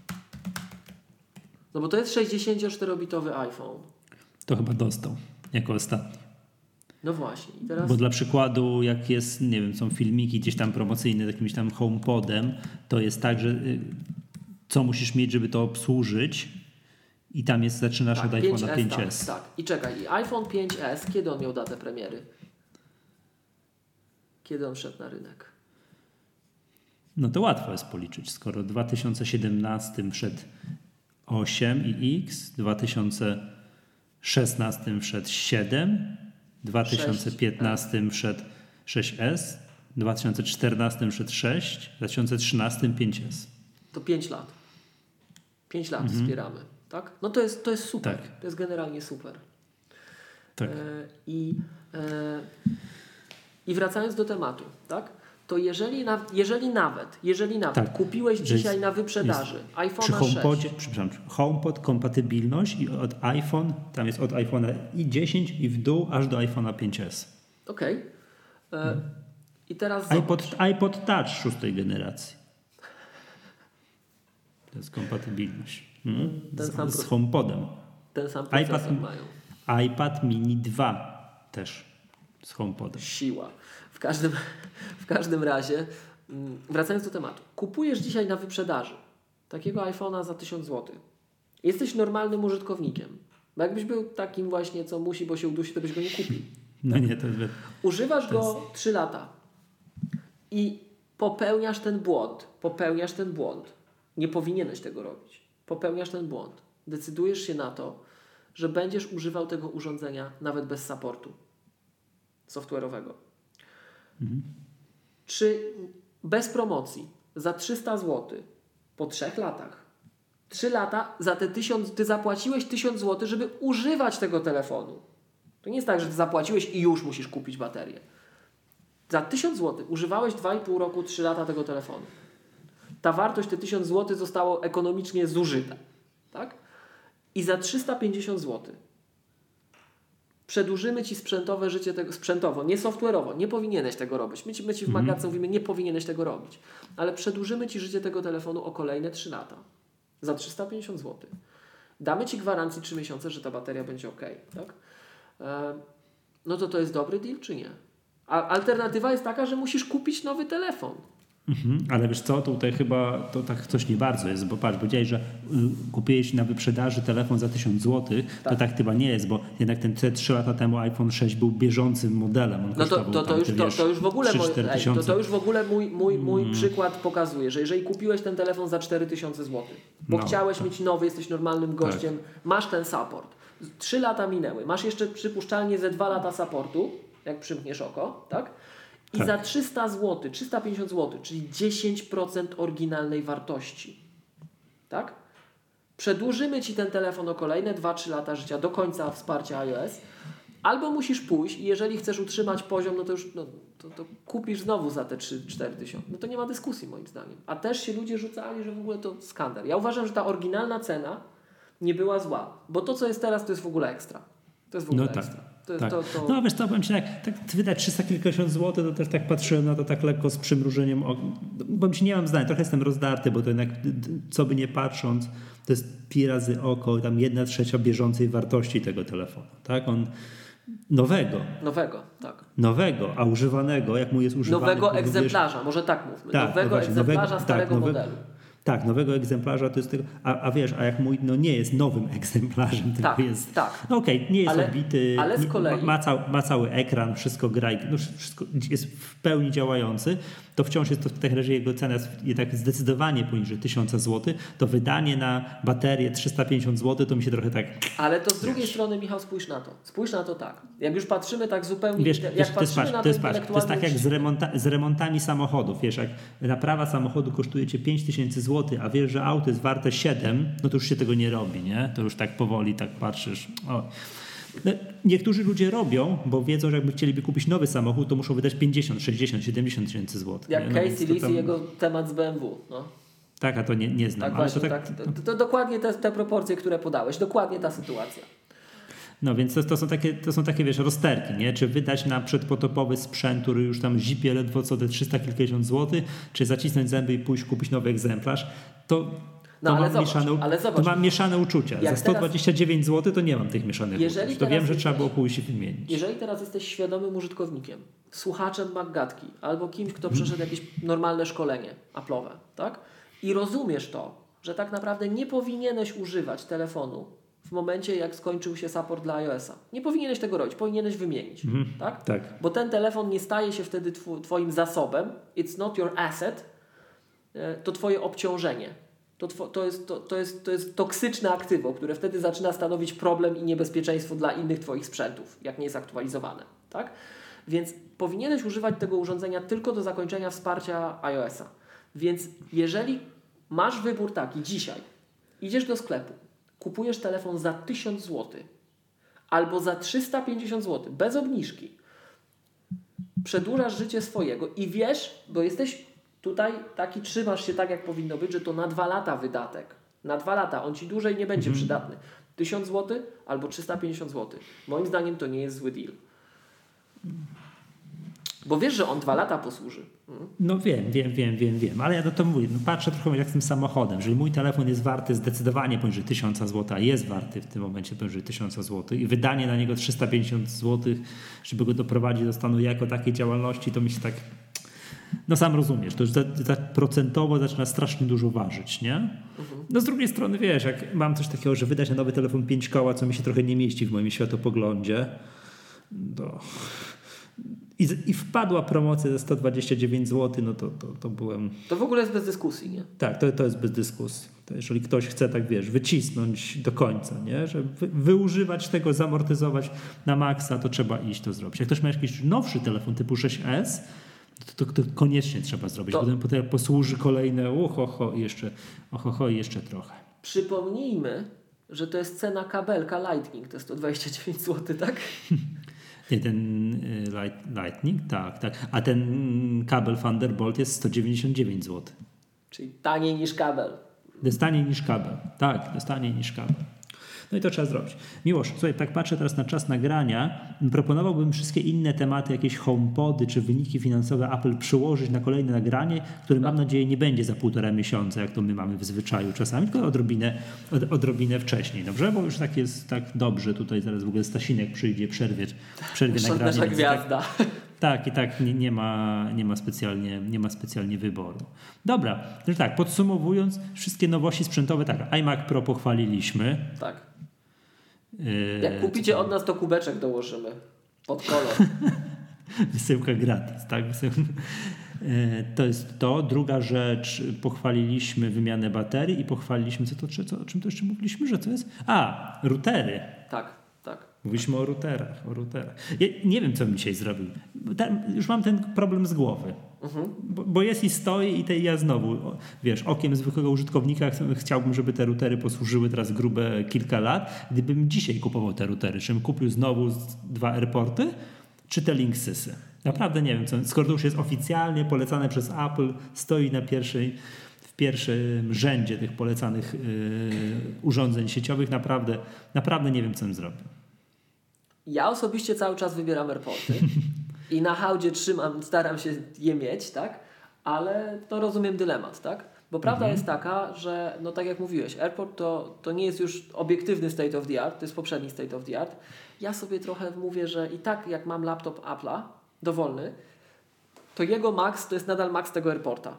No bo to jest 64-bitowy iPhone. To chyba dostał, jako ostatni. No właśnie. I teraz... Bo dla przykładu, jak jest, nie wiem, są filmiki gdzieś tam promocyjne z jakimś tam HomePodem, to jest tak, że co musisz mieć, żeby to obsłużyć i tam zaczynasz od iPhone'a 5S. Tak. I czekaj, i iPhone 5S, kiedy on miał datę premiery? Kiedy on wszedł na rynek? No to łatwo jest policzyć, skoro w 2017 wszedł 8 i X, w 2016 wszedł 7, w 2015 wszedł 6S, w 2014 wszedł 6, w 2013 5S. To 5 lat. 5 lat wspieramy, tak? No to jest super. Tak. To jest generalnie super. Tak. I wracając do tematu, tak? To jeżeli nawet tak, kupiłeś dzisiaj na wyprzedaży iPhone'a 6. Przepraszam, HomePod kompatybilność i od iPhone, tam jest od iPhone'a i 10 i w dół aż do iPhone'a 5S. Okej. I teraz iPod Touch 6 generacji. To jest kompatybilność. Z HomePodem. Ten sam procesor mają. iPad Mini 2 też z HomePodem. Siła. W każdym razie, wracając do tematu. Kupujesz dzisiaj na wyprzedaży takiego iPhone'a za 1000 zł. Jesteś normalnym użytkownikiem. Bo jakbyś był takim właśnie, co musi, bo się udusi, to byś go nie kupił. No nie, to jest... Używasz go 3 lata i popełniasz ten błąd. Nie powinieneś tego robić. Popełniasz ten błąd. Decydujesz się na to, że będziesz używał tego urządzenia nawet bez supportu software'owego. Czy bez promocji za 300 zł po 3 latach, 3 lata za te 1000, ty zapłaciłeś 1000 zł, żeby używać tego telefonu. To nie jest tak, że ty zapłaciłeś i już musisz kupić baterię. Za 1000 zł używałeś 2,5 roku, 3 lata tego telefonu. Ta wartość, te 1000 zł zostało ekonomicznie zużyte. Tak? I za 350 zł przedłużymy Ci sprzętowe życie tego, sprzętowo, nie software'owo, nie powinieneś tego robić. My Ci w magazynie mówimy, nie powinieneś tego robić. Ale przedłużymy Ci życie tego telefonu o kolejne 3 lata. Za 350 zł. Damy Ci gwarancję 3 miesiące, że ta bateria będzie ok. Tak? No to jest dobry deal, czy nie? A alternatywa jest taka, że musisz kupić nowy telefon. Ale wiesz co, tutaj chyba to tak coś nie bardzo jest, bo patrz, powiedziałeś, że kupiłeś na wyprzedaży telefon za 1000 zł, to tak chyba nie jest, bo jednak ten 3 lata temu iPhone 6 był bieżącym modelem. On to już w ogóle mój przykład pokazuje, że jeżeli kupiłeś ten telefon za 4000 zł, bo chciałeś mieć nowy, jesteś normalnym gościem, masz ten support, 3 lata minęły, masz jeszcze przypuszczalnie ze 2 lata supportu, jak przymkniesz oko, tak? I za 300 zł, 350 zł, czyli 10% oryginalnej wartości. Tak? Przedłużymy Ci ten telefon o kolejne 2-3 lata życia do końca wsparcia iOS. Albo musisz pójść i jeżeli chcesz utrzymać poziom, no to już to kupisz znowu za te 3-4 tysiące. No to nie ma dyskusji moim zdaniem. A też się ludzie rzucali, że w ogóle to skandal. Ja uważam, że ta oryginalna cena nie była zła. Bo to, co jest teraz, to jest w ogóle ekstra. To jest w ogóle ekstra. No wiesz co, powiem Ci tak wydać 300 kilkadziesiąt złotych, to też tak patrzyłem na to tak lekko z przymrużeniem oka. Powiem Ci, nie mam zdania, trochę jestem rozdarty, bo to jednak co by nie patrząc, to jest pi razy oko, tam 1/3 bieżącej wartości tego telefonu, tak? On Nowego, a używanego, jak mu jest używany. Nowego egzemplarza, może tak mówmy. Nowego egzemplarza starego modelu. Tak, nowego egzemplarza to jest tego, a wiesz, a jak mój nie jest nowym egzemplarzem, tylko jest. Tak. No okej, nie jest obity, ale z kolei ma cały ekran, wszystko gra, wszystko jest w pełni działający, to wciąż jest to w takim razie jego cena jest jednak zdecydowanie poniżej 1000 zł, to wydanie na baterię 350 zł to mi się trochę tak. Ale to z drugiej strony, Michał, spójrz na to tak. Jak już patrzymy tak zupełnie, to jest tak jak z remontami samochodów. Wiesz, jak naprawa samochodu kosztuje cię 5000 zł, a wiesz, że auto jest warte 7, no to już się tego nie robi, nie? To już tak powoli tak patrzysz. O. No, niektórzy ludzie robią, bo wiedzą, że jakby chcieliby kupić nowy samochód, to muszą wydać 50, 60, 70 tysięcy złotych. Jak Casey Lees i jego temat z BMW. No. Tak, a to nie znam. Tak, właśnie, to dokładnie te proporcje, które podałeś. Dokładnie ta sytuacja. No więc to są takie wiesz, rozterki, nie? Czy wydać na przedpotopowy sprzęt, który już tam zipie ledwo co te 300 kilkadziesiąt złotych, czy zacisnąć zęby i pójść kupić nowy egzemplarz, to mam mieszane uczucia. Za 129 zł to nie mam tych mieszanych uczuć. To wiem, że trzeba było pójść i wymienić. Jeżeli teraz jesteś świadomym użytkownikiem, słuchaczem Maggatki albo kimś, kto przeszedł jakieś normalne szkolenie Apple'owe, tak? I rozumiesz to, że tak naprawdę nie powinieneś używać telefonu w momencie, jak skończył się support dla iOS-a. Nie powinieneś tego robić, powinieneś wymienić. Tak? Tak. Bo ten telefon nie staje się wtedy twoim zasobem. It's not your asset. To twoje obciążenie. To jest toksyczne aktywo, które wtedy zaczyna stanowić problem i niebezpieczeństwo dla innych twoich sprzętów, jak nie jest aktualizowane. Tak? Więc powinieneś używać tego urządzenia tylko do zakończenia wsparcia iOS-a. Więc jeżeli masz wybór taki dzisiaj, idziesz do sklepu, kupujesz telefon za 1000 zł albo za 350 zł bez obniżki, przedłużasz życie swojego i wiesz, bo jesteś tutaj taki, trzymasz się tak, jak powinno być, że to na 2 lata wydatek. Na 2 lata, on ci dłużej nie będzie przydatny. 1000 zł albo 350 zł. Moim zdaniem to nie jest zły deal. Bo wiesz, że on 2 lata posłuży. No wiem, ale ja to mówię, patrzę trochę jak z tym samochodem. Jeżeli mój telefon jest warty zdecydowanie poniżej 1000 zł, a jest warty w tym momencie poniżej 1000 zł i wydanie na niego 350 zł, żeby go doprowadzić do stanu jako takiej działalności, to mi się tak... No sam rozumiesz, to już procentowo zaczyna strasznie dużo ważyć, nie? No z drugiej strony wiesz, jak mam coś takiego, że wydać na nowy telefon 5 koła, co mi się trochę nie mieści w moim światopoglądzie, I wpadła promocja za 129 zł, no to byłem... To w ogóle jest bez dyskusji, nie? Tak, to jest bez dyskusji. To jeżeli ktoś chce tak, wiesz, wycisnąć do końca, nie? Że wyużywać tego, zamortyzować na maksa, to trzeba iść to zrobić. Jak ktoś ma jakiś nowszy telefon typu 6S, to koniecznie trzeba zrobić. Potem posłuży kolejne i jeszcze trochę. Przypomnijmy, że to jest cena kabelka Lightning, to jest 129 zł, tak? Nie, ten Lightning, tak. A ten kabel Thunderbolt jest 199 zł. Czyli taniej niż kabel. To jest taniej niż kabel. Tak, to jest taniej niż kabel. No i to trzeba zrobić. Miłosz, słuchaj, tak patrzę teraz na czas nagrania. Proponowałbym wszystkie inne tematy, jakieś HomePody czy wyniki finansowe Apple przyłożyć na kolejne nagranie, które mam nadzieję nie będzie za 1,5 miesiąca, jak to my mamy w zwyczaju czasami, tylko odrobinę wcześniej, dobrze? Bo już tak jest tak dobrze. Tutaj zaraz w ogóle Stasinek przyjdzie, przerwie nagranie. Nasza gwiazda. Tak, i tak nie ma specjalnie wyboru. Dobra, to tak, podsumowując, wszystkie nowości sprzętowe, tak, iMac Pro pochwaliliśmy. Tak. Jak kupicie od nas, to kubeczek dołożymy pod kolor. Wysyłka gratis, tak? To jest to. Druga rzecz, pochwaliliśmy wymianę baterii i pochwaliliśmy, o czym to jeszcze mówiliśmy, że co jest? Routery. Tak. Mówiliśmy o routerach. Ja nie wiem, co bym dzisiaj zrobił. Już mam ten problem z głowy. Bo jest i stoi i ja znowu, wiesz, okiem zwykłego użytkownika chciałbym, żeby te routery posłużyły teraz grube kilka lat. Gdybym dzisiaj kupował te routery, czy bym kupił znowu 2 AirPorty, czy te Linksysy? Naprawdę nie wiem, skoro to już jest oficjalnie polecane przez Apple, stoi w pierwszym rzędzie tych polecanych urządzeń sieciowych, naprawdę nie wiem, co bym zrobił. Ja osobiście cały czas wybieram AirPodsy i na hałdzie staram się je mieć, tak? Ale to rozumiem dylemat, tak? Bo prawda jest taka, że no tak jak mówiłeś, AirPod to nie jest już obiektywny state of the art, to jest poprzedni state of the art. Ja sobie trochę mówię, że i tak jak mam laptop Apple'a, dowolny, to jego max to jest nadal max tego AirPorta.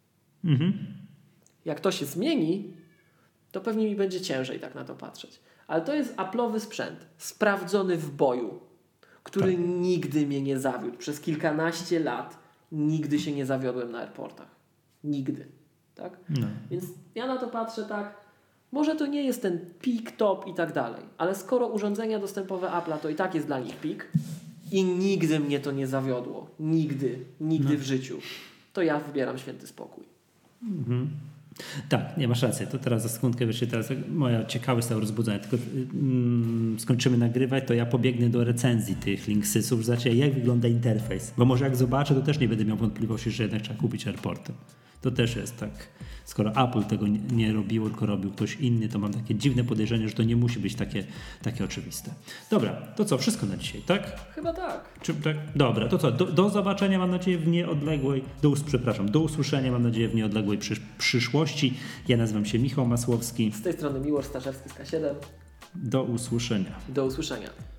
Jak to się zmieni, to pewnie mi będzie ciężej tak na to patrzeć. Ale to jest Apple'owy sprzęt, sprawdzony w boju, który nigdy mnie nie zawiódł. Przez kilkanaście lat nigdy się nie zawiodłem na AirPortach. Nigdy. Tak? No. Więc ja na to patrzę tak, może to nie jest ten peak, top i tak dalej, ale skoro urządzenia dostępowe Apple'a to i tak jest dla nich peak i nigdy mnie to nie zawiodło. Nigdy w życiu. To ja wybieram święty spokój. Tak, nie, masz rację. To teraz za sekundkę, wiesz, teraz moja ciekawość została rozbudzona. Tylko skończymy nagrywać, to ja pobiegnę do recenzji tych Linksysów, zobaczę, jak wygląda interfejs. Bo może jak zobaczę, to też nie będę miał wątpliwości, że jednak trzeba kupić AirPorty. To też jest tak. Skoro Apple tego nie robiło, tylko robił ktoś inny, to mam takie dziwne podejrzenie, że to nie musi być takie oczywiste. Dobra, to co? Wszystko na dzisiaj, tak? Chyba tak. Tak? Dobra, to co? Do zobaczenia, mam nadzieję, w nieodległej, do usłyszenia, mam nadzieję, w nieodległej przyszłości. Ja nazywam się Michał Masłowski. Z tej strony Miłosz Staszewski z K7. Do usłyszenia. Do usłyszenia.